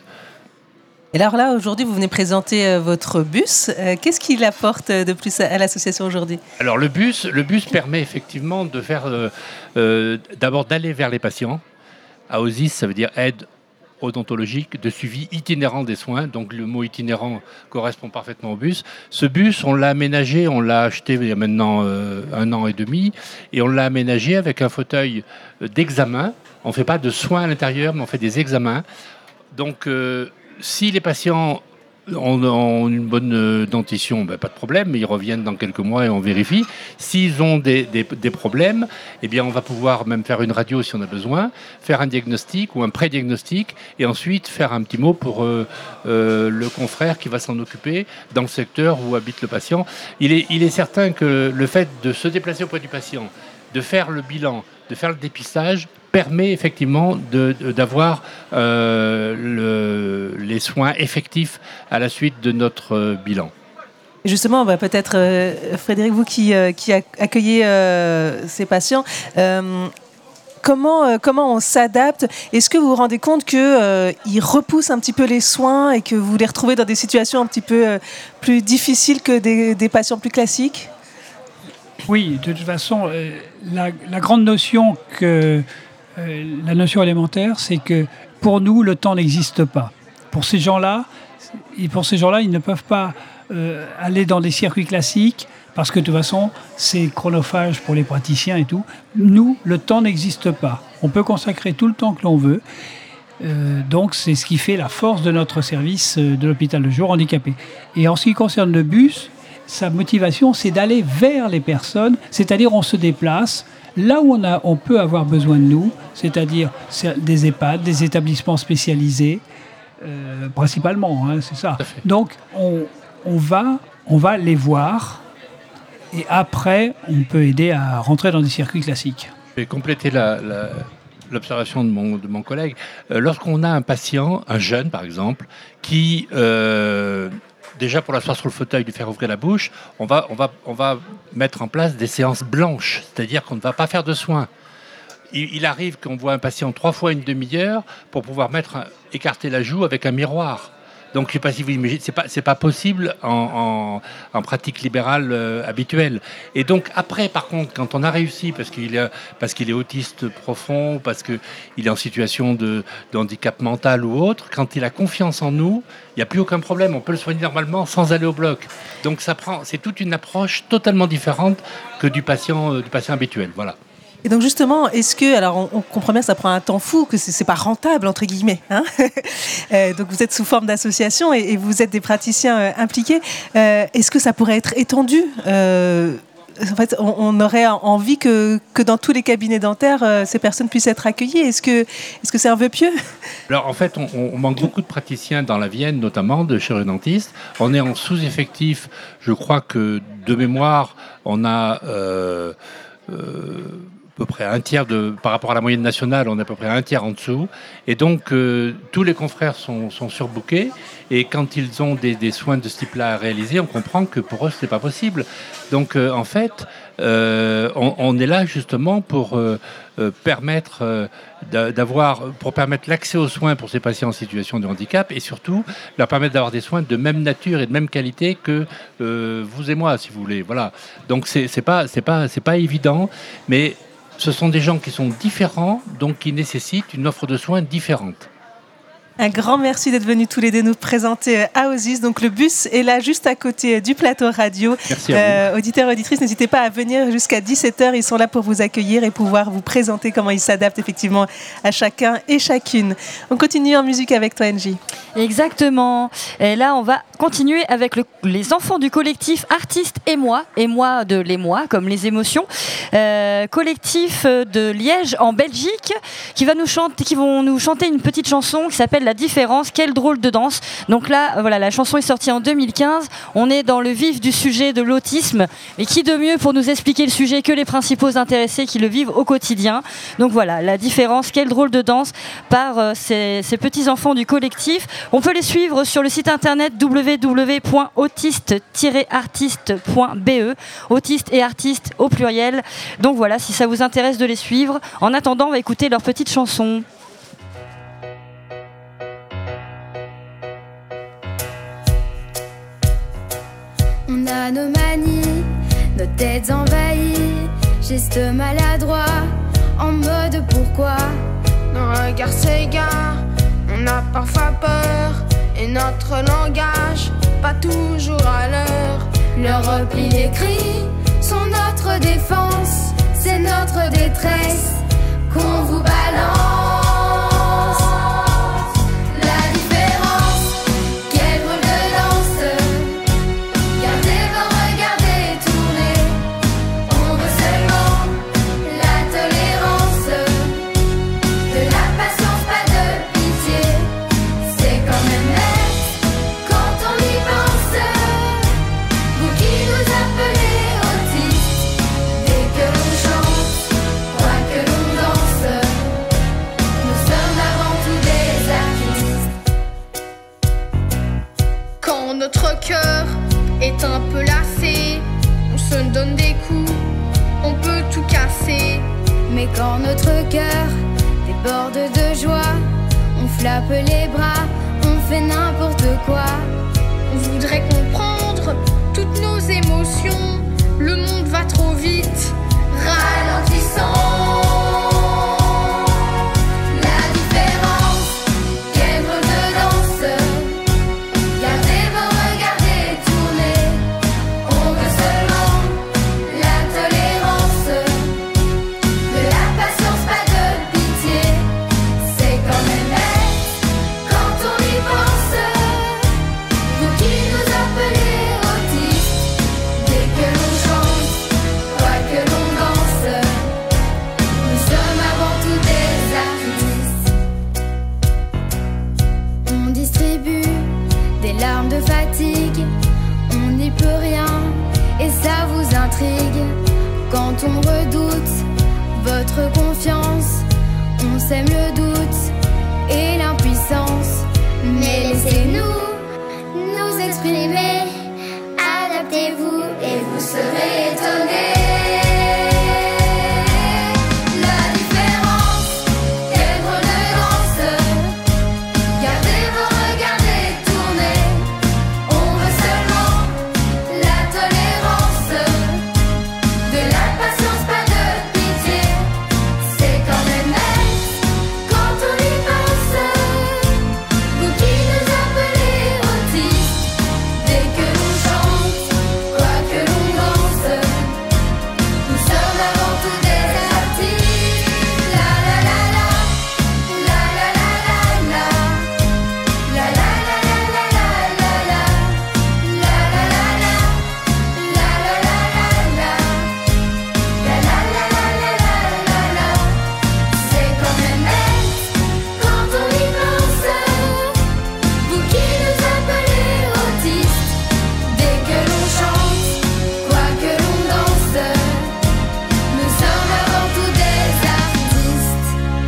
Et alors là, aujourd'hui, vous venez présenter euh, votre bus. Euh, Qu'est-ce qu'il apporte euh, de plus à, à l'association aujourd'hui? Alors le bus, le bus permet effectivement de faire, euh, euh, d'abord d'aller vers les patients. A O S I S, ça veut dire aide odontologique de suivi itinérant des soins. Donc le mot itinérant correspond parfaitement au bus. Ce bus, on l'a aménagé, on l'a acheté il y a maintenant euh, un an et demi, et on l'a aménagé avec un fauteuil d'examen. On ne fait pas de soins à l'intérieur, mais on fait des examens. Donc euh, si les patients ont, ont une bonne dentition, ben, pas de problème, ils reviennent dans quelques mois et on vérifie. S'ils ont des, des, des problèmes, eh bien, on va pouvoir même faire une radio si on a besoin, faire un diagnostic ou un pré-diagnostic et ensuite faire un petit mot pour euh, euh, le confrère qui va s'en occuper dans le secteur où habite le patient. Il est, il est certain que le fait de se déplacer auprès du patient, de faire le bilan, de faire le dépistage, permet effectivement de, de, d'avoir euh, le, les soins effectifs à la suite de notre euh, bilan. Justement, bah, peut-être euh, Frédéric, vous qui, euh, qui accueillez euh, ces patients, euh, comment, euh, comment on s'adapte? Est-ce que vous vous rendez compte qu'ils euh, repoussent un petit peu les soins et que vous les retrouvez dans des situations un petit peu euh, plus difficiles que des, des patients plus classiques? Oui, de toute façon, euh, la, la grande notion que Euh, la notion élémentaire, c'est que pour nous, le temps n'existe pas. Pour ces gens-là, et pour ces gens-là, ils ne peuvent pas euh, aller dans des circuits classiques parce que de toute façon, c'est chronophage pour les praticiens et tout. Nous, le temps n'existe pas. On peut consacrer tout le temps que l'on veut. Euh, donc, c'est ce qui fait la force de notre service euh, de l'hôpital de jour handicapé. Et en ce qui concerne le bus, sa motivation, c'est d'aller vers les personnes, c'est-à-dire on se déplace là où on, a, on peut avoir besoin de nous, c'est-à-dire des EHPAD, des établissements spécialisés, euh, principalement, hein, c'est ça. Donc, on, on, va, on va les voir et après, on peut aider à rentrer dans des circuits classiques. Je vais compléter la, la, l'observation de mon, de mon collègue. Euh, lorsqu'on a un patient, un jeune par exemple, qui... Euh, déjà, pour l'asseoir sur le fauteuil, lui faire ouvrir la bouche, on va, on va, on va mettre en place des séances blanches, c'est-à-dire qu'on ne va pas faire de soins. Il, il arrive qu'on voit un patient trois fois une demi-heure pour pouvoir mettre un, écarter la joue avec un miroir. Donc, je ne sais pas si vous imaginez, ce n'est pas, c'est pas possible en, en, en pratique libérale euh, habituelle. Et donc, après, par contre, quand on a réussi, parce qu'il est, parce qu'il est autiste profond, parce qu'il est en situation de, de handicap mental ou autre, quand il a confiance en nous, il n'y a plus aucun problème. On peut le soigner normalement sans aller au bloc. Donc, ça prend, c'est toute une approche totalement différente que du patient, euh, du patient habituel. Voilà. Et donc justement, est-ce que, alors on, on comprend bien que ça prend un temps fou, que c'est, c'est pas rentable entre guillemets, hein euh, donc vous êtes sous forme d'association et, et vous êtes des praticiens euh, impliqués. Euh, est-ce que ça pourrait être étendu euh, En fait, on, on aurait envie que, que dans tous les cabinets dentaires, euh, ces personnes puissent être accueillies. Est-ce que, est-ce que c'est un vœu pieux? Alors en fait, on, on manque beaucoup de praticiens dans la Vienne, notamment de chirurgiens-dentistes. On est en sous-effectif. Je crois que de mémoire, on a euh, euh, à peu près un tiers de, par rapport à la moyenne nationale, on est à peu près un tiers en dessous. Et donc, euh, tous les confrères sont, sont surbookés. Et quand ils ont des, des soins de ce type-là à réaliser, on comprend que pour eux, ce n'est pas possible. Donc, euh, en fait, euh, on, on est là justement pour euh, euh, permettre euh, d'avoir, pour permettre l'accès aux soins pour ces patients en situation de handicap et surtout leur permettre d'avoir des soins de même nature et de même qualité que euh, vous et moi, si vous voulez. Voilà. Donc, c'est, c'est pas, c'est pas, c'est pas évident, mais ce sont des gens qui sont différents, donc qui nécessitent une offre de soins différente. Un grand merci d'être venus tous les deux nous présenter Aosis. Donc le bus est là juste à côté du plateau radio. Merci à euh, vous. Auditeurs, auditrices, n'hésitez pas à venir jusqu'à dix-sept heures. Ils sont là pour vous accueillir et pouvoir vous présenter comment ils s'adaptent effectivement à chacun et chacune. On continue en musique avec toi, Angie. Exactement. Et là, on va continuer avec le, les enfants du collectif Artistes et moi, et moi de les moi, comme les émotions. Euh, collectif de Liège en Belgique, qui va nous chanter, qui vont nous chanter une petite chanson qui s'appelle La Différence. Quelle drôle de danse. Donc là, voilà, la chanson est sortie en deux mille quinze. On est dans le vif du sujet de l'autisme. Mais qui de mieux pour nous expliquer le sujet que les principaux intéressés qui le vivent au quotidien. Donc voilà, La Différence. Quelle drôle de danse par euh, ces, ces petits enfants du collectif. On peut les suivre sur le site internet w w w point autiste tiret artiste point b e. Autiste et artiste au pluriel. Donc voilà, si ça vous intéresse de les suivre. En attendant, on va écouter leur petite chanson. On a nos manies, nos têtes envahies, gestes maladroits, en mode pourquoi. Nos regards s'égarent, on On a parfois peur et notre langage pas toujours à l'heure. Le repli, les cris sont notre défense, c'est notre détresse qu'on vous balance. La différence, quel drôle de danse. Gardez vos regards détournés. On veut seulement la tolérance, de la patience, pas de pitié. C'est quand même net quand on y pense. Vous qui nous appelez autistes, dès que l'on chante, quoi que l'on danse, nous sommes avant tout des artistes. Quand notre cœur est un peu lassé, on se donne des coups, on peut tout casser. Mais quand notre cœur déborde de joie, on flappe les bras, on fait n'importe quoi. On voudrait comprendre toutes nos émotions, le monde va trop vite, ralentissons. La différence, quel drôle de danse. Gardez vos regards détournés. On veut seulement la tolérance, de la patience, pas de pitié. C'est quand même net quand on y pense. Vous qui nous appelez autistes, dès que l'on chante, quoi que l'on danse, nous sommes avant tout des artistes. On distribue des larmes de fatigue, on n'y peut rien et ça vous intrigue. Quand on redoute votre confiance, on sème le doute et l'impuissance. Mais laissez-nous nous exprimer, adaptez-vous et vous serez étonnés. La différence, quel drôle de danse. Gardez vos regards détournés. On veut seulement la tolérance, de la patience, pas de pitié. C'est quand même net quand on y pense. Vous qui nous appelez autistes, dès que l'on chante, quoi que l'on danse, nous sommes avant tout des artistes. La la la la, la la la la la, la la la la la la la, la la la la, la la la la la, la la la la la la. C'est quand même net quand on y pense. Vous qui nous appelez autistes, dès que l'on chante, quoi que l'on danse, nous sommes avant tout des artistes.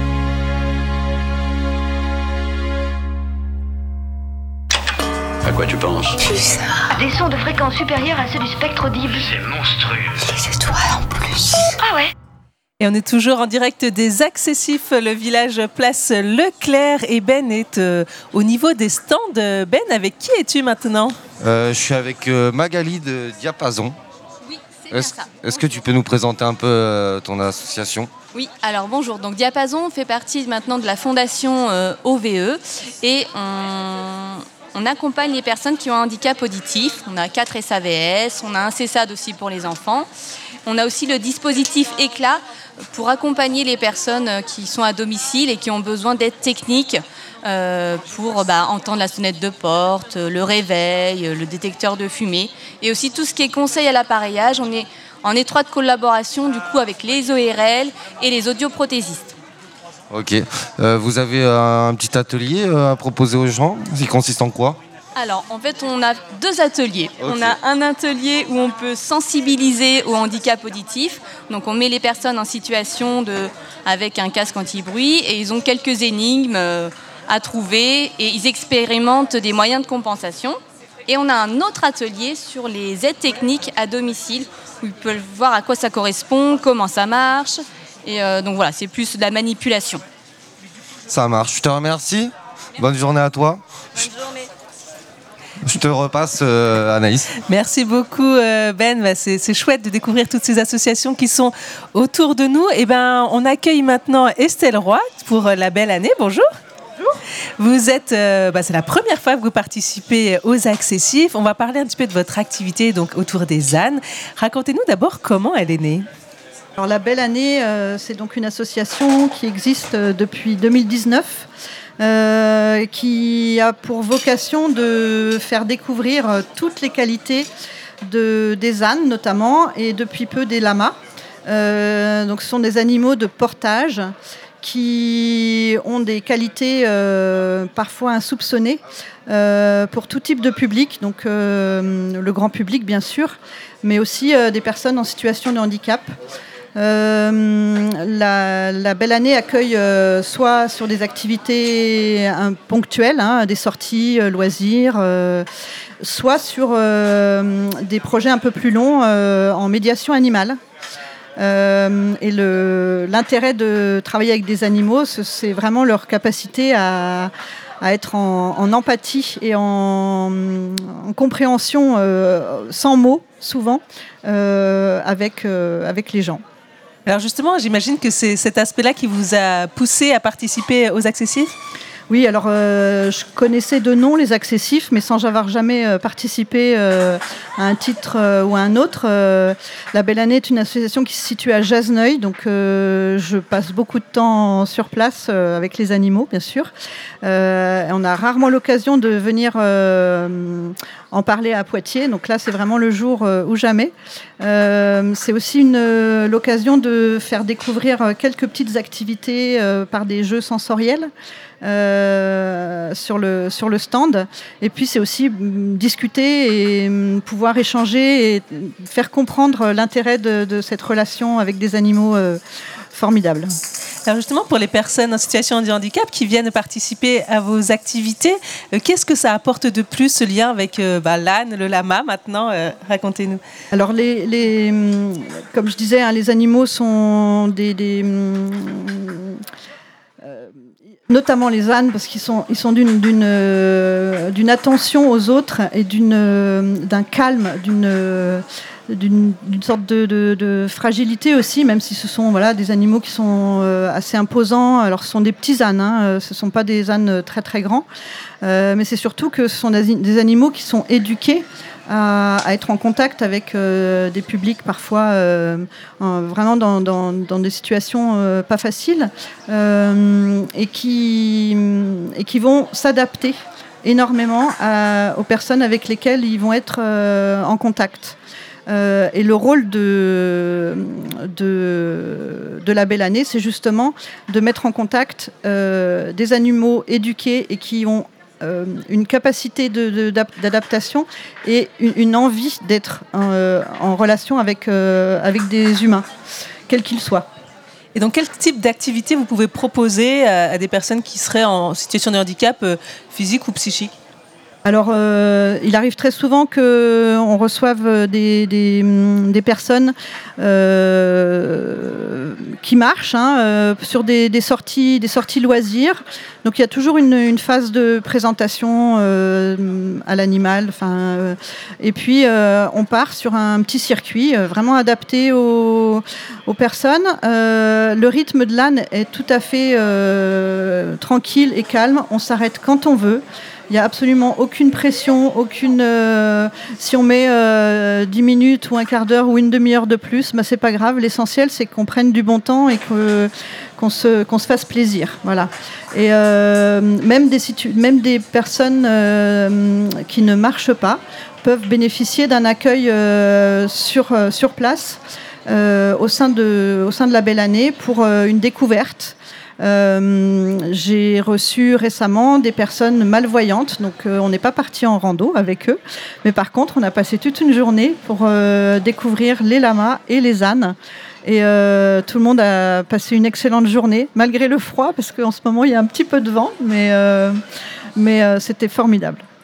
À quoi tu penses? Des sons de fréquence supérieure à ceux du spectre audible. C'est monstrueux. Les étoiles en plus. Ah ouais. Et on est toujours en direct des Accessifs, le village Place Leclerc. Et Ben est euh, au niveau des stands. Ben, avec qui es-tu maintenant? Euh, je suis avec euh, Magali de Diapason. Oui, c'est bien Est-ce ça. est-ce que tu peux nous présenter un peu euh, ton association? Oui, alors bonjour. Donc Diapason fait partie maintenant de la fondation euh, O V E et on, on accompagne les personnes qui ont un handicap auditif. On a quatre S A V S, on a un CESAD aussi pour les enfants. On a aussi le dispositif Éclat pour accompagner les personnes qui sont à domicile et qui ont besoin d'aide technique euh, pour bah, entendre la sonnette de porte, le réveil, le détecteur de fumée et aussi tout ce qui est conseil à l'appareillage. On est en étroite collaboration du coup avec les O R L et les audioprothésistes. Ok. Euh, vous avez un petit atelier euh, à proposer aux gens? Il consiste en quoi? Alors, en fait, on a deux ateliers. Ok. On a un atelier où on peut sensibiliser au handicap auditif. Donc, on met les personnes en situation de, avec un casque anti-bruit et ils ont quelques énigmes euh, à trouver et ils expérimentent des moyens de compensation. Et on a un autre atelier sur les aides techniques à domicile où ils peuvent voir à quoi ça correspond, comment ça marche. Et euh, donc voilà, c'est plus de la manipulation. Ça marche. Je te remercie. Bonne journée à toi. Bonne journée. Je te repasse euh, Anaïs. Merci beaucoup euh, Ben, bah, c'est, c'est chouette de découvrir toutes ces associations qui sont autour de nous. Et ben, on accueille maintenant Estelle Roy pour euh, la belle année. Bonjour. Bonjour. Vous êtes, euh, bah, c'est la première fois que vous participez aux Accessifs. On va parler un petit peu de votre activité donc autour des ânes. Racontez-nous d'abord comment elle est née. Alors, la Belle Année, euh, c'est donc une association qui existe euh, depuis deux mille dix-neuf, euh, qui a pour vocation de faire découvrir euh, toutes les qualités de, des ânes notamment, et depuis peu des lamas. Euh, donc, ce sont des animaux de portage qui ont des qualités euh, parfois insoupçonnées euh, pour tout type de public, donc euh, le grand public bien sûr, mais aussi euh, des personnes en situation de handicap. Euh, la, la Belle Année accueille euh, soit sur des activités hein, ponctuelles, hein, des sorties, euh, loisirs, euh, soit sur euh, des projets un peu plus longs euh, en médiation animale. Euh, et le, l'intérêt de travailler avec des animaux, c'est vraiment leur capacité à, à être en, en empathie et en, en compréhension euh, sans mots, souvent, euh, avec, euh, avec les gens. Alors justement, j'imagine que c'est cet aspect-là qui vous a poussé à participer aux Accessifs ? Oui, alors euh, je connaissais de nom les Accessifs, mais sans avoir jamais euh, participé euh, à un titre euh, ou à un autre. Euh, la Belle Année est une association qui se situe à Jasneuil, donc euh, je passe beaucoup de temps sur place euh, avec les animaux, bien sûr. Euh, on a rarement l'occasion de venir euh, en parler à Poitiers, donc là c'est vraiment le jour euh, ou jamais. Euh, c'est aussi une, euh, l'occasion de faire découvrir quelques petites activités euh, par des jeux sensoriels. Euh, sur le sur le stand, et puis c'est aussi mm, discuter et mm, pouvoir échanger et faire comprendre l'intérêt de, de cette relation avec des animaux euh, formidables. Alors justement, pour les personnes en situation de handicap qui viennent participer à vos activités, euh, qu'est-ce que ça apporte de plus, ce lien avec euh, bah, l'âne, le lama maintenant euh, racontez-nous. Alors les, les mm, comme je disais, hein, les animaux sont des, des mm, euh, notamment les ânes, parce qu'ils sont, ils sont d'une, d'une, euh, d'une attention aux autres et d'une, euh, d'un calme, d'une, euh, d'une, d'une sorte de, de, de fragilité aussi, même si ce sont voilà, des animaux qui sont euh, assez imposants. Alors ce sont des petits ânes, hein, ce ne sont pas des ânes très très grands, euh, mais c'est surtout que ce sont des, des animaux qui sont éduqués à, à être en contact avec euh, des publics parfois euh, euh, vraiment dans, dans, dans des situations euh, pas faciles euh, et, qui, et qui vont s'adapter énormément à, aux personnes avec lesquelles ils vont être euh, en contact. Euh, et le rôle de, de, de la Belle Année, c'est justement de mettre en contact euh, des animaux éduqués et qui ont Euh, une capacité de, de, d'adaptation et une, une envie d'être euh, en relation avec, euh, avec des humains, quels qu'ils soient. Et donc, quel type d'activité vous pouvez proposer à, à des personnes qui seraient en situation de handicap euh, physique ou psychique ? Alors, euh, il arrive très souvent qu'on reçoive des, des, des personnes euh, qui marchent hein, euh, sur des, des, sorties, des sorties loisirs. Donc, il y a toujours une, une phase de présentation euh, à l'animal. Euh, et puis, euh, on part sur un petit circuit euh, vraiment adapté aux, aux personnes. Euh, le rythme de l'âne est tout à fait euh, tranquille et calme. On s'arrête quand on veut. Il n'y a absolument aucune pression, aucune. Euh, si on met euh, dix minutes ou un quart d'heure ou une demi-heure de plus, bah, c'est pas grave. L'essentiel, c'est qu'on prenne du bon temps et que, qu'on, se, qu'on se fasse plaisir. Voilà. Et euh, même, des situ- même des personnes euh, qui ne marchent pas peuvent bénéficier d'un accueil euh, sur, euh, sur place euh, au, sein de, au sein de la Belle Année pour euh, une découverte. Euh, j'ai reçu récemment des personnes malvoyantes, donc euh, on n'est pas parti en rando avec eux, mais par contre on a passé toute une journée pour euh, découvrir les lamas et les ânes. Et euh, tout le monde a passé une excellente journée, malgré le froid, parce qu'en ce moment il y a un petit peu de vent, mais, euh, mais euh, c'était formidable.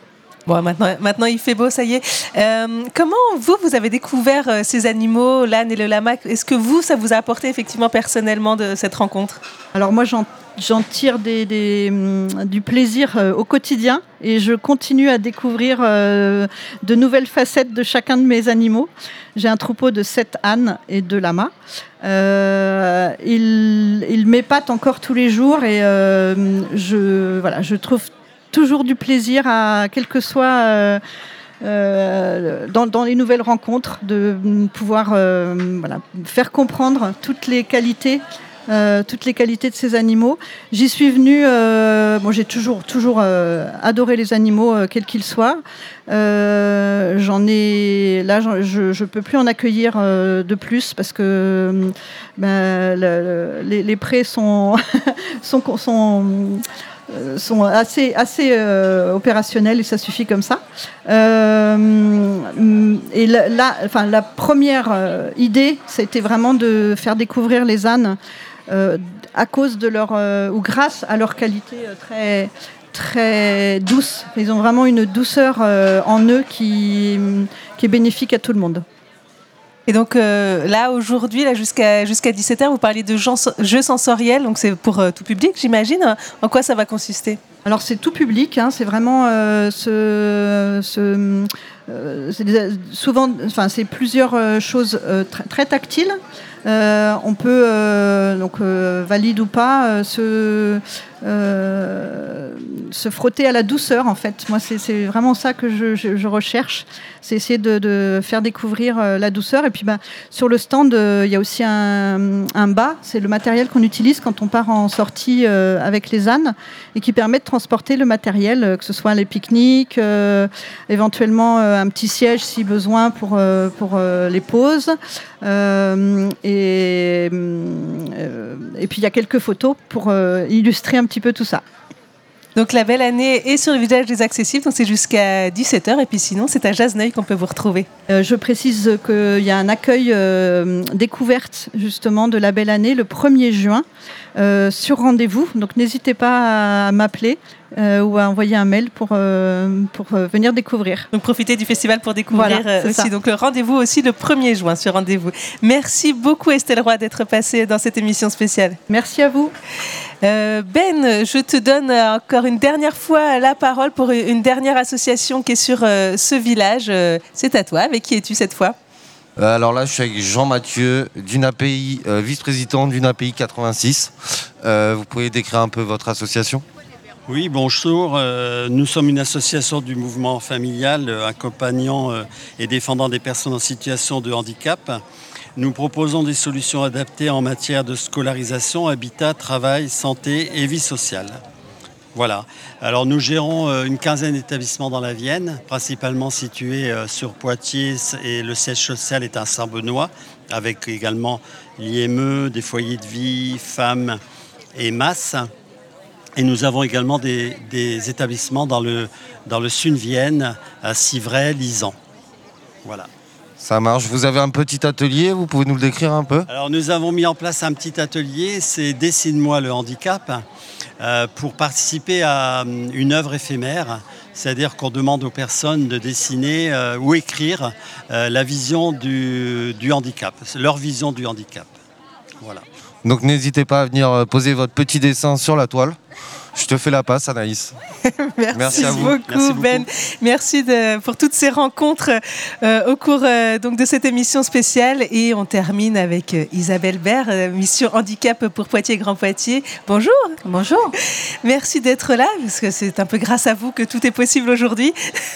Bon, maintenant, maintenant il fait beau, ça y est. Euh, comment vous, vous avez découvert euh, ces animaux, l'âne et le lama? Est-ce que vous, ça vous a apporté effectivement personnellement de cette rencontre? Alors moi, j'en, j'en tire des, des, hum, du plaisir euh, au quotidien et je continue à découvrir euh, de nouvelles facettes de chacun de mes animaux. J'ai un troupeau de sept ânes et deux lamas. Euh, ils, ils m'épatent encore tous les jours et euh, je, voilà, je trouve toujours du plaisir, à quel que soit euh, euh, dans, dans les nouvelles rencontres, de pouvoir euh, voilà, faire comprendre toutes les qualités, euh, toutes les qualités de ces animaux. J'y suis venue. Euh, bon, j'ai toujours, toujours euh, adoré les animaux, euh, quels qu'ils soient. Euh, j'en ai là, j'en, je, je peux plus en accueillir euh, de plus parce que ben, le, le, les, les prés sont sont, sont sont assez, assez euh, opérationnels et ça suffit comme ça. Euh, et la, la, enfin, la première euh, idée, c'était vraiment de faire découvrir les ânes euh, à cause de leur, euh, ou grâce à leur qualité euh, très, très douce. Ils ont vraiment une douceur euh, en eux qui, qui est bénéfique à tout le monde. Et donc euh, là, aujourd'hui, là, jusqu'à, jusqu'à dix-sept heures, vous parlez de gens, jeux sensoriels, donc c'est pour euh, tout public, j'imagine. En quoi ça va consister ? Alors c'est tout public, hein, c'est vraiment euh, ce, ce, euh, c'est des, souvent, enfin c'est plusieurs euh, choses euh, très, très tactiles. Euh, on peut, euh, donc euh, valide ou pas, euh, se, euh, se frotter à la douceur en fait. Moi c'est, c'est vraiment ça que je, je, je recherche, c'est essayer de, de faire découvrir euh, la douceur. Et puis ben, sur le stand, il euh, y a aussi un, un bas, c'est le matériel qu'on utilise quand on part en sortie euh, avec les ânes et qui permet de transporter le matériel, euh, que ce soit les pique-niques, euh, éventuellement euh, un petit siège si besoin pour, euh, pour euh, les pauses. Euh, et, euh, et puis il y a quelques photos pour euh, illustrer un petit peu tout ça. Donc la belle année est sur le village des accessibles, donc c'est jusqu'à dix-sept heures et puis sinon c'est à Jasneuil qu'on peut vous retrouver. Euh, je précise qu'il y a un accueil euh, découverte justement de la belle année le premier juin euh, sur rendez-vous, donc n'hésitez pas à m'appeler euh, ou à envoyer un mail pour, euh, pour euh, venir découvrir. Donc profitez du festival pour découvrir voilà, euh, aussi. Ça. Donc le rendez-vous aussi le premier juin sur rendez-vous. Merci beaucoup Estelle Roy d'être passée dans cette émission spéciale. Merci à vous. Euh, Ben, je te donne encore une dernière fois la parole pour une dernière association qui est sur euh, ce village. Euh, c'est à toi. Avec qui es-tu cette fois ? euh, Alors là, je suis avec Jean-Mathieu, d'UNAPI, euh, vice-président d'UNAPI quatre-vingt-six. Euh, vous pouvez décrire un peu votre association ? Oui, bonjour. Euh, nous sommes une association du mouvement familial euh, accompagnant euh, et défendant des personnes en situation de handicap. Nous proposons des solutions adaptées en matière de scolarisation, habitat, travail, santé et vie sociale. Voilà. Alors nous gérons euh, une quinzaine d'établissements dans la Vienne, principalement situés euh, sur Poitiers et le siège social est à Saint-Benoît, avec également l'I M E, des foyers de vie, femmes et masses. Et nous avons également des, des établissements dans le, dans le Sud-Vienne, à Civray, Lisan. Voilà. Ça marche. Vous avez un petit atelier, vous pouvez nous le décrire un peu ? Alors nous avons mis en place un petit atelier, c'est Dessine-moi le handicap, euh, pour participer à une œuvre éphémère. C'est-à-dire qu'on demande aux personnes de dessiner euh, ou écrire euh, la vision du, du handicap, leur vision du handicap. Voilà. Donc n'hésitez pas à venir poser votre petit dessin sur la toile. Je te fais la passe, Anaïs. Merci, Merci à vous. Beaucoup, Merci beaucoup, Ben. Merci de, pour toutes ces rencontres euh, au cours euh, donc de cette émission spéciale. Et on termine avec euh, Isabelle Baird, euh, mission handicap pour Poitiers Grand Poitiers. Bonjour. Bonjour. Merci d'être là, parce que c'est un peu grâce à vous que tout est possible aujourd'hui.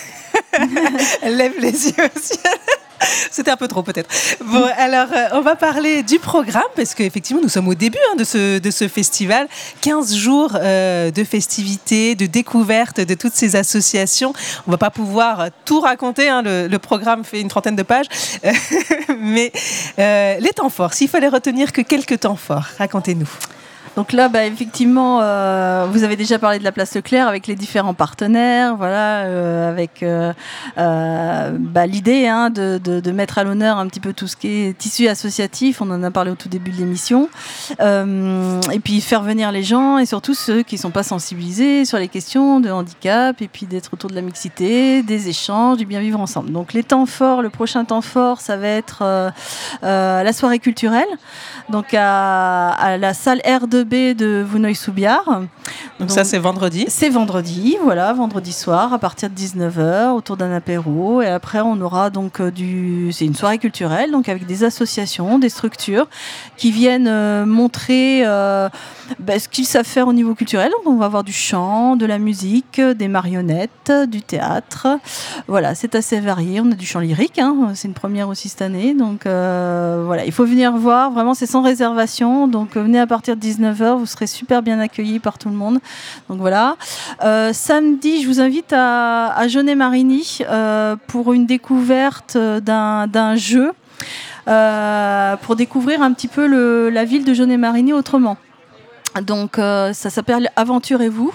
Elle lève les yeux au ciel. C'était un peu trop peut-être. Bon, alors euh, on va parler du programme parce qu'effectivement nous sommes au début hein, de, ce, de ce festival. quinze jours euh, de festivités, de découvertes de toutes ces associations. On ne va pas pouvoir tout raconter, hein, le, le programme fait une trentaine de pages. Mais euh, les temps forts, s'il fallait retenir que quelques temps forts, racontez-nous. Donc là, bah, effectivement, euh, vous avez déjà parlé de la place Leclerc avec les différents partenaires, voilà, euh, avec euh, euh, bah, l'idée hein, de, de, de mettre à l'honneur un petit peu tout ce qui est tissu associatif. On en a parlé au tout début de l'émission. Euh, et puis faire venir les gens et surtout ceux qui ne sont pas sensibilisés sur les questions de handicap et puis d'être autour de la mixité, des échanges, du bien vivre ensemble. Donc les temps forts, le prochain temps fort, ça va être euh, euh, la soirée culturelle. Donc à, à la salle R deux B de Vouneuil-sous-Biard. Donc, Donc ça c'est vendredi. C'est vendredi, voilà, vendredi soir à partir de dix-neuf heures autour d'un apéro et après on aura donc euh, du c'est une soirée culturelle donc avec des associations, des structures qui viennent euh, montrer euh, bah, ce qu'ils savent faire au niveau culturel. Donc on va avoir du chant, de la musique, des marionnettes, du théâtre. Voilà, c'est assez varié. On a du chant lyrique, hein, c'est une première aussi cette année. Donc euh, voilà, il faut venir voir. Vraiment, c'est sans réservation. Donc euh, venez à partir de dix-neuf heures, vous serez super bien accueillis par tout le monde. Donc voilà. Euh, samedi, je vous invite à, à Jaunet-Marigny euh, pour une découverte d'un, d'un jeu euh, pour découvrir un petit peu le, la ville de Jaunet-Marigny autrement. Donc euh, ça s'appelle Aventurez-vous.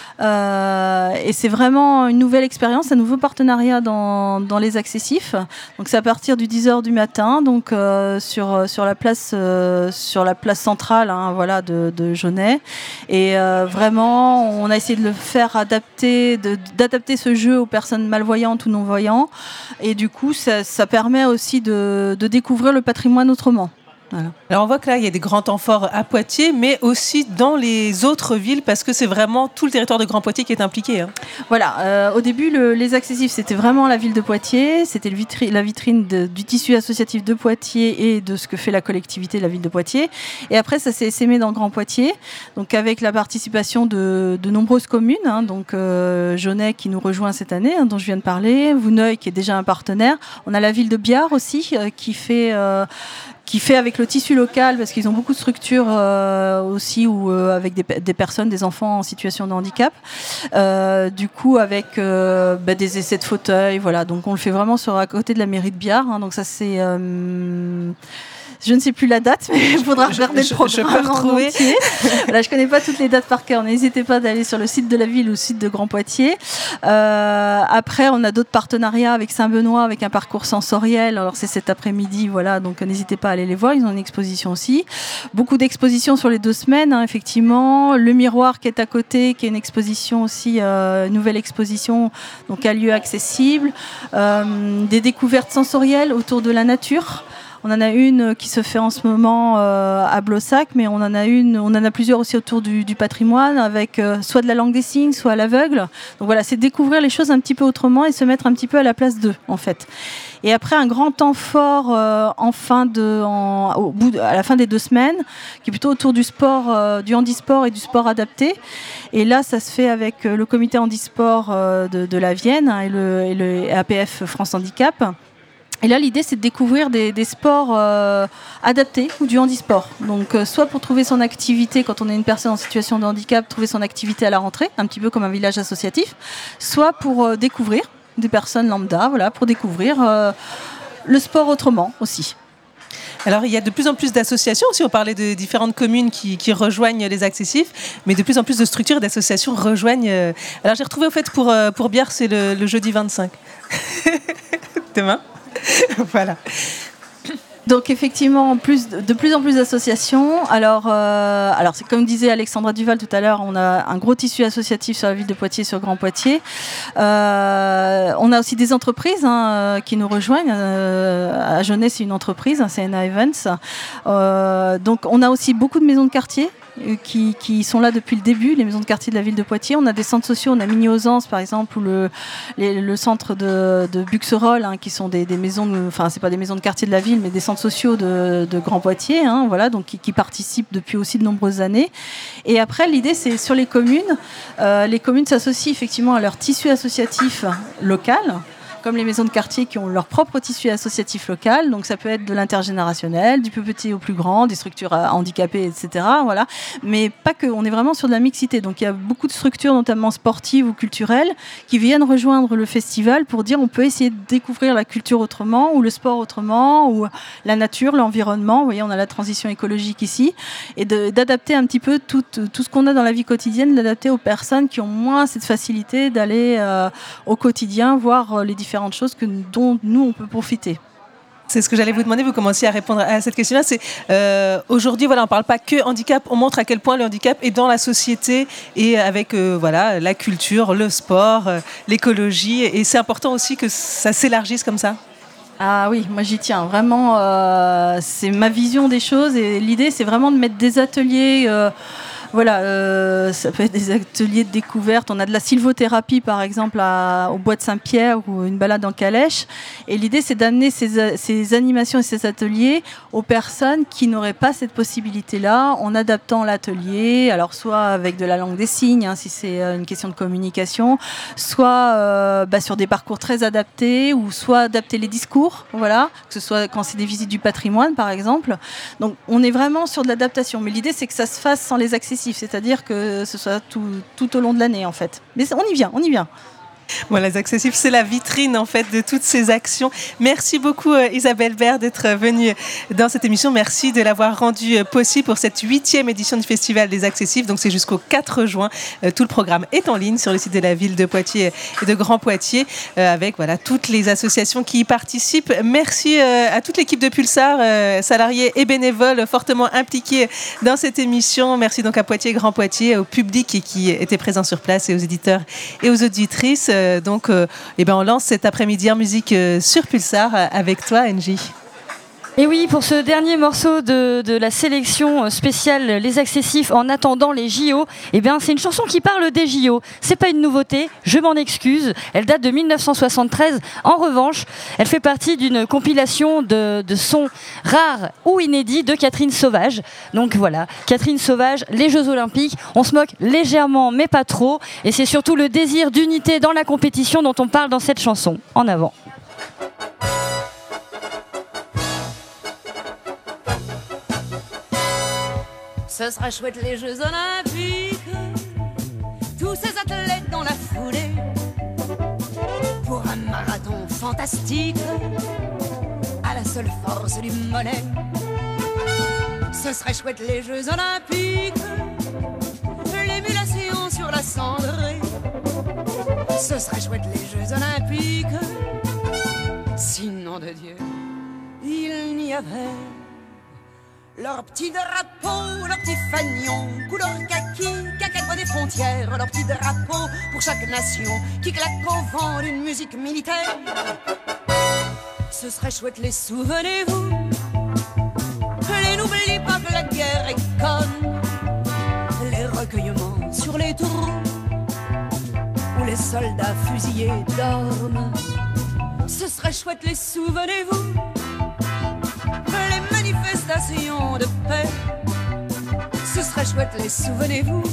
Euh, et c'est vraiment une nouvelle expérience, un nouveau partenariat dans, dans les accessifs. Donc c'est à partir du dix heures du matin, donc euh, sur sur la place euh, sur la place centrale, hein, voilà, de, de Jaunet. Et euh, vraiment, on a essayé de le faire adapter, de, d'adapter ce jeu aux personnes malvoyantes ou non voyantes. Et du coup, ça, ça permet aussi de, de découvrir le patrimoine autrement. Voilà. Alors on voit que là il y a des grands temps forts à Poitiers, mais aussi dans les autres villes parce que c'est vraiment tout le territoire de Grand Poitiers qui est impliqué. Hein. Voilà, euh, au début le, les accessifs c'était vraiment la ville de Poitiers, c'était le vitri- la vitrine de, du tissu associatif de Poitiers et de ce que fait la collectivité de la ville de Poitiers. Et après ça s'est essaimé dans Grand Poitiers, donc avec la participation de, de nombreuses communes, hein, donc euh, Jaunet qui nous rejoint cette année, hein, dont je viens de parler, Vouneuil qui est déjà un partenaire. On a la ville de Biard aussi euh, qui fait euh, qui fait avec le tissu local, parce qu'ils ont beaucoup de structures euh, aussi, ou euh, avec des, des personnes, des enfants en situation de handicap. Euh, du coup, avec euh, bah, des essais de fauteuils, voilà. Donc on le fait vraiment sur à côté de la mairie de Biard. Hein, donc ça c'est euh, je ne sais plus la date, mais il faudra regarder le programme. Je peux retrouver. Voilà, je ne connais pas toutes les dates par cœur. N'hésitez pas d'aller sur le site de la ville ou le site de Grand Poitiers. Euh, après, on a d'autres partenariats avec Saint-Benoît, avec un parcours sensoriel. Alors, c'est cet après-midi, voilà. Donc, n'hésitez pas à aller les voir. Ils ont une exposition aussi. Beaucoup d'expositions sur les deux semaines, hein, effectivement. Le Miroir qui est à côté, qui est une exposition aussi, euh, une nouvelle exposition, donc à lieu accessible. Euh, des découvertes sensorielles autour de la nature. On en a une qui se fait en ce moment euh, à Blossac, mais on en a une, on en a plusieurs aussi autour du, du patrimoine, avec euh, soit de la langue des signes, soit à l'aveugle. Donc voilà, c'est découvrir les choses un petit peu autrement et se mettre un petit peu à la place d'eux, en fait. Et après un grand temps fort euh, en fin de, en, au bout de, à la fin des deux semaines, qui est plutôt autour du sport, euh, du handisport et du sport adapté. Et là, ça se fait avec le comité handisport euh, de, de la Vienne, hein, et, le, et le A P F France Handicap. Et là, l'idée, c'est de découvrir des, des sports euh, adaptés ou du handisport. Donc, euh, soit pour trouver son activité, quand on est une personne en situation de handicap, trouver son activité à la rentrée, un petit peu comme un village associatif, soit pour euh, découvrir des personnes lambda, voilà, pour découvrir euh, le sport autrement aussi. Alors, il y a de plus en plus d'associations aussi. On parlait de différentes communes qui, qui rejoignent les accessifs, mais de plus en plus de structures et d'associations rejoignent. Euh... Alors, j'ai retrouvé au fait pour, euh, pour Biard, c'est le, le jeudi vingt-cinq. Demain. Voilà. Donc effectivement, en plus, de plus en plus d'associations. Alors, euh, alors c'est comme disait Alexandra Duval tout à l'heure, on a un gros tissu associatif sur la ville de Poitiers, sur Grand Poitiers. Euh, on a aussi des entreprises hein, qui nous rejoignent. Euh, à Jaunet, c'est une entreprise, hein, c'est N A Events. Euh, donc on a aussi beaucoup de maisons de quartier Qui, qui sont là depuis le début, les maisons de quartier de la ville de Poitiers. On a des centres sociaux, on a Mini-Ausence par exemple, ou le, les, le centre de, de Buxerolles, hein, qui sont des, des maisons, de, enfin c'est pas des maisons de quartier de la ville, mais des centres sociaux de, de Grand Poitiers, hein, voilà, donc qui, qui participent depuis aussi de nombreuses années. Et après, l'idée c'est sur les communes, euh, les communes s'associent effectivement à leur tissu associatif local. comme les maisons de quartier qui ont leur propre tissu associatif local. Donc ça peut être de l'intergénérationnel, du plus petit au plus grand, des structures handicapées, et cetera. Voilà. Mais pas que, on est vraiment sur de la mixité. Donc il y a beaucoup de structures, notamment sportives ou culturelles, qui viennent rejoindre le festival pour dire on peut essayer de découvrir la culture autrement, ou le sport autrement, ou la nature, l'environnement. Vous voyez, on a la transition écologique ici. Et de, d'adapter un petit peu tout, tout ce qu'on a dans la vie quotidienne, d'adapter aux personnes qui ont moins cette facilité d'aller euh, au quotidien voir euh, les différentes choses que, dont nous, on peut profiter. C'est ce que j'allais vous demander, vous commenciez à répondre à cette question-là. C'est euh, aujourd'hui, voilà, on ne parle pas que handicap, on montre à quel point le handicap est dans la société et avec euh, voilà, la culture, le sport, euh, l'écologie. Et c'est important aussi que ça s'élargisse comme ça. Ah oui, moi j'y tiens. Vraiment, euh, c'est ma vision des choses. Et l'idée, c'est vraiment de mettre des ateliers... Euh, Voilà, euh, ça peut être des ateliers de découverte. On a de la sylvothérapie, par exemple, à, au Bois de Saint-Pierre ou une balade en calèche. Et l'idée, c'est d'amener ces, ces animations et ces ateliers aux personnes qui n'auraient pas cette possibilité-là, en adaptant l'atelier, alors soit avec de la langue des signes, hein, si c'est une question de communication, soit euh, bah, sur des parcours très adaptés, ou soit adapter les discours, voilà, que ce soit quand c'est des visites du patrimoine, par exemple. Donc, on est vraiment sur de l'adaptation. Mais l'idée, c'est que ça se fasse sans les accès. C'est-à-dire que ce soit tout, tout au long de l'année, en fait. Mais on y vient, on y vient. Voilà, les accessifs, c'est la vitrine en fait de toutes ces actions. Merci beaucoup euh, Isabelle Baird d'être venue dans cette émission. Merci de l'avoir rendue euh, possible pour cette huitième édition du Festival des Accessifs. Donc c'est jusqu'au quatre juin. Euh, tout le programme est en ligne sur le site de la ville de Poitiers et de Grand Poitiers euh, avec voilà toutes les associations qui y participent. Merci euh, à toute l'équipe de Pulsar, euh, salariés et bénévoles fortement impliqués dans cette émission. Merci donc à Poitiers, Grand Poitiers, au public qui était présent sur place et aux éditeurs et aux auditrices. Donc, euh, eh ben on lance cet après-midi en musique euh, sur Pulsar avec toi, Angie. Et oui, pour ce dernier morceau de, de la sélection spéciale Les Accessifs en attendant les J O, eh bien, c'est une chanson qui parle des J O. C'est pas une nouveauté, je m'en excuse. Elle date de mille neuf cent soixante-treize. En revanche, elle fait partie d'une compilation de, de sons rares ou inédits de Catherine Sauvage. Donc voilà, Catherine Sauvage, les Jeux Olympiques. On se moque légèrement, mais pas trop. Et c'est surtout le désir d'unité dans la compétition dont on parle dans cette chanson. En avant. Ce sera chouette les Jeux Olympiques, tous ces athlètes dans la foulée, pour un marathon fantastique, à la seule force du mollet. Ce serait chouette les Jeux Olympiques, l'émulation sur la cendrée. Ce serait chouette les Jeux Olympiques, sinon de Dieu, il n'y avait leur petit drapeau, leur petit fanion, couleur kaki, cacadois des frontières, leur petit drapeau pour chaque nation qui claque au vent d'une musique militaire. Ce serait chouette, les souvenez-vous, les n'oubliez pas que la guerre est conne, les recueillements sur les tours où les soldats fusillés dorment. Ce serait chouette, les souvenez-vous, les manifestations de paix. Ce serait chouette, les souvenez-vous,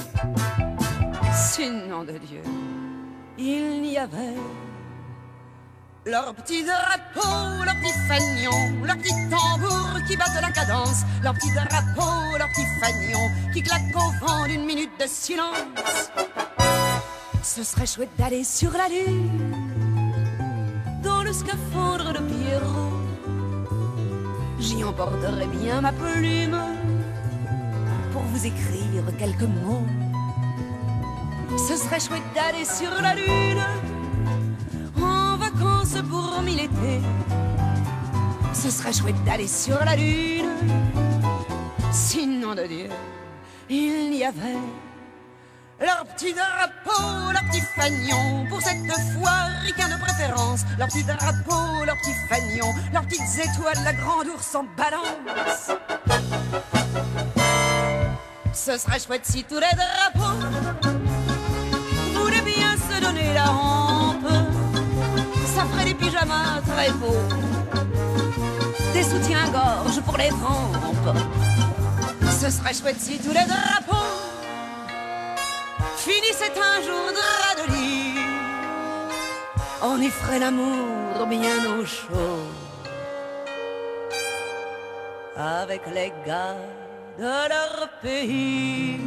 sinon de Dieu, il n'y avait leur petit drapeau, leur petit fanion, leur petit tambour qui battent la cadence, leur petit drapeau, leur petit fanion qui claque au vent d'une minute de silence. Ce serait chouette d'aller sur la lune dans le scaphandre de Pierrot. J'y emporterai bien ma plume pour vous écrire quelques mots. Ce serait chouette d'aller sur la lune en vacances pour mille étés. Ce serait chouette d'aller sur la lune, sinon de Dieu, il y avait leur petit drapeau, leur petit fanion, pour cette fois ricain de préférence. Leur petit drapeau, leur petit fanion, leurs petites étoiles, la grande ours en balance. Ce serait chouette si tous les drapeaux voulaient bien se donner la rampe. Ça ferait des pyjamas très beaux, des soutiens-gorge pour les rampes. Ce serait chouette si tous les drapeaux finissaient un jour drap de lit on y ferait l'amour bien au chaud avec les gars de leur pays.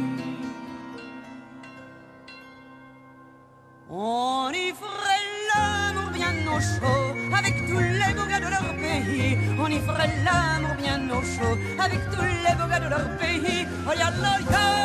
On y ferait l'amour bien au chaud avec tous les beaux gars de leur pays. On y ferait l'amour bien au chaud avec tous les beaux gars de leur pays. Oh, ya, la, ya.